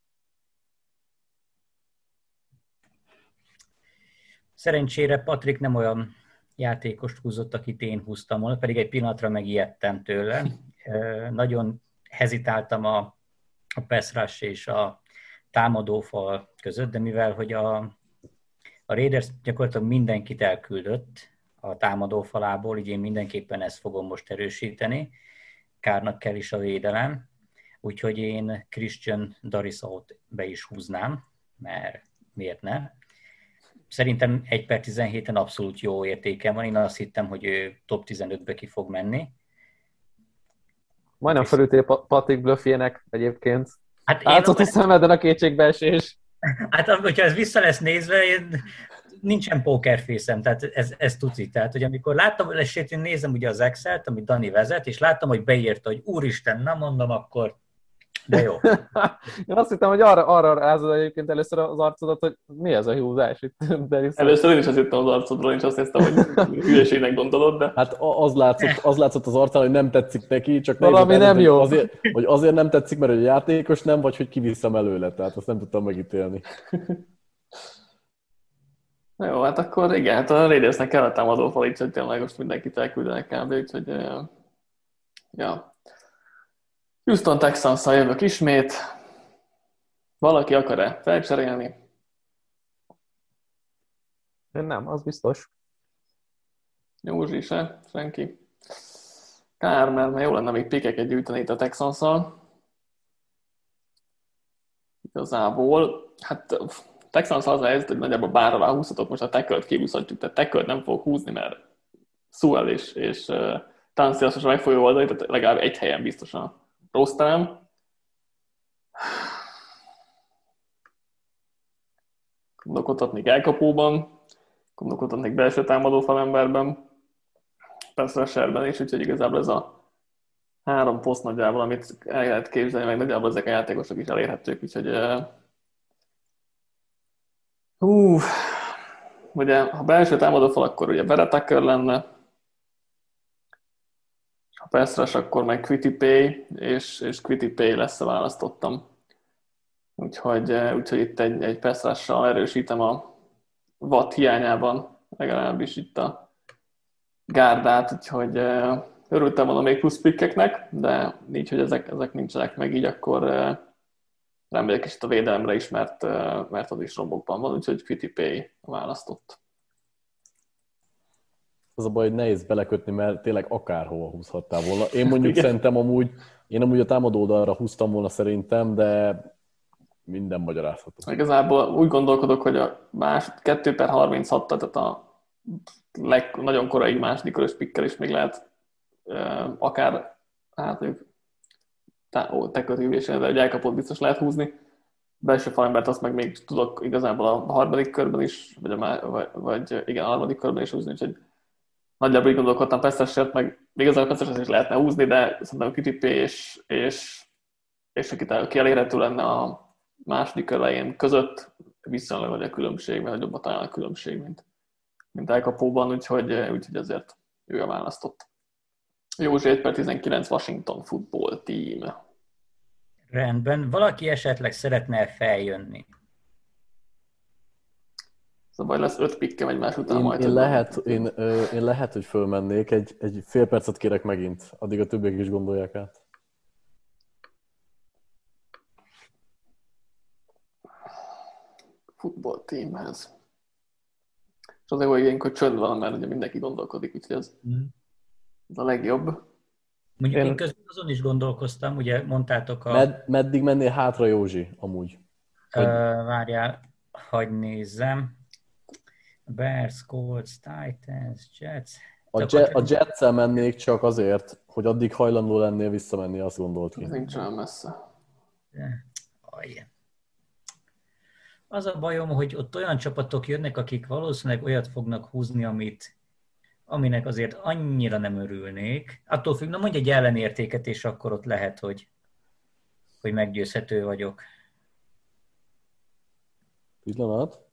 Szerencsére Patrik nem olyan játékost húzott, akit én húztam volna, pedig egy pillanatra megijedtem tőle. Nagyon hezitáltam a pass rush és a támadófal között, de mivel hogy a Raiders gyakorlatilag mindenkit elküldött a támadófalából, így én mindenképpen ezt fogom most erősíteni. Kárnak kell is a védelem, úgyhogy én Christian Darrisawt be is húznám, mert miért ne? Szerintem 1/17-en abszolút jó értéke van. Én azt hittem, hogy ő top 15-be ki fog menni. Majdnem felültél Patrik bluffjének egyébként. Hát látszott a szemeden a kétségbeesés. Hát, hogyha ez vissza lesz nézve, nincsen pokerfészem, tehát ez tuti. Tehát, hogy amikor láttam, én nézem ugye az Excel-t, amit Dani vezet, és láttam, hogy beírta, hogy úristen, nem mondom, akkor de jó. Én azt hittem, hogy arra rázod egyébként először az arcodat, hogy mi ez a húzás itt. Először én is azt hittem az arcodról, és azt hiszem, hogy hülyeségnek gondolod, de... Hát az látszott az arcán, hogy nem tetszik neki, csak valami nem jó. Azért nem tetszik, mert a játékos nem, vagy hogy kiviszem előle, tehát azt nem tudtam megítélni. Na jó, hát akkor igen, hát a Raidersnek kellett támadó fal, így, hogy tényleg most mindenkit elküldenek kb. Úgyhogy ja. Houston Texans-szal jövök ismét. Valaki akar-e felcserélni? Én nem, az biztos. Józsi se? Senki? Kár, mert jó lenne még pikeket gyűjteni itt a Texans-szal. Igazából, hát Texans az a helyzet, hogy nagyjából bárra húzhatok, most a tackle-t kihúzhatjuk, tehát tackle-t nem fog húzni, mert Sewell és Tansi azt most meg fogja oldani, tehát legalább egy helyen biztosan rossz terem. Gondolkodhatnék elkapóban, gondolkodhatnék belső támadó falemberben, persze a serben is, úgyhogy igazából ez a 3 poszt nagyjából, amit el lehet képzelni, meg nagyjából ezek a játékosok is elérhetők, úgyhogy ugye ha belső támadó fal, akkor ugye Vera Tucker lenne, ha pass rush, akkor meg Quitty Pay, és Quitty Pay lesz a választottam. Úgyhogy itt egy pass rush-sal erősítem a Watt hiányában, legalábbis itt a gárdát, úgyhogy örültem volna még plusz pikkeknek, de így, hogy ezek nincsenek meg, így akkor remélek is itt a védelemre is, mert az is rombokban van, úgyhogy Quitty Pay választott. Az a baj, hogy nehéz belekötni, mert tényleg akárhova húzhattál volna. Én mondjuk szerintem amúgy a támadó oldalra húztam volna szerintem, de minden magyarázható. Igazából úgy gondolkodok, hogy a 2/36, tehát a nagyon korai második körös pikkel is még lehet akár, hát mondjuk teköltűvésen, de egy elkapott biztos lehet húzni. Belső falembert azt meg még tudok igazából a harmadik körben is, vagy igen, a harmadik körben is húzni, úgyhogy nagyjából így gondolkodtam Pesztesért, meg még az a Pesztesért is lehetne húzni, de szerintem a QTP és aki elérhető lenne a második kör elején között, viszonylag nagy a különbség, mert nagyobb talán a különbség, mint elkapóban, úgyhogy ezért ő a választott. Józsi 1/19 Washington Football Team. Rendben. Valaki esetleg szeretne feljönni? Szóval lesz 5 pikkem egymás után majd. Én lehet, hogy fölmennék. Egy fél percet kérek megint. Addig a többiek is gondolják át. Football Teamhez. És azért, hogy ilyenkor csönd van, mert ugye mindenki gondolkodik, úgyhogy ez a legjobb. Mondjuk én közben azon is gondolkoztam, ugye mondtátok Meddig mennél hátra, Józsi, amúgy? Várjál, hadd nézzem. Bears, Colts, Titans, Jets. A Jets-el mennék csak azért, hogy addig hajlandó lennél visszamenni, azt gondolt ki. Ez nincs olyan messze. Az a bajom, hogy ott olyan csapatok jönnek, akik valószínűleg olyat fognak húzni, aminek azért annyira nem örülnék. Attól függ, mondj egy ellenértéket, és akkor ott lehet, hogy meggyőzhető vagyok. Pillanat.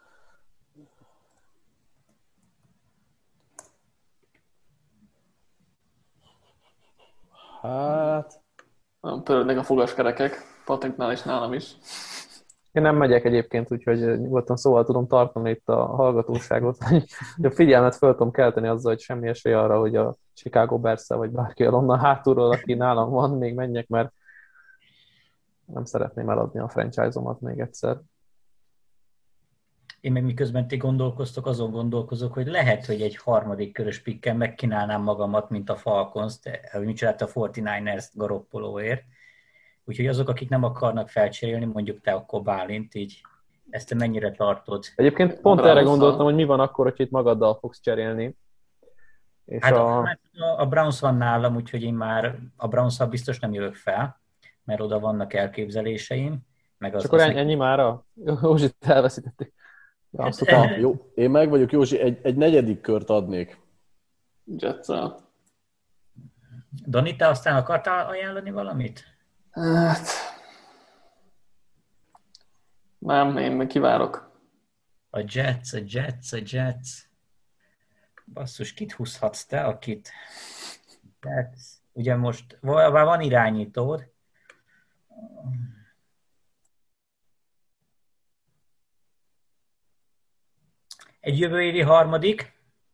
Hát... Pörödnek a fogaskerekek, Patriknál és nálam is. Én nem megyek egyébként, úgyhogy nyugodtan szóval tudom tartani itt a hallgatóságot. A figyelmet föl tudom kelteni azzal, hogy semmi esély arra, hogy a Chicago Bears-szel vagy bárki onnan hátulról, aki nálam van, még menjek, mert nem szeretném eladni a franchise-omat még egyszer. Én meg miközben ti gondolkoztok, azon gondolkozok, hogy lehet, hogy egy harmadik körös pikken megkínálnám magamat, mint a Falcons, hogy mit csinált a 49ers Garoppoloért. Úgyhogy azok, akik nem akarnak felcserélni, mondjuk te akkor Bálint, így ezt te mennyire tartod? Egyébként pont erre gondoltam, hogy mi van akkor, hogy itt magaddal fogsz cserélni. És hát a Browns van nálam, úgyhogy én már a Browns-szal biztos nem jövök fel, mert oda vannak elképzeléseim. Meg és akkor ennyi mára? Józsit elveszítették. Jó, én meg vagyok, Józsi, egy negyedik kört adnék. Jetszel. Dani, te aztán akartál ajánlani valamit? Hát... Nem, én kivárok. A Jets. Basszus, kit húzhatsz te, akit? Jets. Ugye most van irányítód. Egy jövő évi harmadik.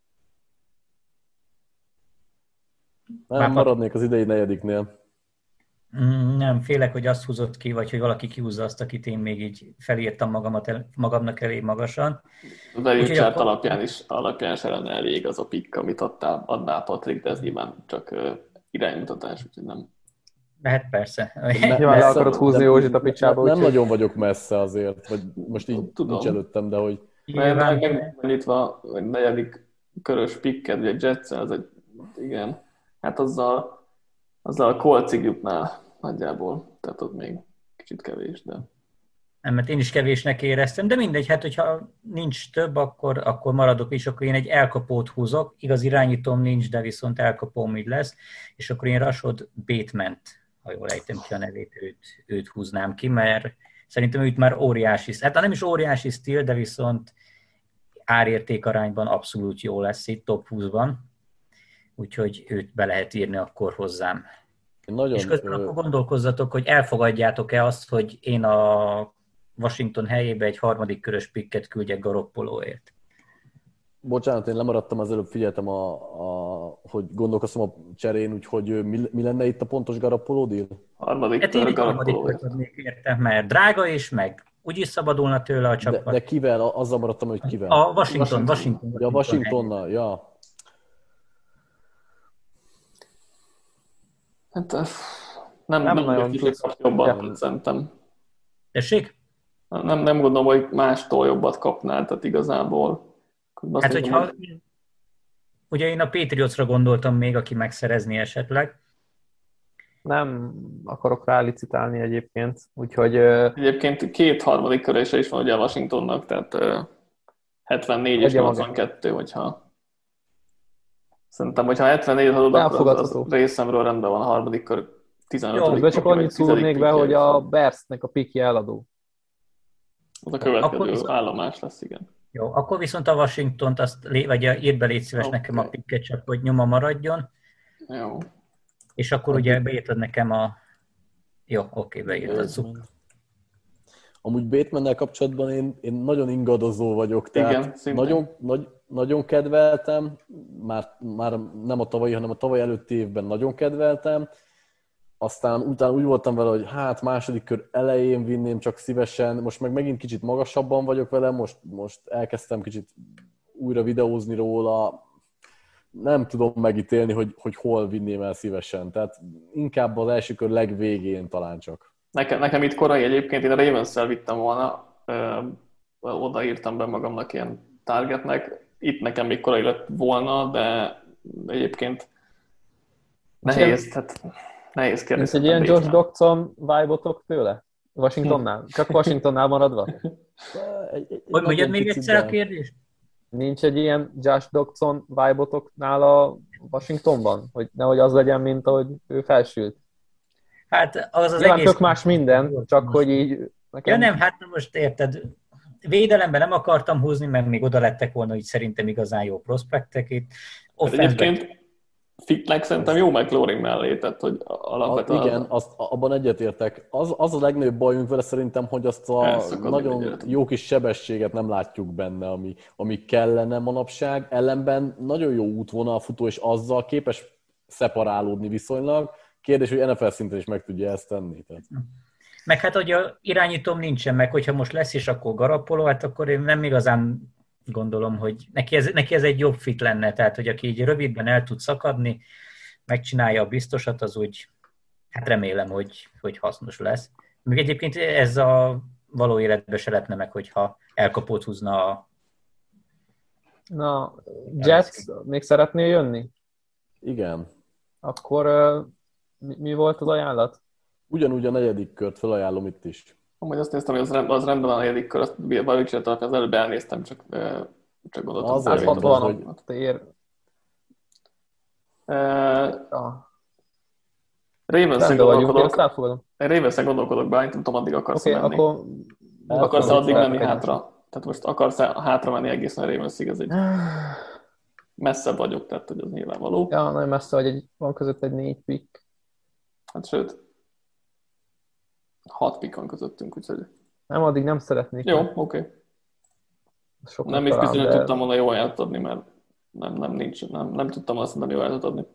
Nem, maradnék az idei negyediknél. Nem, félek, hogy azt húzott ki, vagy hogy valaki kihúzza azt, akit én még így felírtam magamnak elég magasan. A value chart alapján se lenne elég az a pick, amit adnál Patrik, de ez nyilván csak iránymutatás, úgyhogy nem. Lehet persze. Nyilván le akarod húzni Józsit a picsába. Nem nagyon vagyok messze azért, vagy most így nincs előttem, de hogy... Megnyitva, vagy negyedik körös picket, ugye Jets, az egy, igen, hát azzal a Coltsig jutnál nagyjából, tehát ott még kicsit kevés, de... Nem, mert én is kevésnek éreztem, de mindegy, hát hogyha nincs több, akkor maradok, és akkor én egy elkapót húzok, igaz irányítom nincs, de viszont elkapóm így lesz, és akkor én Rashod Bateman-t, ha jól ejtem ki a nevét, őt húznám ki, mert szerintem őt már óriási, hát nem is óriási stíl, de viszont árérték arányban abszolút jó lesz itt top 20-ban, úgyhogy őt be lehet írni akkor hozzám. És közben akkor gondolkozzatok, hogy elfogadjátok-e azt, hogy én a Washington helyébe egy harmadik körös picket küldjek Garoppolóért. Bocsánat, én lemaradtam, az előbb figyeltem, hogy gondolkoztam a cserén, úgyhogy mi lenne itt a pontos Garoppoló deal? Harmadik kört adnék érte, mert drága és meg úgyis szabadulna tőle a csapat. De kivel? Azzal maradtam, hogy kivel? A Washington. Ja, Washingtonnal, ja. Hát nem nagyon tudsz jobban, szerintem. Tessék? Nem gondolom, hogy mástól jobbat kapnál, tehát igazából. Hát, hogyha... Ugye én a Patriotsra gondoltam még, aki megszerezni esetleg. Nem akarok rá licitálni egyébként, úgyhogy... Egyébként 2 harmadik körése is van ugye a Washingtonnak, tehát 74 és 82, hogyha... Szerintem, hogyha 74-et adod, akkor az részemről rendben van a harmadik kör 15. Jó, de csak annyit szúrnék be, hogy a Bearsnek a pikje eladó. Az a következő állomás lesz, igen. Jó, akkor viszont a Washingtont, vagy írd be, légy szíves nekem a pikket, csak hogy nyoma maradjon. Jó. És akkor ugye beírtad nekem a... Jó, oké, beírtad, szuper. Amúgy Batemannel kapcsolatban én nagyon ingadozó vagyok, tehát igen, nagyon kedveltem, már nem a tavalyi, hanem a tavaly előtti évben nagyon kedveltem, aztán utána úgy voltam vele, hogy hát második kör elején vinném csak szívesen, most meg megint kicsit magasabban vagyok vele, most elkezdtem kicsit újra videózni róla, nem tudom megítélni, hogy hol vinném el szívesen, tehát inkább az első kör legvégén talán csak. Nekem itt korai egyébként, én a Ravens-szel vittem volna, odaírtam be magamnak ilyen targetnek, itt nekem még korai lett volna, de egyébként nehéz kérdés. Ez egy ilyen Josh Doctson vibe-otok tőle? Washingtonnál? Csak Washingtonnál maradva? Hogy mondjad még egyszer a kérdést? Nincs egy ilyen Josh Doctson vibe-otoknál a Washingtonban? Hogy nehogy az legyen, mint ahogy ő felsült. Hát az nyilván egész... tök más minden, csak hogy így... Nekem... Ja nem, hát most érted, védelemben nem akartam húzni, mert még oda lettek volna, hogy szerintem igazán jó prospektek itt. Egyébként Fitnek szerintem jó McLaurin mellé, tehát hogy alapvetően... Igen, abban egyetértek. Az a legnagyobb bajunk vele szerintem, hogy azt a nagyon jó kis sebességet nem látjuk benne, ami kellene manapság. Ellenben nagyon jó útvonalfutó, és azzal képes szeparálódni viszonylag. Kérdés, hogy NFL szinten is meg tudja ezt tenni. Tehát. Meg hát, hogy a irányítóm nincsen meg, hogyha most lesz is, akkor Garoppolo, hát akkor én nem igazán gondolom, hogy neki ez egy jobb fit lenne, tehát, hogy aki így rövidben el tud szakadni, megcsinálja a biztosat, az úgy, hát remélem, hogy hasznos lesz. Még egyébként ez a való életben se lehetne meg, hogyha elkapót húzna a... Na, Jets még szeretnél jönni? Igen. Akkor mi volt az ajánlat? Ugyanúgy a negyedik kört felajánlom itt is. Amúgy azt néztem, hogy az rendben van a negyedik kör, azt bármit csináltak, az előbb elnéztem, csak gondoltam. 160 ér. Ravens-en gondolkodok be, nem tudom, addig akarsz menni. Akkor akarsz addig menni hátra? Tehát most akarsz hátra menni egészen a Ravens-ig, ez egy messzebb vagyok, tehát hogy az nyilvánvaló. Ja, nagyon messze vagy, van között egy 4 pick. Hát sőt, 6 pick van közöttünk, úgyhogy... Nem, addig nem szeretnék. Jó, oké. Sokat Nem is talán, biztos, hogy de tudtam volna jó ajánlatot adni, mert nem tudtam azt mondani, jó ajánlatot adni.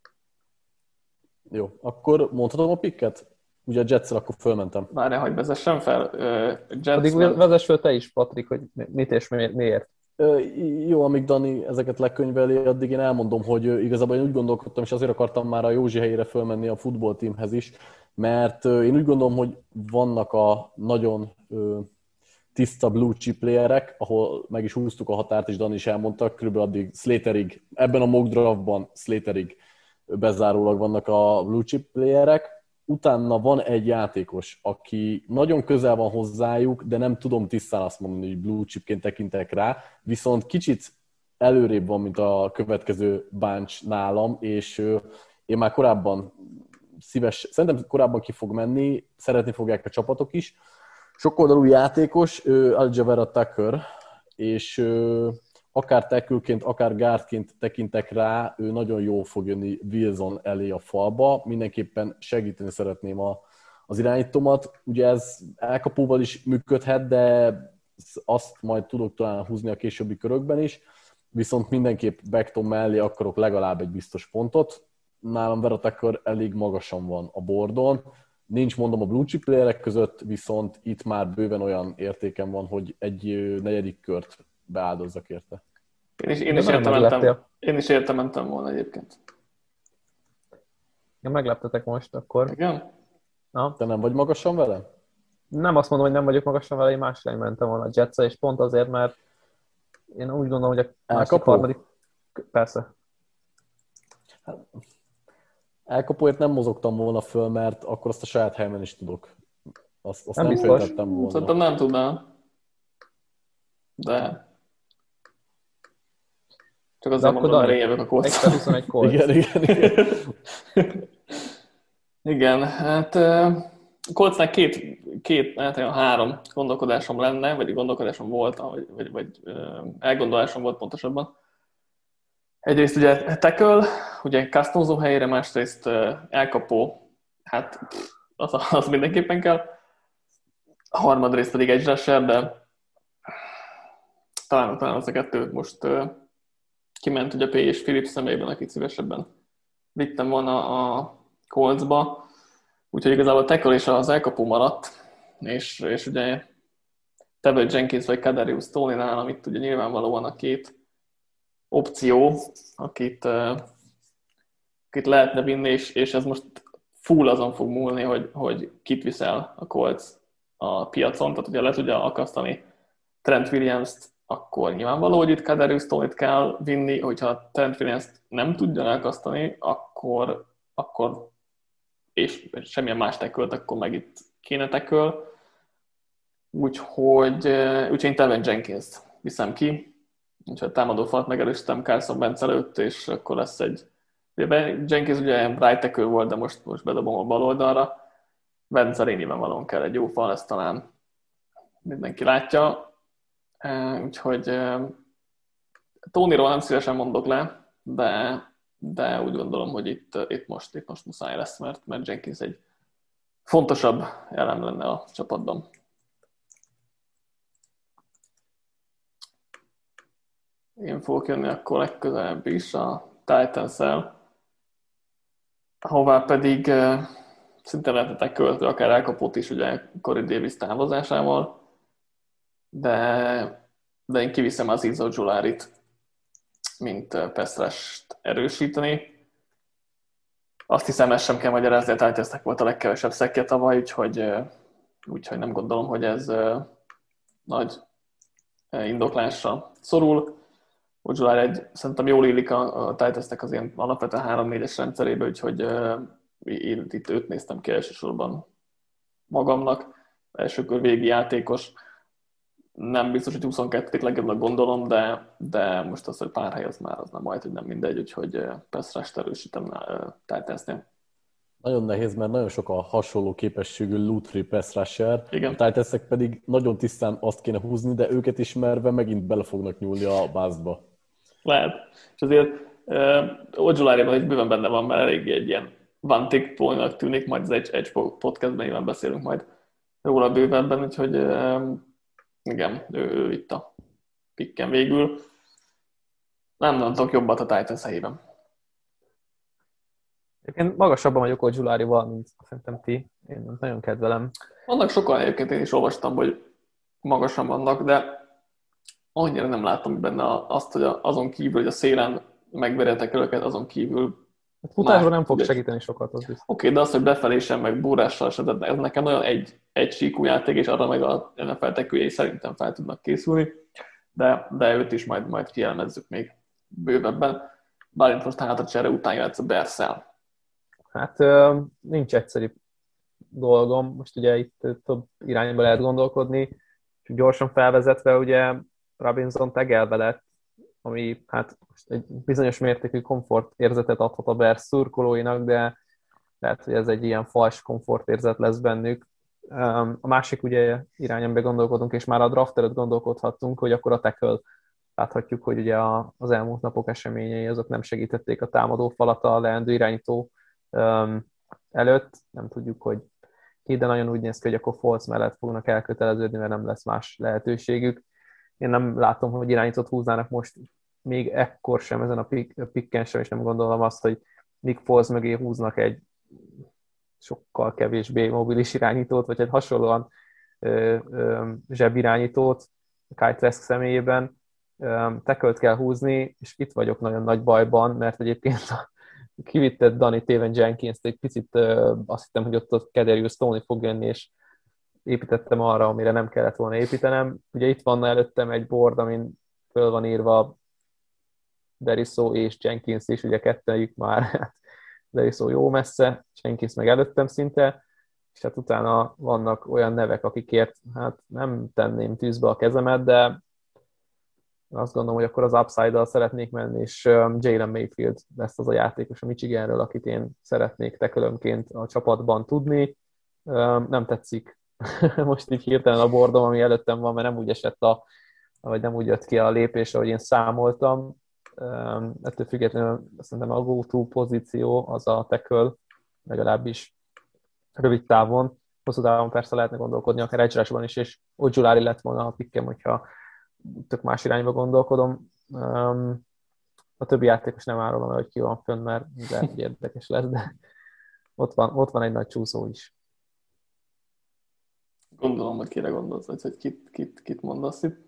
Jó, akkor mondhatom a picket? Ugye a Jetszel akkor fölmentem. Várjál, hogy vezessen fel. Jets addig ment. vezess föl te is, Patrik, hogy mit és miért. Jó, amíg Dani ezeket lekönyveli, addig én elmondom, hogy igazából én úgy gondolkodtam, és azért akartam már a Józsi helyére fölmenni a futballteamhez is, mert én úgy gondolom, hogy vannak a nagyon tiszta blue chip playerek, ahol meg is húztuk a határt, és Dani is elmondta, körülbelül addig Slaterig, ebben a mock draftban Slaterig bezárólag vannak a blue chip playerek. Utána van egy játékos, aki nagyon közel van hozzájuk, de nem tudom tisztán azt mondani, hogy blue chipként tekintek rá, viszont kicsit előrébb van, mint a következő bunch nálam, és én már korábban szerintem korábban ki fog menni, szeretni fogják a csapatok is. Sokoldalú játékos, Aljavera Tucker, és akár tackle-ként, akár guardként tekintek rá, ő nagyon jól fog jönni Wilson elé a falba. Mindenképpen segíteni szeretném az irányítómat. Ugye ez elkapóval is működhet, de azt majd tudok talán húzni a későbbi körökben is. Viszont mindenképp Beckton mellé akarok legalább egy biztos pontot. Nálam Vera Tucker elég magasan van a boardon. Nincs mondom a blue chip playerek között, viszont itt már bőven olyan értéken van, hogy egy negyedik kört beáldozzak érte. Én is érte mentem volna egyébként. Ja, megleptetek most akkor. Igen? Na. Te nem vagy magasan vele? Nem azt mondom, hogy nem vagyok magasan vele, én más irány mentem volna a Jetszel, és pont azért, mert én úgy gondolom, hogy a másik harmadik... Persze. Elkapóért nem mozogtam volna föl, mert akkor azt a saját helyemen is tudok. Azt nem biztos. volna. Szerintem nem tudnám. De... Csak azért mondom, mert én jövök a Colts. 21 Colts. Igen. Igen, hát Coltsnál három gondolkodásom lenne, vagy gondolkodásom volt, vagy elgondolásom volt pontosabban. Egyrészt ugye tackle, ugye Castonzo helyére, másrészt elkapó, hát az mindenképpen kell. A harmadrészt pedig edge rusher, de talán az a kettő most kiment ugye P. és Phillips személyben, akit szívesebben vittem volna a Coltsba. Úgyhogy igazából a tackle és az elkapó maradt, és ugye Tevin Jenkins vagy Kadarius Toney nálam itt ugye nyilvánvalóan a két opció, akit lehetne vinni, és ez most full azon fog múlni, hogy kit viszel a Colts a piacon, tehát ugye le tudja akasztani Trent Williams-t, akkor nyilvánvaló, hogy itt Kadarius Toneyt kell vinni, hogyha Trent Williams-t nem tudja elakasztani, akkor és semmilyen más tackle-t, akkor meg itt kéne tackle. Úgyhogy én Tevin Jenkins-t viszem ki, úgyhogy a támadófalat megerősítem Carson Wentz előtt, és akkor lesz egy... Jenkins ugye right tackle volt, de most bedobom a bal oldalra. Wentz nyilvánvalóan kell egy jó fal, ezt talán mindenki látja. Úgyhogy Tóniról nem szívesen mondok le, de úgy gondolom, hogy itt most muszáj lesz, mert Jenkins egy fontosabb elem lenne a csapatban. Én fogok jönni akkor legközelebb is a Titans-el, ahová pedig szinte lehetettek költő, akár elkapott is ugye Corey Davis távozásával, de én kiviszem az Izzo Jularit, mint pass rush-t erősíteni. Azt hiszem, ezt sem kell magyarázni, a Titansnek volt a legkevesebb szekkje tavaly, úgyhogy nem gondolom, hogy ez nagy indoklásra szorul. Ojulari szerintem jól illik a Titansnek az ilyen alapvetően 3-4-es rendszerébe, úgyhogy én itt őt néztem ki elsősorban magamnak. Elsőkör végi játékos. Nem biztos, hogy 22. legjobbnak gondolom, de most az, hogy pár hely az nem majd, hogy nem mindegy, úgyhogy pass rush-t erősítem Titansnél. Nagyon nehéz, mert nagyon sok a hasonló képességű loot-free pass rusher. Igen. A Titansnek pedig nagyon tisztán azt kéne húzni, de őket ismerve megint bele fognak nyúlni a bázba. Lehet. És azért Ojulariban egy bőven benne van, mert eléggé egy ilyen one-tick pólnak tűnik, majd az egy podcastben nyilván beszélünk majd róla bővebben, úgyhogy igen, ő itt a picken végül. Nem tudok jobbat a Titans helyében. Én magasabban vagyok Ojularival, mint szerintem ti. Én nagyon kedvelem. Vannak sokan egyébként, én is olvastam, hogy magasan vannak, de annyira nem látom benne azt, hogy azon kívül, hogy a szélen megverjetek őket, azon kívül Futásban nem fog segíteni sokat, az biztos. Oké, de az, hogy befelé sem, meg búrással sem, ez nekem olyan egy síkú játék, és arra meg a NFL tekőjei szerintem fel tudnak készülni, de őt is majd kielmezzük még bővebben. Bálint most hátra csere után jöhetsz a Bears-szel. Hát nincs egyszerű dolgom, most ugye itt több irányba lehet gondolkodni, és gyorsan felvezetve ugye Robinson tegelve lett, ami hát most egy bizonyos mértékű komfort érzetet adhat a Bears szurkolóinak, de lehet, hogy ez egy ilyen fals komfortérzet lesz bennük. A másik ugye irányba gondolkodunk, és már a draft előtt gondolkodhattunk, hogy akkor a tackle láthatjuk, hogy ugye az elmúlt napok eseményei azok nem segítették a támadó falat a leendő irányító előtt. Nem tudjuk, hogy ki, de nagyon úgy néz ki, hogy akkor Foles mellett fognak elköteleződni, mert nem lesz más lehetőségük. Én nem látom, hogy irányítót húznának most még ekkor sem ezen a picken sem, és nem gondolom azt, hogy Nick Foles mögé húznak egy sokkal kevésbé mobilis irányítót, vagy egy hasonlóan zsebirányítót Kyle Trask személyében. Tackle-t kell húzni, és itt vagyok nagyon nagy bajban, mert egyébként kivitted Danny Taven Jenkins-t, egy picit azt hittem, hogy ott a Kadarius Toney fog jönni, és építettem arra, amire nem kellett volna építenem. Ugye itt van előttem egy board, amin föl van írva Deriso és Jenkins is, ugye kettőjük már, Deriso jó messze, Jenkins meg előttem szinte, és hát utána vannak olyan nevek, akikért hát nem tenném tűzbe a kezemet, de azt gondolom, hogy akkor az upside-dal szeretnék menni, és Jalen Mayfield lesz az a játékos a Michiganről, akit én szeretnék tekölömként a csapatban tudni. Nem tetszik most így hirtelen a bordom, ami előttem van, mert nem úgy esett vagy nem úgy jött ki a lépés, ahogy én számoltam. Ettől függetlenül szerintem a go-to pozíció az a tackle, legalábbis rövid távon. Hosszú távon persze lehetne gondolkodni, akár edge rushban is, és Ojulari lett volna a pikkem, hogyha tök más irányba gondolkodom. A többi játékos nem árulom el, hogy ki van fönn, mert lehet, hogy érdekes lesz, de ott van egy nagy csúszó is. Gondolom, hogy kire gondolsz, hogy kit mondasz itt.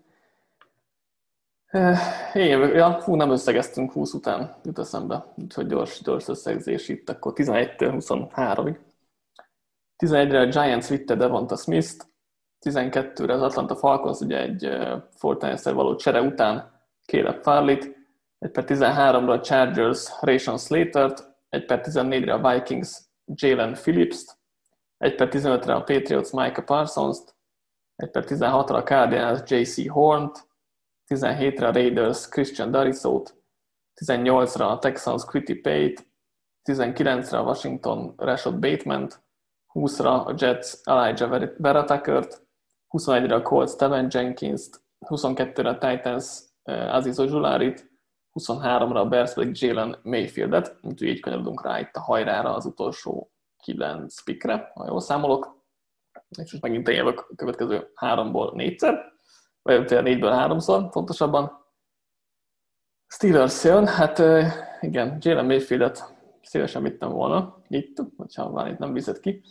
Nem összegeztünk 20 után, jut eszembe, úgyhogy gyors összegzés itt, akkor 11-től 23-ig. 11-re a Giants vitte Devonta Smith-t, 12-re az Atlanta Falcons, ugye egy Fortnite-szer való csere után Caleb Farley-t, 1/13-ra a Chargers Rashawn Slatert, 1/14-re a Vikings Jalen Phillips-t, 1/15-re a Patriots Micah Parsons-t, 1/16-ra a Cardinals J.C. Hornt, 17-re a Raiders Christian Darrisot, 18-ra a Texans Quitty Pate, 19-re a Washington Rashad Bateman-t, 20-ra a Jets Elijah Vera Tuckert, 21-re a Colts Tevin Jenkins-t, 22-re a Titans Azeez Ojularit, 23-ra a Bears pedig Jalen Mayfieldet, úgyhogy így kanyarodunk rá itt a hajrára az utolsó 9 pickre, ha jól számolok. És most megint én jövök a következő 3-ból 4-szer, vagy 4-ből 3-szor, pontosabban. Steelers jön, hát igen, Jalen Mayfieldet szívesen vittem volna itt, hogyha már itt nem viszed ki.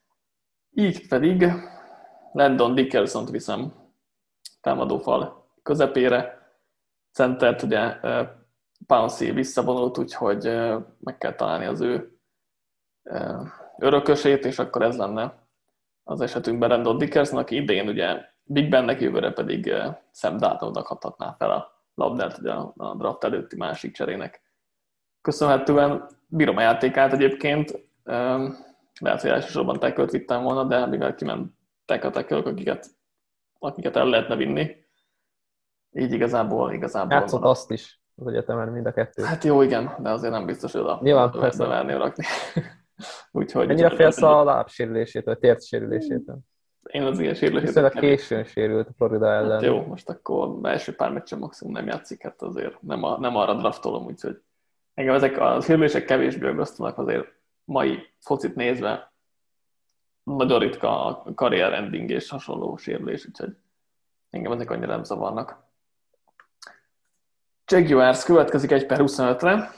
Így pedig Landon Dickerson-t viszem támadófal közepére. Centert ugye Pouncey visszavonult, úgyhogy meg kell találni az ő örökösét, és akkor ez lenne az esetünkben Landon Dickerson, aki idén ugye Big Bennek, jövőre pedig Sam Darnoldnak adhatná fel a labdát ugye a draft előtti másik cserének. Köszönhetően bírom a játékát egyébként, lehet, hogy elsősorban tackle-t vittem volna, de mivel kimentek a tackle-ök, akiket el lehetne vinni, így igazából játszott azt is az egyetemen, mind a kettő. Hát jó, igen, de azért nem biztos, hogy oda beverném rakni. Úgyhogy mennyire félsz a lábsérülésétől, a térdsérülésétől? Én az ilyen sérülésétől. Viszont későn sérült a Florida ellen. Hát jó, most akkor első pár meccsen maximum nem játszik, hát azért nem arra draftolom, úgyhogy engem ezek a sérülések kevésbé aggasztanak, azért mai focit nézve nagyon ritka a career ending és hasonló sérülés, úgyhogy engem ezek annyira nem zavarnak. Jaguars következik 1/25-re.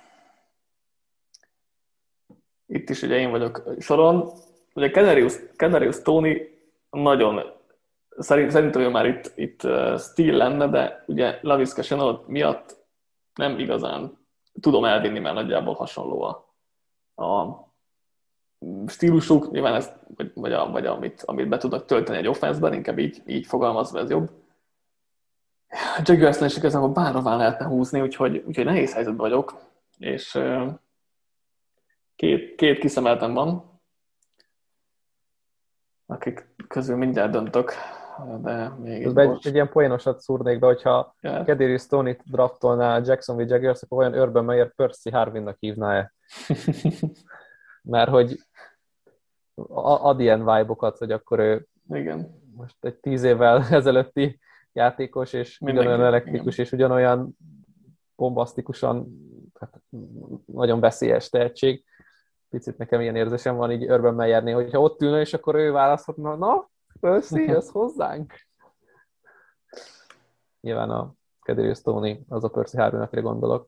Itt is ugye én vagyok soron. Ugye Kadarius Toney nagyon, szerintem ő már itt stíl lenne, de ugye Laviska Shenault miatt nem igazán tudom elvinni, mert nagyjából hasonló a stílusuk, nyilván ezt, vagy amit be tudnak tölteni egy offenszben, inkább így fogalmazva ez jobb. Jaguarsnál is igazából bárhová lehetne húzni, úgyhogy nehéz helyzetben vagyok, és két kiszemeltem van, akik közül mindjárt döntök, de még egy ilyen poénosat szúrnék be, hogyha Kadarius Toney draftolná Jacksonville Jaguars, akkor olyan Urban Meyer Percy Harvinnak hívná-e? Mert hogy ad ilyen vibe-okat, hogy akkor ő igen. Most egy 10 évvel ezelőtti játékos, és ugyanolyan elektrikus, igen. És ugyanolyan bombasztikusan, hát nagyon veszélyes tehetség. Picit nekem ilyen érzésem van így Urban Meyernél, hogyha ott ülne, és akkor ő választhatna, na, Percy, ez hozzánk. Nyilván a Kadarius Toney, az a Percy Harvin, akire gondolok.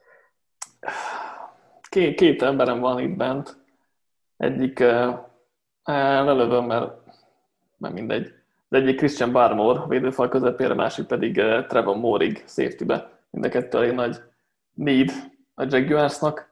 Két emberem van itt bent. Egyik lelövöm, mert mindegy. Az egyik Christian Barmore védőfal közepére, másik pedig Trevor Moorig safety-be. Mind a kettő elég nagy need a Jaguarsnak.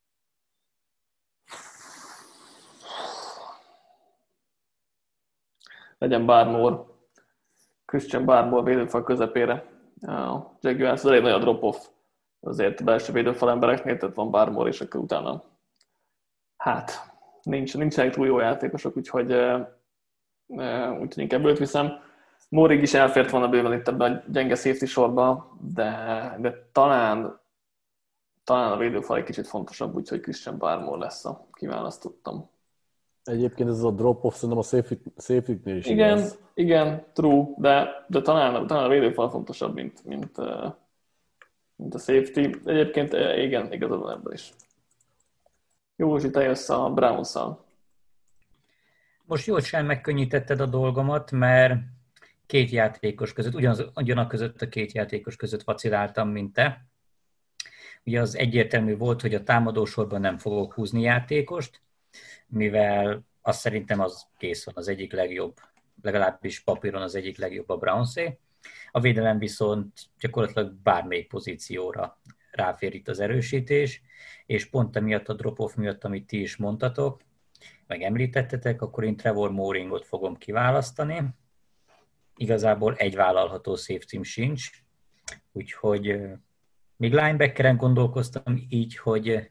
Legyen Barmore. Christian Barmore védőfal közepére. A Jaguars az elég nagy a drop-off azért belső védőfal embereknél, tehát van Barmore, és akkor utána hát nincsenek túl jó játékosok, úgyhogy inkább őt viszem. Moorig is elfért volna bőven itt ebben a gyenge safety sorba, de talán a védőfal egy kicsit fontosabb, úgyhogy Christian Barmore lesz a kiválasztottam. Egyébként ez a drop-off szerintem a safety-nél is igaz. Igen, true, de talán a védőfal fontosabb, mint a safety. Egyébként igen, igazad van ebben is. Józsi, te jössz a Browns-szal. Most jócskán megkönnyítetted a dolgomat, mert két játékos között, ugyanak között a két játékos között vaciláltam, mint te. Ugye az egyértelmű volt, hogy a támadósorban nem fogok húzni játékost, mivel azt szerintem az kész van, az egyik legjobb, legalábbis papíron az egyik legjobb a Brownsé. A védelem viszont gyakorlatilag bármelyik pozícióra ráfér itt az erősítés, és pont emiatt a drop-off miatt, amit ti is mondtatok, meg említettetek, akkor én Trevor Mooringot fogom kiválasztani. Igazából egy vállalható safety-m sincs, úgyhogy még linebackeren gondolkoztam így, hogy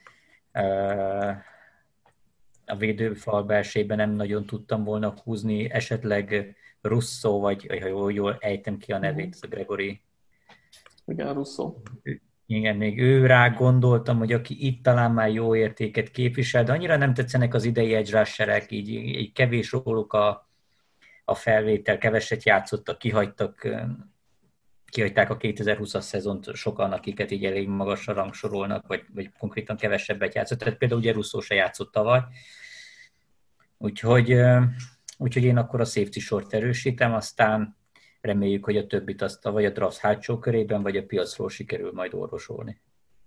a védőfal belsejében nem nagyon tudtam volna húzni, esetleg Russo, vagy ha jól ejtem ki a nevét, ez a Gregory. Igen, Russo. Igen, még ő rá gondoltam, hogy aki itt talán már jó értéket képvisel, de annyira nem tetszenek az idei edge rusherek, így kevés róluk a felvétel, keveset játszottak, kihagyták a 2020-as szezont sokan, akiket így elég magasra rangsorolnak, vagy konkrétan kevesebbet játszott. Tehát például ugye Russo se játszott tavaly. Úgyhogy én akkor a safety sort erősítem, aztán reméljük, hogy a többit azt vagy a draft hátsó körében, vagy a piacról sikerül majd orvosolni.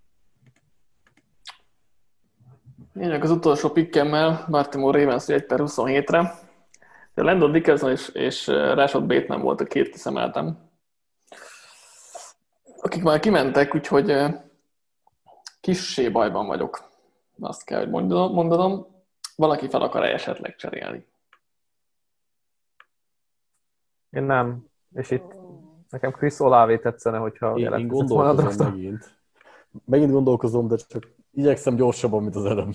Én az utolsó pikkemmel Baltimore Ravens 1/27-re. Landon Dickerson és Rashad Bateman volt a két kiszemeltem, akik már kimentek, úgyhogy kissé bajban vagyok. Azt kell, hogy mondanom. Valaki fel akar esetleg cserélni. Én nem. És itt nekem Chris Olave tetszene, hogyha én gondolkozom megint. Megint gondolkozom, de csak igyekszem gyorsabban, mint az előbb.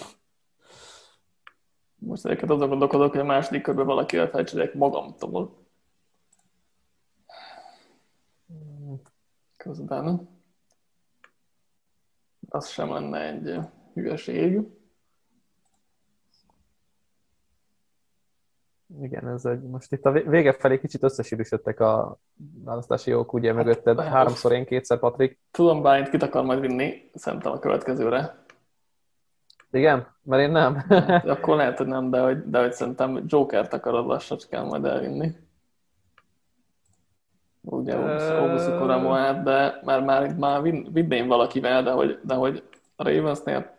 Most ezeket azon gondolkodok, hogy a második körben valakivel felcserélek magamtól. Közben az sem lenne egy hülyeség. Igen, most itt a vége felé kicsit összesűrűsödtek a választási jók, ugye mögötted. Háromszor én, kétszer Patrik. Tudom, Bálint kit akar majd vinni, szerintem a következőre. Igen? Mert én nem. Akkor lehet, hogy nem, de hogy szerintem Jokert akarod lassacskán majd elvinni. ugye Obusu Koramoát, de már vinném valakivel, de hogy a Ravensnél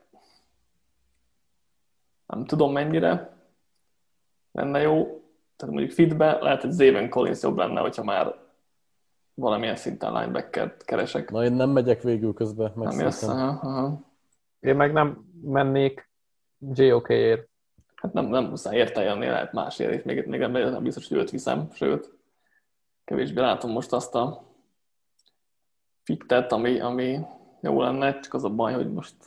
nem tudom mennyire lenne jó. Tehát mondjuk fitbe lehet, hogy Zayvon Collins jobb lenne, hogyha már valamilyen szinten linebackert keresek. Na, én nem megyek végül közbe, Nem jössz? megszóltam. Én meg nem mennék JOK-ért. Hát nem muszáj érte jönni, lehet másért, még nem biztos, hogy őt viszem, sőt, kevésbé látom most azt a fittet, ami jó lenne, csak az a baj, hogy most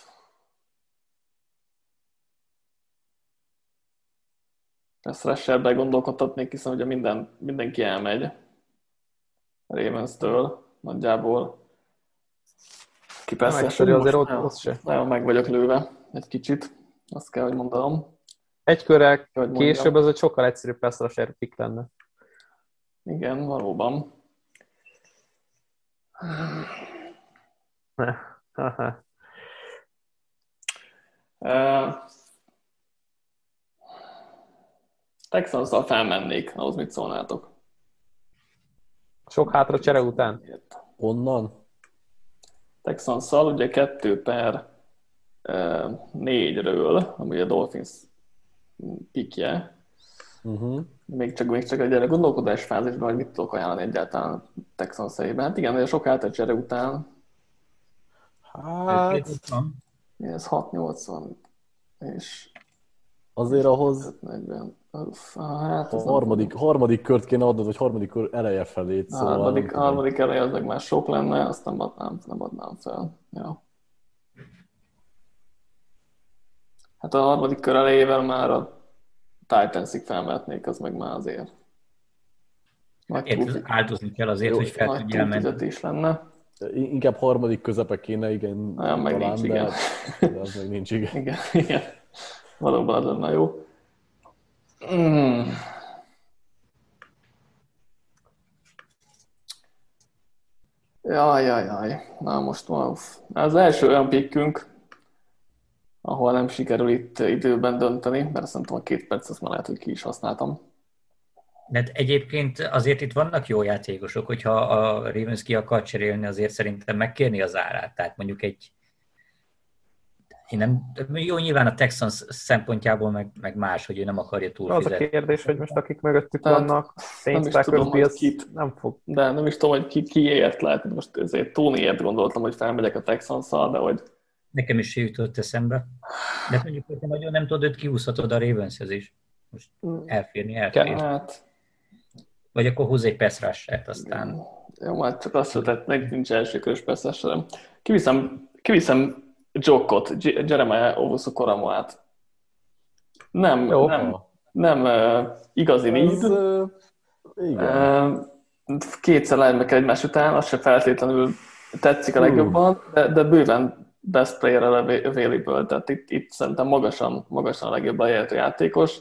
ezt Rasherbe gondolkodhatnék, hiszen ugye mindenki elmegy Ravens-től nagyjából. Megszerű azért ott se. Nagyon meg vagyok lőve egy kicsit, azt kell, hogy mondanom. Egy körrel Hogy később az egy sokkal egyszerűbb pass rusher pick lenne. Igen, valóban. Texans-szal felmennék, ahhoz mit szólnátok? Sok hátra csere után? Onnan? Texans-szal ugye 2/4-ről, ami a Dolphins pikje. Még csak egy gondolkodás fázisban, hogy mit tudok ajánlani egyáltalán a Texans helyében. Hát igen, sok hátra csere után. Hát... Ez 6-80 és... Azért ahhoz 40. Hát harmadik kört kéne adnod, vagy harmadik kör eleje felé. Szóval harmadik eleje az meg már sok lenne, azt nem adnám fel. Ja. Hát a harmadik kör elejével már a Titansig felmehetnék, az meg már azért. Áldozni kell azért, hogy fel tudjál menni. Nagy túlfizetés lenne. Inkább harmadik közepe kéne, igen. Olyan meg talán, nincs, igen. De az meg nincs, igen. Igen. Valóban az lenne jó. Jaj. Na most az első olyan pikkünk, ahol nem sikerül itt időben dönteni, mert szerintem a 2 perc azt már lehet, hogy ki is használtam. De egyébként azért itt vannak jó játékosok, hogyha a Ravens ki akar cserélni, azért szerintem megkérni az árát. Tehát mondjuk jó, nyilván a Texans szempontjából meg más, hogy ő nem akarja túlfizetni. Az a kérdés, hogy most akik mögöttük vannak, Saints, Packers, Bills, nem fog. De nem is tudom, hogy kiért lehet. Most ezért Tonyért gondoltam, hogy felmegyek a Texans-szal, de hogy... Nekem is jutott eszembe. De mondjuk, hogy nagyon nem tudod, őt kihúzhatod a Ravenshez is. Most elférni. Hát... Vagy akkor húzz egy pass rushert, aztán... Jó, hát csak azt mondta, hogy nincs elsőkörös pass rusherem. Kiviszem Jokkot, Jeremiah Owusu Koramoát. Nem igazi need. Igen. Kétszer linebacker egymás után, az se feltétlenül tetszik a legjobban, de bőven best player available, tehát itt szerintem magasan a legjobb lehető játékos.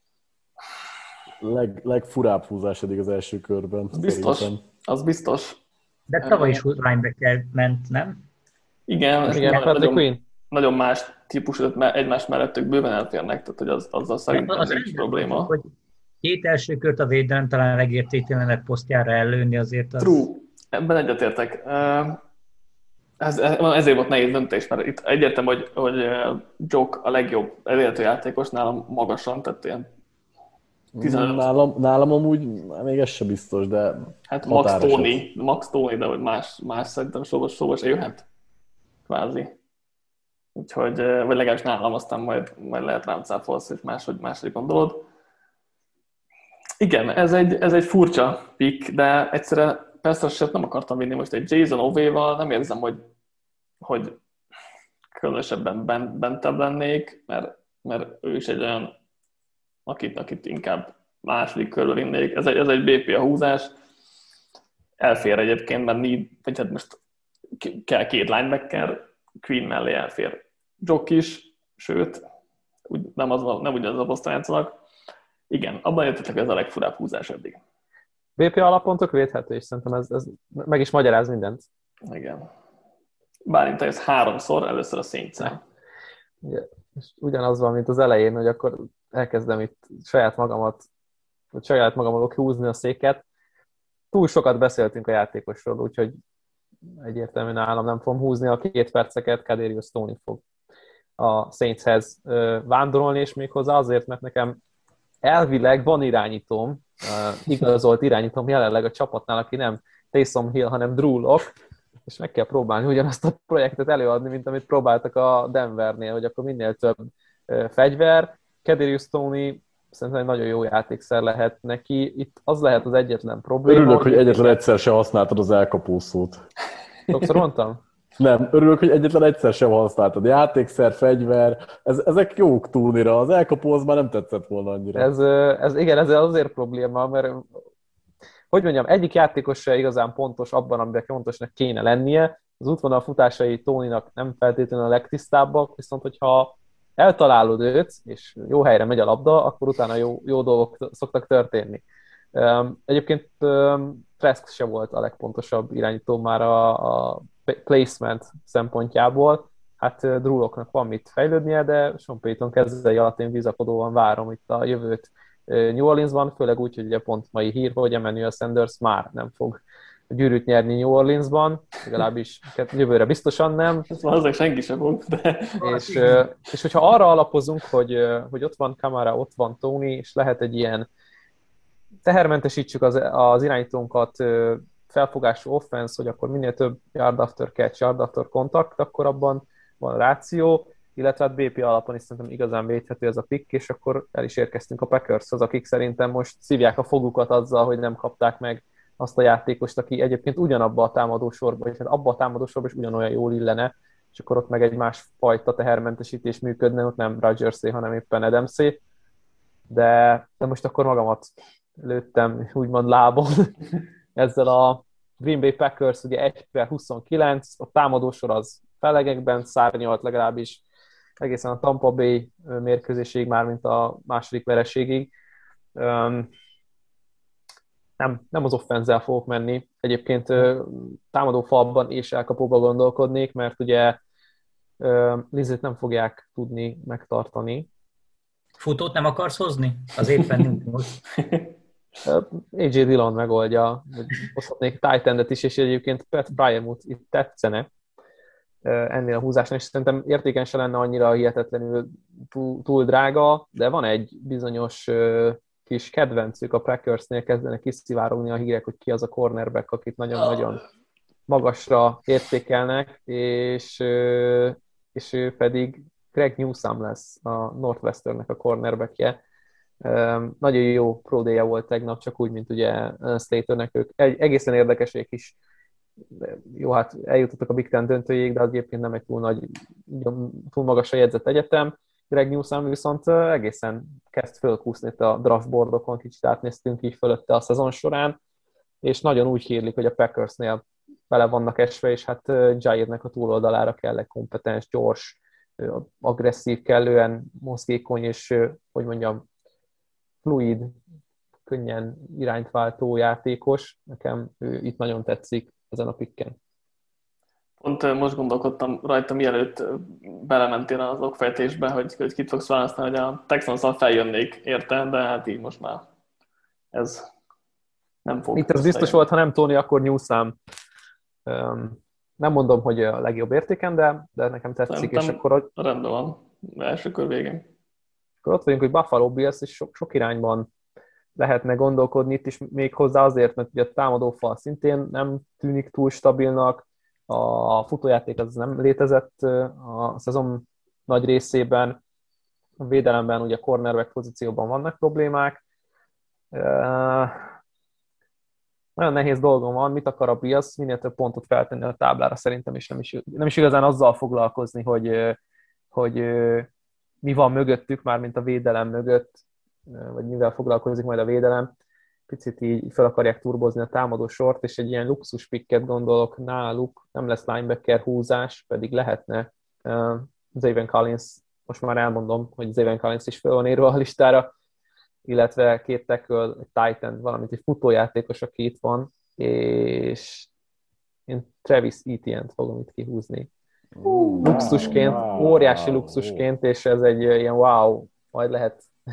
Legfurább húzás eddig az első körben. Az biztos. De tavaly is linebacker ment, nem? Igen, nagyon más típusú, egymás mellettük bőven elférnek, tehát hogy azzal szerintem nincs probléma. Hogy 2 első kört a védelem talán a legértéktelenebb posztjára ellőni azért az... True, ebben egyetértek. Ezért volt nehéz döntés, mert itt egyértelmű, hogy Joke a legjobb elérhető játékos nálam magasan, tehát ilyen 15. Nálam amúgy még ez sem biztos, de hát Max Toney, de hogy más szerintem szóval se jöhet. Kvázi. Úgyhogy, vagy legalábbis nálam, aztán majd lehet rám cáfolsz, és máshogy gondolod. Igen, ez egy furcsa pick, de egyszerűen persze nem akartam vinni most egy Jason Ovéval, nem érzem, hogy különösebben bentebb lennék, mert ő is egy olyan, akit inkább második körül vinnék. Ez egy BPA húzás. Elfér egyébként, mert vagy hát most kell 2 linebacker, Queen mellé elfér Jock is, sőt, nem ugyanaz a poszton játszanak. Igen, abban értetek, ez a legfurább húzás eddig. BPA alappontok védhető, és szerintem ez meg is magyaráz mindent. Igen. Bálint ez 3-szor, először a Saints-el. Ugyanaz van, mint az elején, hogy akkor elkezdem itt saját magamon húzni a széket. túl sokat beszéltünk a játékosról, úgyhogy egyértelműen nálam nem fogom húzni a 2 perceket, Kadarius Toney fog a Saintshez vándorolni, és méghozzá azért, mert nekem elvileg van irányítóm, igazolt irányítóm jelenleg a csapatnál, aki nem Taysom Hill, hanem Drew Lock, és meg kell próbálni ugyanazt a projektet előadni, mint amit próbáltak a Denvernél, hogy akkor minél több fegyver. Kadarius Toney szerintem egy nagyon jó játékszer lehet neki. Itt az lehet az egyetlen probléma. Örülök, hogy egyetlen egyszer sem használtad az elkapó szót. Sokszor mondtam? Nem, örülök, hogy egyetlen egyszer sem használtad. Játékszer, fegyver, ezek jók Toneyra. Az elkapó az már nem tetszett volna annyira. Igen, ez azért probléma, mert hogy mondjam, egyik játékos se igazán pontos abban, amiben pontosnak kéne lennie. Az útvonal futásai Toneynak nem feltétlenül a legtisztábbak, viszont hogyha eltalálod őt, és jó helyre megy a labda, akkor utána jó dolgok szoktak történni. Egyébként Trask se volt a legpontosabb irányító már a placement szempontjából. Hát Drew Locknak van mit fejlődnie, de Sean Payton kezdői alatt én bizakodóan várom itt a jövőt New Orleansban, főleg úgy, hogy ugye pont mai hír, hogy Emmanuel Sanders már nem fog gyűrűt nyerni New Orleansban, legalábbis jövőre biztosan nem. Ezt valószínűleg senki sem fog, de... És hogyha arra alapozunk, hogy ott van Kamara, ott van Toney, és lehet egy ilyen tehermentesítsük az irányítónkat felfogású offense, hogy akkor minél több yard after catch, yard after contact, akkor abban van ráció, illetve hát BP alapon is szerintem igazán védhető ez a pick, és akkor el is érkeztünk a Packershoz, akik szerintem most szívják a fogukat azzal, hogy nem kapták meg azt a játékost, aki egyébként ugyanabba a támadósorban, vagy hát abba a támadósorban is ugyanolyan jól illene, és akkor ott meg egy másfajta tehermentesítés működne, ott nem Rodgersé, hanem éppen Adamsé, de most akkor magamat lőttem úgymond lábon ezzel a Green Bay Packers, ugye 1/29, a támadósor az felegekben szárnyalt legalábbis egészen a Tampa Bay mérkőzéséig, már mint a második vereségig. Nem az offenzel fogok menni. Egyébként támadó falban és elkapóba gondolkodnék, mert ugye Lizét nem fogják tudni megtartani. Futót nem akarsz hozni? Az éppen nincs most. AJ Dillon megoldja, hogy hozhatnék tight endet is, és egyébként Pat Fryermuth itt tetszene ennél a húzásnál, és szerintem értéken se lenne annyira hihetetlenül túl drága, de van egy bizonyos kis kedvencük a Packersnél, kezdenek kiszivárogni a hírek, hogy ki az a cornerback, akit nagyon-nagyon magasra értékelnek, és ő pedig Greg Newsome lesz a Northwesternnek a cornerbackje. Nagyon jó pro day-je volt tegnap, csak úgy, mint ugye Slaternek ők. Egészen érdekesek is. Jó, hát eljutottak a Big Ten döntőjéig, de az egyébként nem egy túl magasra jegyzett egyetem. Greg Newsome viszont egészen kezd fölkúszni itt a draftboardokon, kicsit átnéztünk így fölötte a szezon során, és nagyon úgy hírlik, hogy a Packersnél bele vannak esve, és hát Jairnek a túloldalára kell egy kompetens, gyors, agresszív, kellően mozgékony, és hogy mondjam, fluid, könnyen irányt váltó játékos. Nekem ő itt nagyon tetszik ezen a picken. Pont most gondolkodtam rajta, mielőtt belementél az okfejtésbe, hogy kit fogsz választani, hogy a Texans-szal feljönnék érte, de hát így most már ez nem fog. Itt ez biztos volt, ha nem Toney, akkor Newsome. Nem mondom, hogy a legjobb értéken, de nekem tetszik. És akkor rendben van, első kör végén. Akkor ott vagyunk, hogy Buffalo Bills, és sok irányban lehetne gondolkodni itt is még hozzá azért, mert ugye a támadófal szintén nem tűnik túl stabilnak, a futójáték az nem létezett a szezon nagy részében, a védelemben ugye a cornerback pozícióban vannak problémák. Nagyon nehéz dolgom van, mit akar a Bills, minél több pontot feltenni a táblára szerintem, és nem is igazán azzal foglalkozni, hogy mi van mögöttük, már mint a védelem mögött, vagy mivel foglalkozik majd a védelem. Picit így fel akarják turbozni a támadó sort, és egy ilyen luxus picket gondolok náluk, nem lesz linebacker húzás, pedig lehetne. Zaven Collins, most már elmondom, hogy Zaven Collins is fel van írva a listára, illetve 2 tackle, egy tight end, valamint egy futójátékos, aki itt van, és én Travis Etienne-t fogom itt kihúzni. Luxusként, óriási luxusként, és ez egy ilyen wow, majd lehet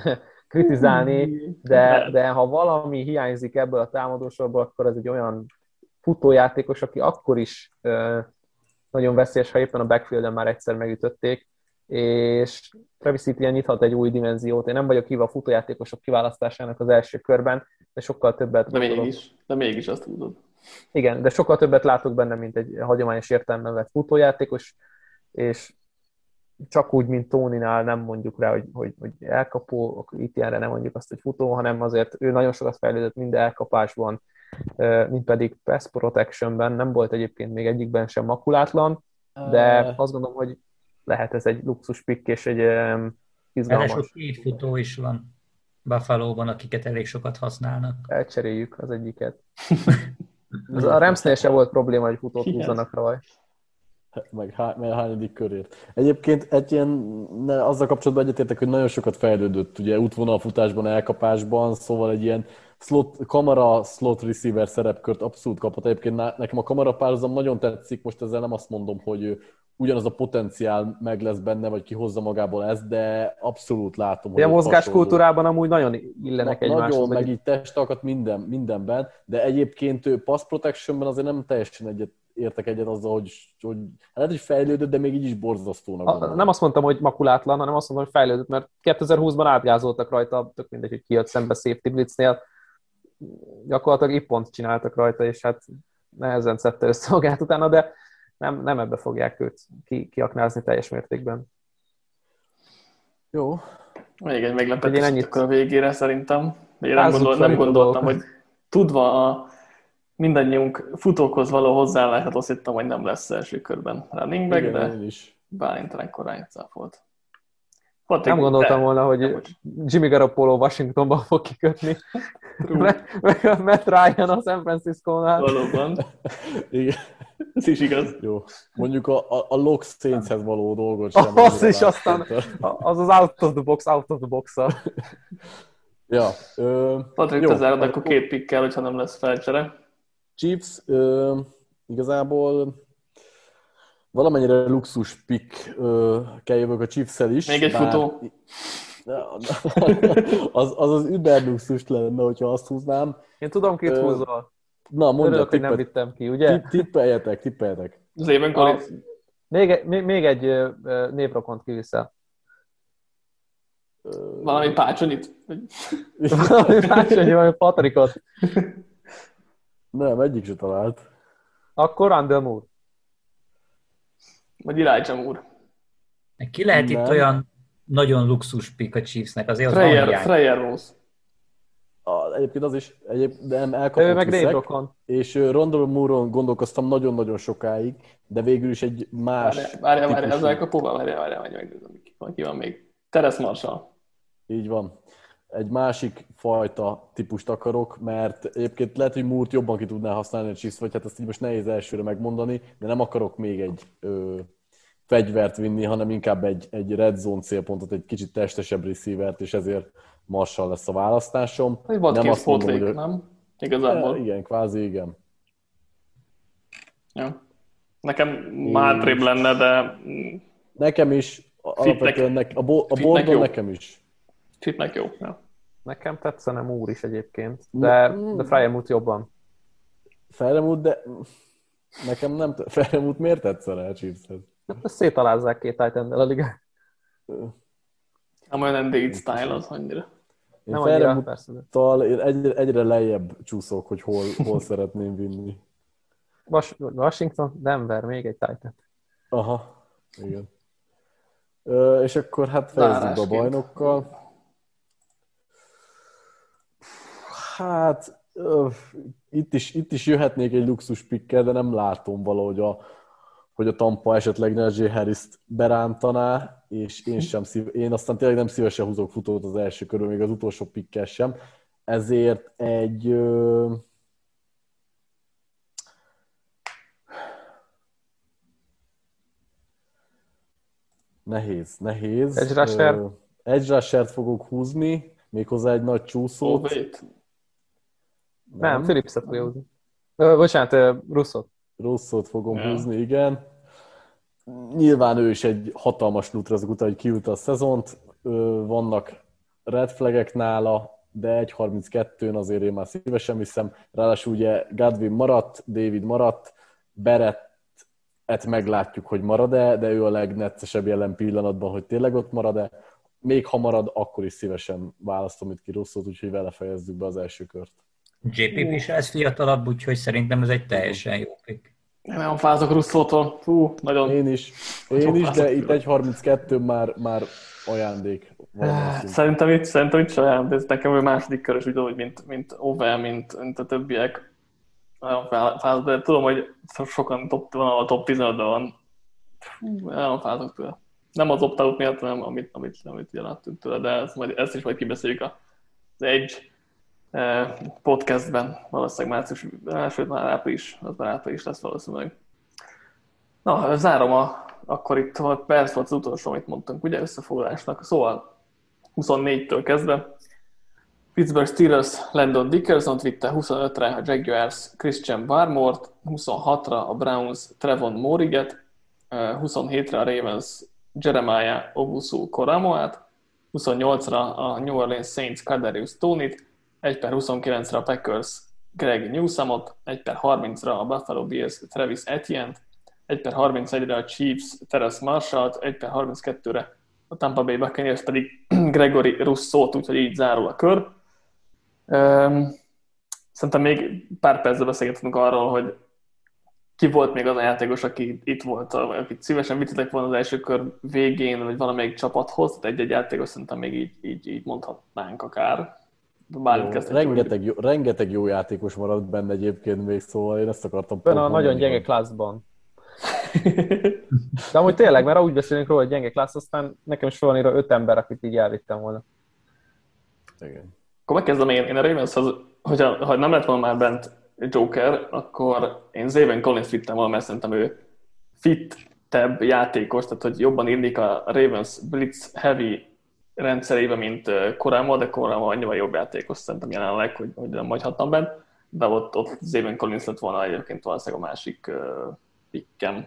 kritizálni, de ha valami hiányzik ebből a támadósorból, akkor ez egy olyan futójátékos, aki akkor is nagyon veszélyes, ha éppen a backfielden már egyszer megütötték, és Travis Etienne nyithat egy új dimenziót. Én nem vagyok hívva a futójátékosok kiválasztásának az első körben, de sokkal többet... De mégis azt tudod. Igen, de sokkal többet látok benne, mint egy hagyományos értelemben vett futójátékos, és csak úgy, mint Tóninál nem mondjuk rá, hogy elkapó, Etienne-re nem mondjuk azt, hogy futó, hanem azért ő nagyon sokat fejlődött mind elkapásban, mint pedig pass protectionben, nem volt egyébként még egyikben sem makulátlan, de azt gondolom, hogy lehet ez egy luxus pick és egy izgalmas. Elég sok két futó is van Buffalo-ban, akiket elég sokat használnak. Elcseréljük az egyiket. A Ramsnél sem volt probléma, hogy futót húzzanak raj. Meg hányadik körért. Egyébként azzal kapcsolatban egyetértek, hogy nagyon sokat fejlődött ugye útvonalfutásban, elkapásban, szóval egy ilyen kamara slot receiver szerepkört abszolút kapott. Egyébként nekem a kamara párhuzam nagyon tetszik, most ezzel nem azt mondom, hogy ugyanaz a potenciál meg lesz benne, vagy kihozza magából ezt, de abszolút látom, hogy a mozgáskultúrában amúgy nagyon illenek egymáshoz. Nagyon, meg így testalkat mindenben, de egyébként pass protectionben azért nem teljesen értek egyet azzal, hogy lehet, hogy fejlődött, de még így is borzasztónak. Nem azt mondtam, hogy makulátlan, hanem azt mondtam, hogy fejlődött, mert 2020-ban átgázoltak rajta, tök mindegy, hogy ki jött szembe safety blitznél, gyakorlatilag épp pont csináltak rajta, és hát nehezen szedte össze magát utána, de nem ebbe fogják őt kiaknázni teljes mértékben. Jó. Még egy meglepetés a végére szerintem. Én nem gondoltam, hogy tudva mindannyiunk futókhoz való hozzáállását, azt hittem, hogy nem lesz első körben running back, de Bálintelen korán cáfolt. Nem gondoltam volna, hogy Jimmy Garoppolo Washingtonban fog kikötni. meg Matt Ryan a San Francisco-nál. Valóban. Igen. Ez is igaz. Jó. Mondjuk a Lock Saints-hez való dolgot sem. Az is aztán, az out of the box-a. Ja. Patrik, te zárod akkor 2 pickkel, hogyha nem lesz felcsere. Chiefs igazából valamennyire luxus pick kell jövök a Chiefs-el is. Még egy futó. Az Uber luxus lenne, hogyha azt húznám. Én tudom, kit húzol. Na, mondja, örülök, hogy nem vittem ki, ugye? Tippeljetek. Zében Collins. Még egy névrokont kiviszel. Valami Pácsonyit? Valami Patrikot. Nem, egyik se talált. Akkor Randall Moore. Vagy Elijah Moore. Ki lehet itt olyan nagyon luxus pick a Chiefsnek? Azért Freyer Rose. Egyébként az is, de nem elkapott viszek. És Rondell Moore-on gondolkoztam nagyon-nagyon sokáig, de végül is egy más... Várjál, az elkapóval, várjál, ki van még. Terence Marshall. Így van. Egy másik fajta típust akarok, mert egyébként lehet, hogy Moore-t jobban ki tudná használni a Chiefs, vagy hát ezt így most nehéz elsőre megmondani, de nem akarok még egy fegyvert vinni, hanem inkább egy red zone célpontot, egy kicsit testesebb receivert, és ezért Marshall lesz a választásom. Nem azt mondom, hogy... nem? Igazából. Igen, kvázi igen. Ja. Nekem mátrébb lenne, de... Nekem is. Alapvetően a boardon nekem is. Fitnek jó. Ja. Nekem tetszene Moore is egyébként, de Freiermuth jobban. Freiermuth, de nekem nem... Freiermuth miért tetszene a Chiefshez? Szétalázzák 2 tight enddel a ligát. Nem olyan Indeed style az annyira. Nem annyira, persze. Egyre lejjebb csúszok, hogy hol szeretném vinni. Washington, Denver, még egy tight end. Aha, igen. És akkor hát fejezzük a bajnokkal. Hát itt is jöhetnék egy luxus pickkel, de nem látom valahogy hogy a Tampa esetleg Najee Harris-t berántaná, és én aztán tényleg nem szívesen húzok futót az első körül, még az utolsó pickkel sem. Ezért egy... Nehéz. Edge rushert fogok húzni, méghozzá egy nagy csúszót. Nem, Phillips-et fogja húzni. Bocsánat, Russzót fogom húzni, igen. Nyilván ő is egy hatalmas lútra azok után, hogy kiült a szezont. Vannak red flagek nála, de 1.32-n azért én már szívesen viszem. Ráadásul ugye Godwin maradt, David maradt, Barrett meglátjuk, hogy marad-e, de ő a legneccesebb jelen pillanatban, hogy tényleg ott marad-e. Még ha marad, akkor is szívesen választom itt ki Russzót, úgyhogy vele fejezzük be az első kört. JPP is ez fiatalabb, úgyhogy szerintem ez egy teljesen jó pick. Én nem fázok Russzótól. Nagyon. Én is, de itt 1.32 már ajándék. Szerintem itt se ajándék, ez nekem ő második körös, úgy, mint Ove, mint a többiek. Nagyon fázok, de tudom, hogy sokan van a top 15-ben van. Nagyon fázok tőle. Nem az opt-out miatt, hanem amit ugye láttunk tőle, de ezt is majd kibeszéljük az Edge podcastben, valószínűleg március, sőt már április lesz valószínűleg. Na, zárom akkor itt perc volt az utolsó, amit mondtunk, ugye összefoglalásnak. Szóval 24-től kezdve Pittsburgh Steelers Landon Dickerson-t vitte, 25-re a Jaguars Christian Barmore-t, 26-ra a Browns Trevon Moehriget, 27-re a Ravens Jeremiah Owusu-Koramoát, 28-ra a New Orleans Saints Kadarius Toneyt, 1/29-re a Packers Greg Newsomot, 1/30-ra a Buffalo Bills Travis Etienne-t, 1/31-re a Chiefs Terrace Marshall-t, 1/32-re a Tampa Bay Buccaneers pedig Gregory Rousseau-t, úgyhogy így zárul a kör. Szerintem még pár percben beszélgetünk arról, hogy ki volt még az a játékos, aki itt volt, akit szívesen vittetek volna az első kör végén, vagy valamelyik csapathoz, tehát egy-egy játékos szerintem még így mondhatnánk akár. Rengeteg jó játékos maradt benne egyébként még, szóval én ezt akartam pont mondani. Nagyon gyenge klászban. De amúgy tényleg, mert úgy beszélünk róla, hogy gyenge klász, aztán nekem is van írva 5 ember, akit így elvittem volna. Igen. Akkor megkezdem én a Ravenshoz, ha nem lett volna már bent Joker, akkor én Zaven Collins vittem volna, mert szerintem ő fittebb játékos, tehát hogy jobban illik a Ravens blitz heavy rendszerébe, mint Koramo, de Koramo annyival jobb játékos szerintem jelenleg, hogy nem hagyhattam bent, de ott Zaven Collins lett volna egyébként valószínűleg a másik pikkem.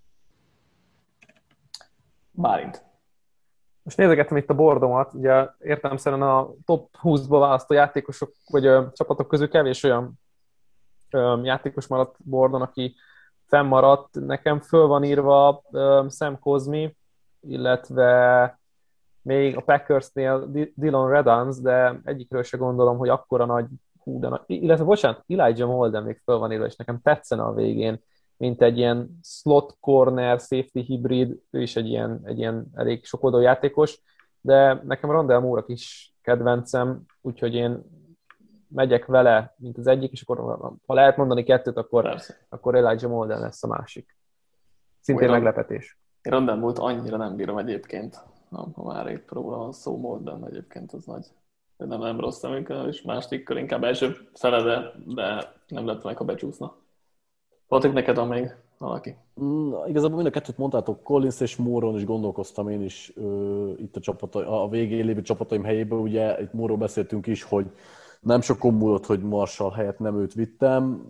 Bálint. Most nézegettem itt a bordomat, ugye értelemszerűen a top 20-ba választó játékosok, vagy csapatok közül kevés olyan játékos maradt bordon, aki fennmaradt. Nekem föl van írva Sam Cosmi, illetve még a Packersnél Dylan Redans, de egyikről se gondolom, hogy akkora nagy illetve bocsánat, Elijah Molden még föl van írva, és nekem tetszene a végén, mint egy ilyen slot corner safety hibrid, ő is egy ilyen elég sokoldó játékos, de nekem Rondale Moore is kedvencem, úgyhogy én megyek vele, mint az egyik, és akkor ha lehet mondani 2, akkor Elijah Molden lesz a másik. Szintén meglepetés. Én Rondale Moore-t annyira nem bírom egyébként, ha már itt róla van szó, Molden egyébként az nagy. Nem rossz szemünk, és második inkább első fele, de nem lett meg, ha becsúszna. Voltak neked van még valaki? Igazából mind a kettőt mondtátok, Collins és Moore-on is gondolkoztam én is itt a végén lévő csapataim helyében. Ugye itt Moore-ról beszéltünk is, hogy nem sokon múlott, hogy Marshall helyett nem őt vittem.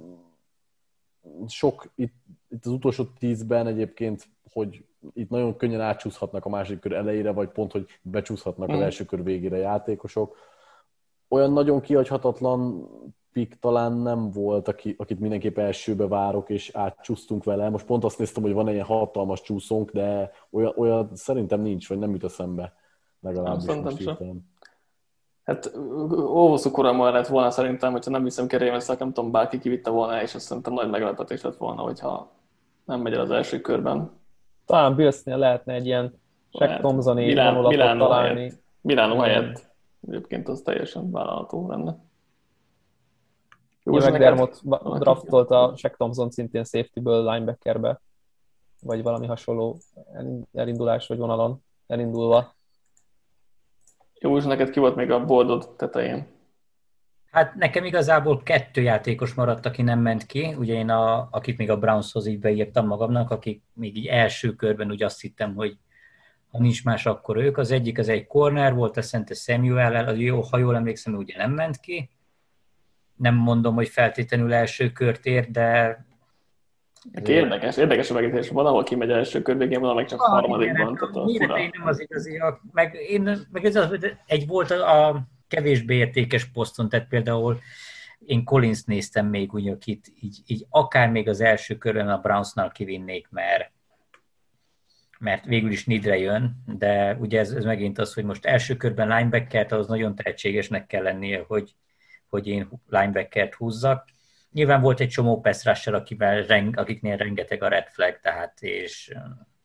Itt az utolsó 10-ben egyébként, hogy itt nagyon könnyen átcsúszhatnak a második kör elejére, vagy pont, hogy becsúszhatnak az első kör végére játékosok. Olyan nagyon kihagyhatatlan pick talán nem volt, akit mindenképp elsőbe várok, és átcsúsztunk vele. Most pont azt néztem, hogy van egy ilyen hatalmas csúszónk, de olyan szerintem nincs, vagy nem jut eszembe. Legalábbis most hirtelen. Hát Owusu Koramoa lett volna szerintem, hogyha nem viszem Ravens, nem tudom, bárki kivitte volna, és azt szerintem nagy meglepetés lett volna, hogyha nem megy el az első körben. Talán Billsnél lehetne egy ilyen Shaq Thompson-i vonulatot találni. Milano helyett. Egyébként az teljesen vállalható lenne. McDermott draftolta Shaq Thompson szintén safety-ből linebackerbe, vagy valami hasonló elindulás vagy vonalon elindulva. Jó, és neked ki volt még a boardod tetején? Hát nekem igazából 2 játékos maradt, aki nem ment ki. Ugye én akit még a Brownshoz így beírtam magamnak, akik még így első körben úgy azt hittem, hogy ha nincs más, akkor ők. Az egyik az egy corner volt, a Szente Samuel-el, ha jól emlékszem, ugye nem ment ki. Nem mondom, hogy feltétlenül első kört ér, de Érdekes a megítés. Van, ahol kimegy első kör végén, van, meg csak harmadikban. Tehát a fura. Nem az igaziak. Meg ez az, egy volt a kevésbé értékes poszton, tehát például én Collins néztem még úgy, akit így akár még az első körön a Brownsnál kivinnék, mert végül is Nidre jön, de ugye ez megint az, hogy most első körben linebackert, az nagyon tehetségesnek kell lennie, hogy én linebackert húzzak. Nyilván volt egy csomó pass rusher, akiknél rengeteg a red flag, tehát és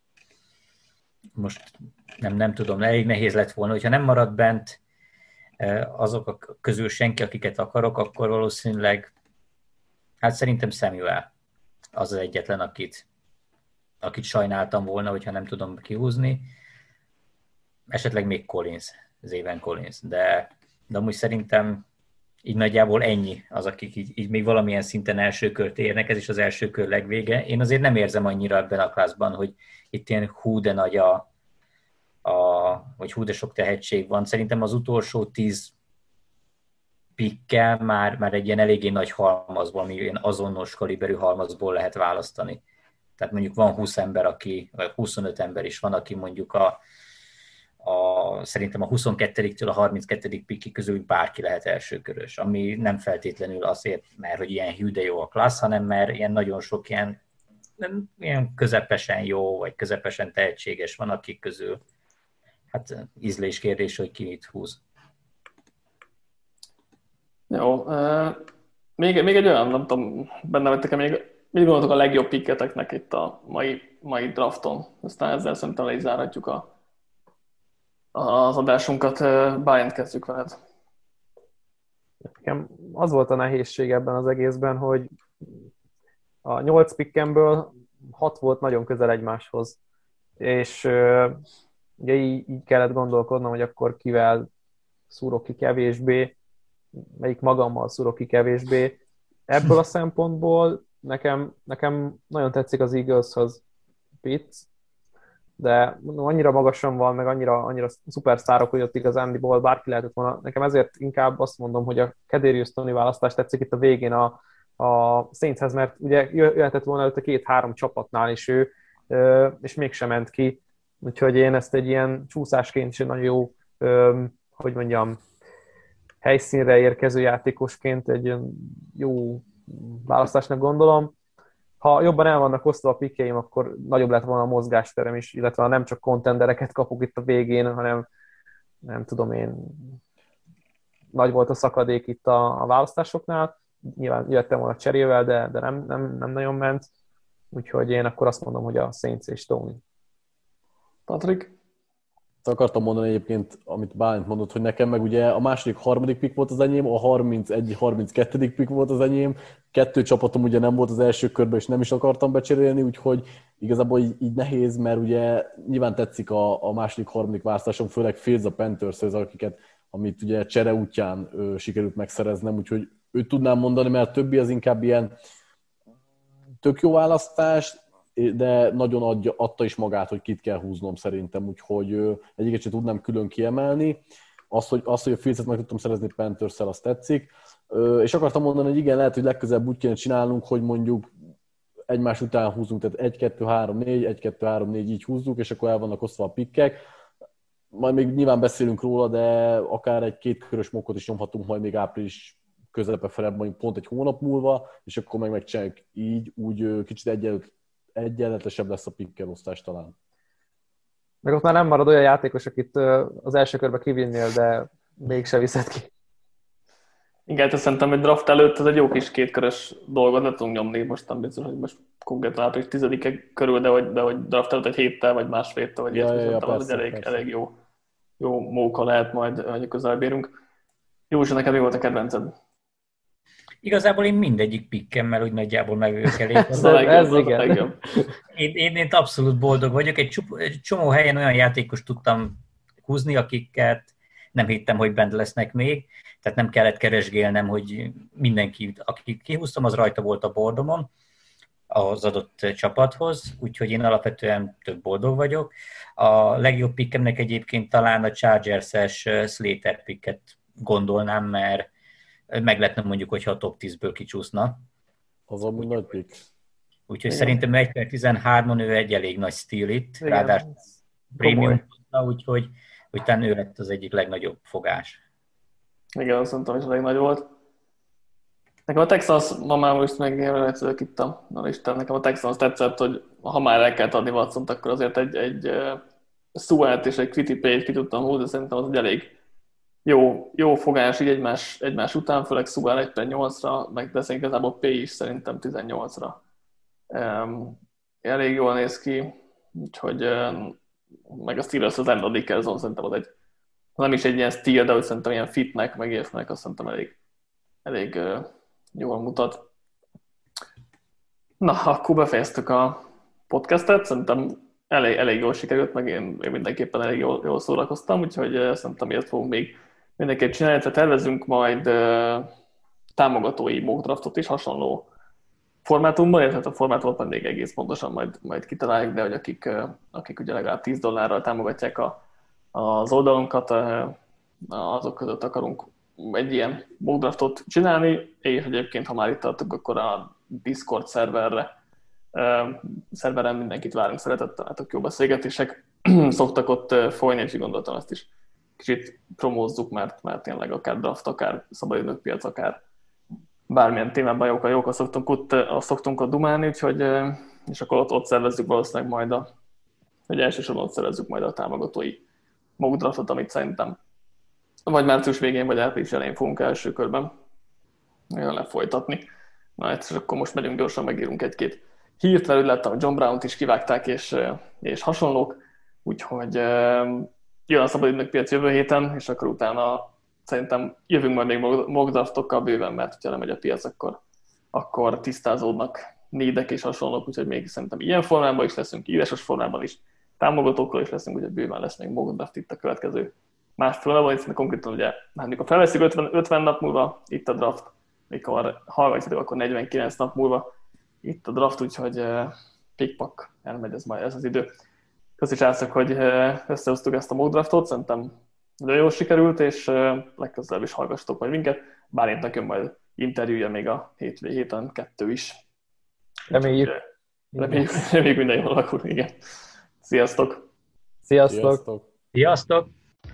most nem tudom, elég nehéz lett volna, hogyha nem marad bent azok közül senki, akiket akarok, akkor valószínűleg, hát szerintem Samuel az egyetlen, akit sajnáltam volna, hogyha nem tudom kihúzni. Esetleg még Collins, Zayvon Collins, de amúgy szerintem így nagyjából ennyi az, akik így még valamilyen szinten első kört érnek, ez is az első kör legvége. Én azért nem érzem annyira ebben a klászban, hogy itt ilyen hú de nagy vagy hú de sok tehetség van. Szerintem az utolsó 10 pikkel már egy ilyen eléggé nagy halmazból, ami ilyen azonos kaliberű halmazból lehet választani. Tehát mondjuk van 20 ember, vagy 25 ember is van, aki mondjuk szerintem a 22-től a 32. pikki közül bárki lehet elsőkörös, ami nem feltétlenül azért, mert hogy ilyen hű de jó a klassz, hanem mert ilyen nagyon sok ilyen közepesen jó, vagy közepesen tehetséges van, akik közül hát ízlés kérdés, hogy ki mit húz. Jó. Még egy olyan, nem tudom, benne vettek-e még, mit gondoltok a legjobb pikketeknek itt a mai drafton? Aztán ezzel szerintem le is zárhatjuk az adásunkat. Bryant, kezdjük veled. Nekem az volt a nehézség ebben az egészben, hogy a 8 pickemből 6 volt nagyon közel egymáshoz. És ugye így kellett gondolkodnom, hogy akkor kivel szúrok ki kevésbé, melyik magammal szúrok ki kevésbé. Ebből a szempontból nekem nagyon tetszik az Eagleshoz Pitts, de annyira magasan van, meg annyira szupersztárok, hogy ott igazándiból bárki lehetett volna. Nekem ezért inkább azt mondom, hogy a Kadarius Toney választás tetszik itt a végén a Saintshez, mert ugye jöhetett volna előtte 2-3 csapatnál is ő, és mégsem ment ki. Úgyhogy én ezt egy ilyen csúszásként is nagyon jó, hogy mondjam, helyszínre érkező játékosként egy jó választásnak gondolom. Ha jobban el vannak osztva a pikkeim, akkor nagyobb lett volna a mozgásterem is, illetve nem csak contendereket kapok itt a végén, hanem nem tudom én, nagy volt a szakadék itt a választásoknál. Nyilván jöttem volna cserével, de nem nagyon ment. Úgyhogy én akkor azt mondom, hogy a Saints és Toney. Patrik? Akartam mondani egyébként, amit Bálint mondott, hogy nekem meg ugye a második, harmadik pick volt az enyém, a 31. 32. pick volt az enyém, 2 csapatom ugye nem volt az első körben, és nem is akartam becserélni, úgyhogy igazából így nehéz, mert ugye nyilván tetszik a második, harmadik választásom, főleg Fields a Panthers-höz, amit ugye csere útján sikerült megszereznem, úgyhogy őt tudnám mondani, mert a többi az inkább ilyen tök jó választás, de nagyon adta is magát, hogy kit kell húznom szerintem, úgyhogy egyiket sem tudnám külön kiemelni. Azt, hogy a Fields-et meg tudtam szerezni Panthers-szel, azt tetszik. És akartam mondani, hogy igen, lehet, hogy legközelebb úgy kéne csinálnunk, hogy mondjuk egymás után húzunk, tehát 1, 2, 3, 4, 1, 2, 3, 4 így húzzuk, és akkor el vannak osztva a pikkek. Majd még nyilván beszélünk róla, de akár egy 2 körös mokkot is nyomhatunk majd még április közepe felebb, mondjuk pont egy hónap múlva, és akkor megcsináljuk így, úgy kicsit egyenletesebb lesz a pikkelosztás talán. Meg ott már nem marad olyan játékos, akit az első körbe kivinnél, de mégse viszed ki. Igen, te szerintem egy draft előtt ez egy jó kis 2 körös dolgot le tudunk nyomni, most nem biztos, hogy most konkrétan április 10-e körül, de hogy draft előtt egy héttel, vagy másfél héttel, vagy ez elég jó móka lehet majd, hogy közelebb érünk. Józsa, neked mi volt a kedvenced? Igazából én mindegyik pikkemmel úgy nagyjából megvők elég. Ez igen. Én abszolút boldog vagyok. Egy csomó helyen olyan játékos tudtam húzni, akiket nem hittem, hogy bent lesznek még. Tehát nem kellett keresgélnem, hogy mindenki, akit kihúztam, az rajta volt a bordomon az adott csapathoz, úgyhogy én alapvetően több boldog vagyok. A legjobb pikkemnek egyébként talán a Chargers-es Slater picket gondolnám, mert meglepne mondjuk, hogyha a top 10-ből kicsúszna. Az amúgy nagy pick. Úgyhogy szerintem 1/13-on ő egy elég nagy stíl itt, Igen. ráadásul prémium, úgyhogy talán ő lett az egyik legnagyobb fogás. Igen, azt mondtam, is a legnagy volt. Nekem a Texans, ma már most megjelölhetőek itt a listán, nekem a Texans tetszett, hogy ha már el kellett adni Watsont, akkor azért egy Sewell-t és egy Quitty-Payt ki tudtam húzni, de szerintem az egy elég jó fogás így egymás után, főleg Sewell 1/8-ra, meg de igazából Pay is szerintem 18-ra. Elég jól néz ki, úgyhogy meg a Steelers az Endon Dickerson szerintem az egy, nem is egy ilyen stíl, de hogy szerintem ilyen fitnek, meg értnek, azt szerintem elég jól mutat. Na, akkor befejeztük a podcastet, szerintem elég jól sikerült, meg én mindenképpen elég jól szórakoztam, úgyhogy szerintem ilyet fogunk még mindenképp csinálni, tehát tervezünk majd támogatói mock draftot is hasonló formátumban, illetve a formátumot pedig egész pontosan majd kitaláljuk, de hogy akik ugye legalább $10 támogatják az oldalunkat, azok között akarunk egy ilyen mock draftot csinálni, és egyébként, ha már itt tartunk, akkor a Discord szerveren mindenkit várunk szeretettel, hát jó beszélgetések szoktak ott folyni, és így gondoltam, ezt is kicsit promózzuk, mert tényleg akár draft, akár szabadidők piac, akár bármilyen témában jókat szoktunk ott dumálni, úgyhogy, és akkor ott szervezzük valószínűleg majd hogy elsősorban ott szervezzük majd a támogatói mock draftot, amit szerintem vagy március végén, vagy április elején fogunk első körben lefolytatni. Na, és akkor most megyünk gyorsan, megírunk egy-két hírt, mert úgy láttam, hogy John Brown-t is kivágták, és hasonlók, úgyhogy jön a szabadidők piac jövő héten, és akkor utána szerintem jövünk majd még mock draftokkal bőven, mert ha lemegy a piac, akkor tisztázódnak nédek és hasonlók, úgyhogy még szerintem ilyen formában is leszünk, írásos formában is, támogatókkal is leszünk, úgyhogy bőven lesz még mock draft itt a következő másfél napban, hiszen konkrétan ugye, mikor felveszik 50 nap múlva itt a draft, mikor hallgatjátok, akkor 49 nap múlva itt a draft, úgyhogy pikpak elmegy ez az idő. Köszönjük srácok, hogy összehoztuk ezt a mock draftot, szerintem nagyon jól sikerült, és legközelebb is hallgassatok majd minket. Bálintnak jön majd interjúja még a héten 2 is. Reméljük Minden jól alakul, igen. Sziasztok! Sziasztok! Sziasztok!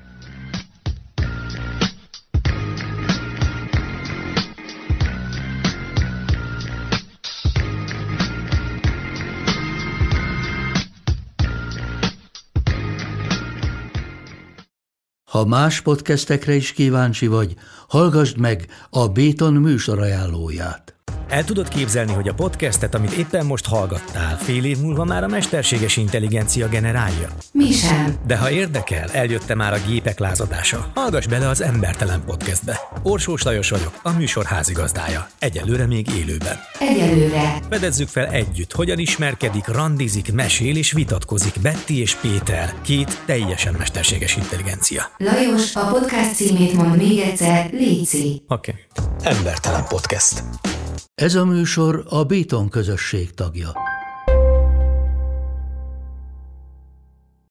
Ha más podcastekre is kíváncsi vagy, hallgassd meg a Béton műsor ajánlóját. El tudod képzelni, hogy a podcastet, amit éppen most hallgattál, fél év múlva már a mesterséges intelligencia generálja? Mi sem. De ha érdekel, eljött már a gépek lázadása. Hallgass bele az Embertelen Podcastbe. Orsós Lajos vagyok, a műsor házigazdája. Egyelőre még élőben. Egyelőre. Fedezzük fel együtt, hogyan ismerkedik, randizik, mesél és vitatkozik Betty és Péter, 2 teljesen mesterséges intelligencia. Lajos, a podcast címét mond még egyszer, léci. Oké. Embertelen Podcast. Ez a műsor a Béton közösség tagja.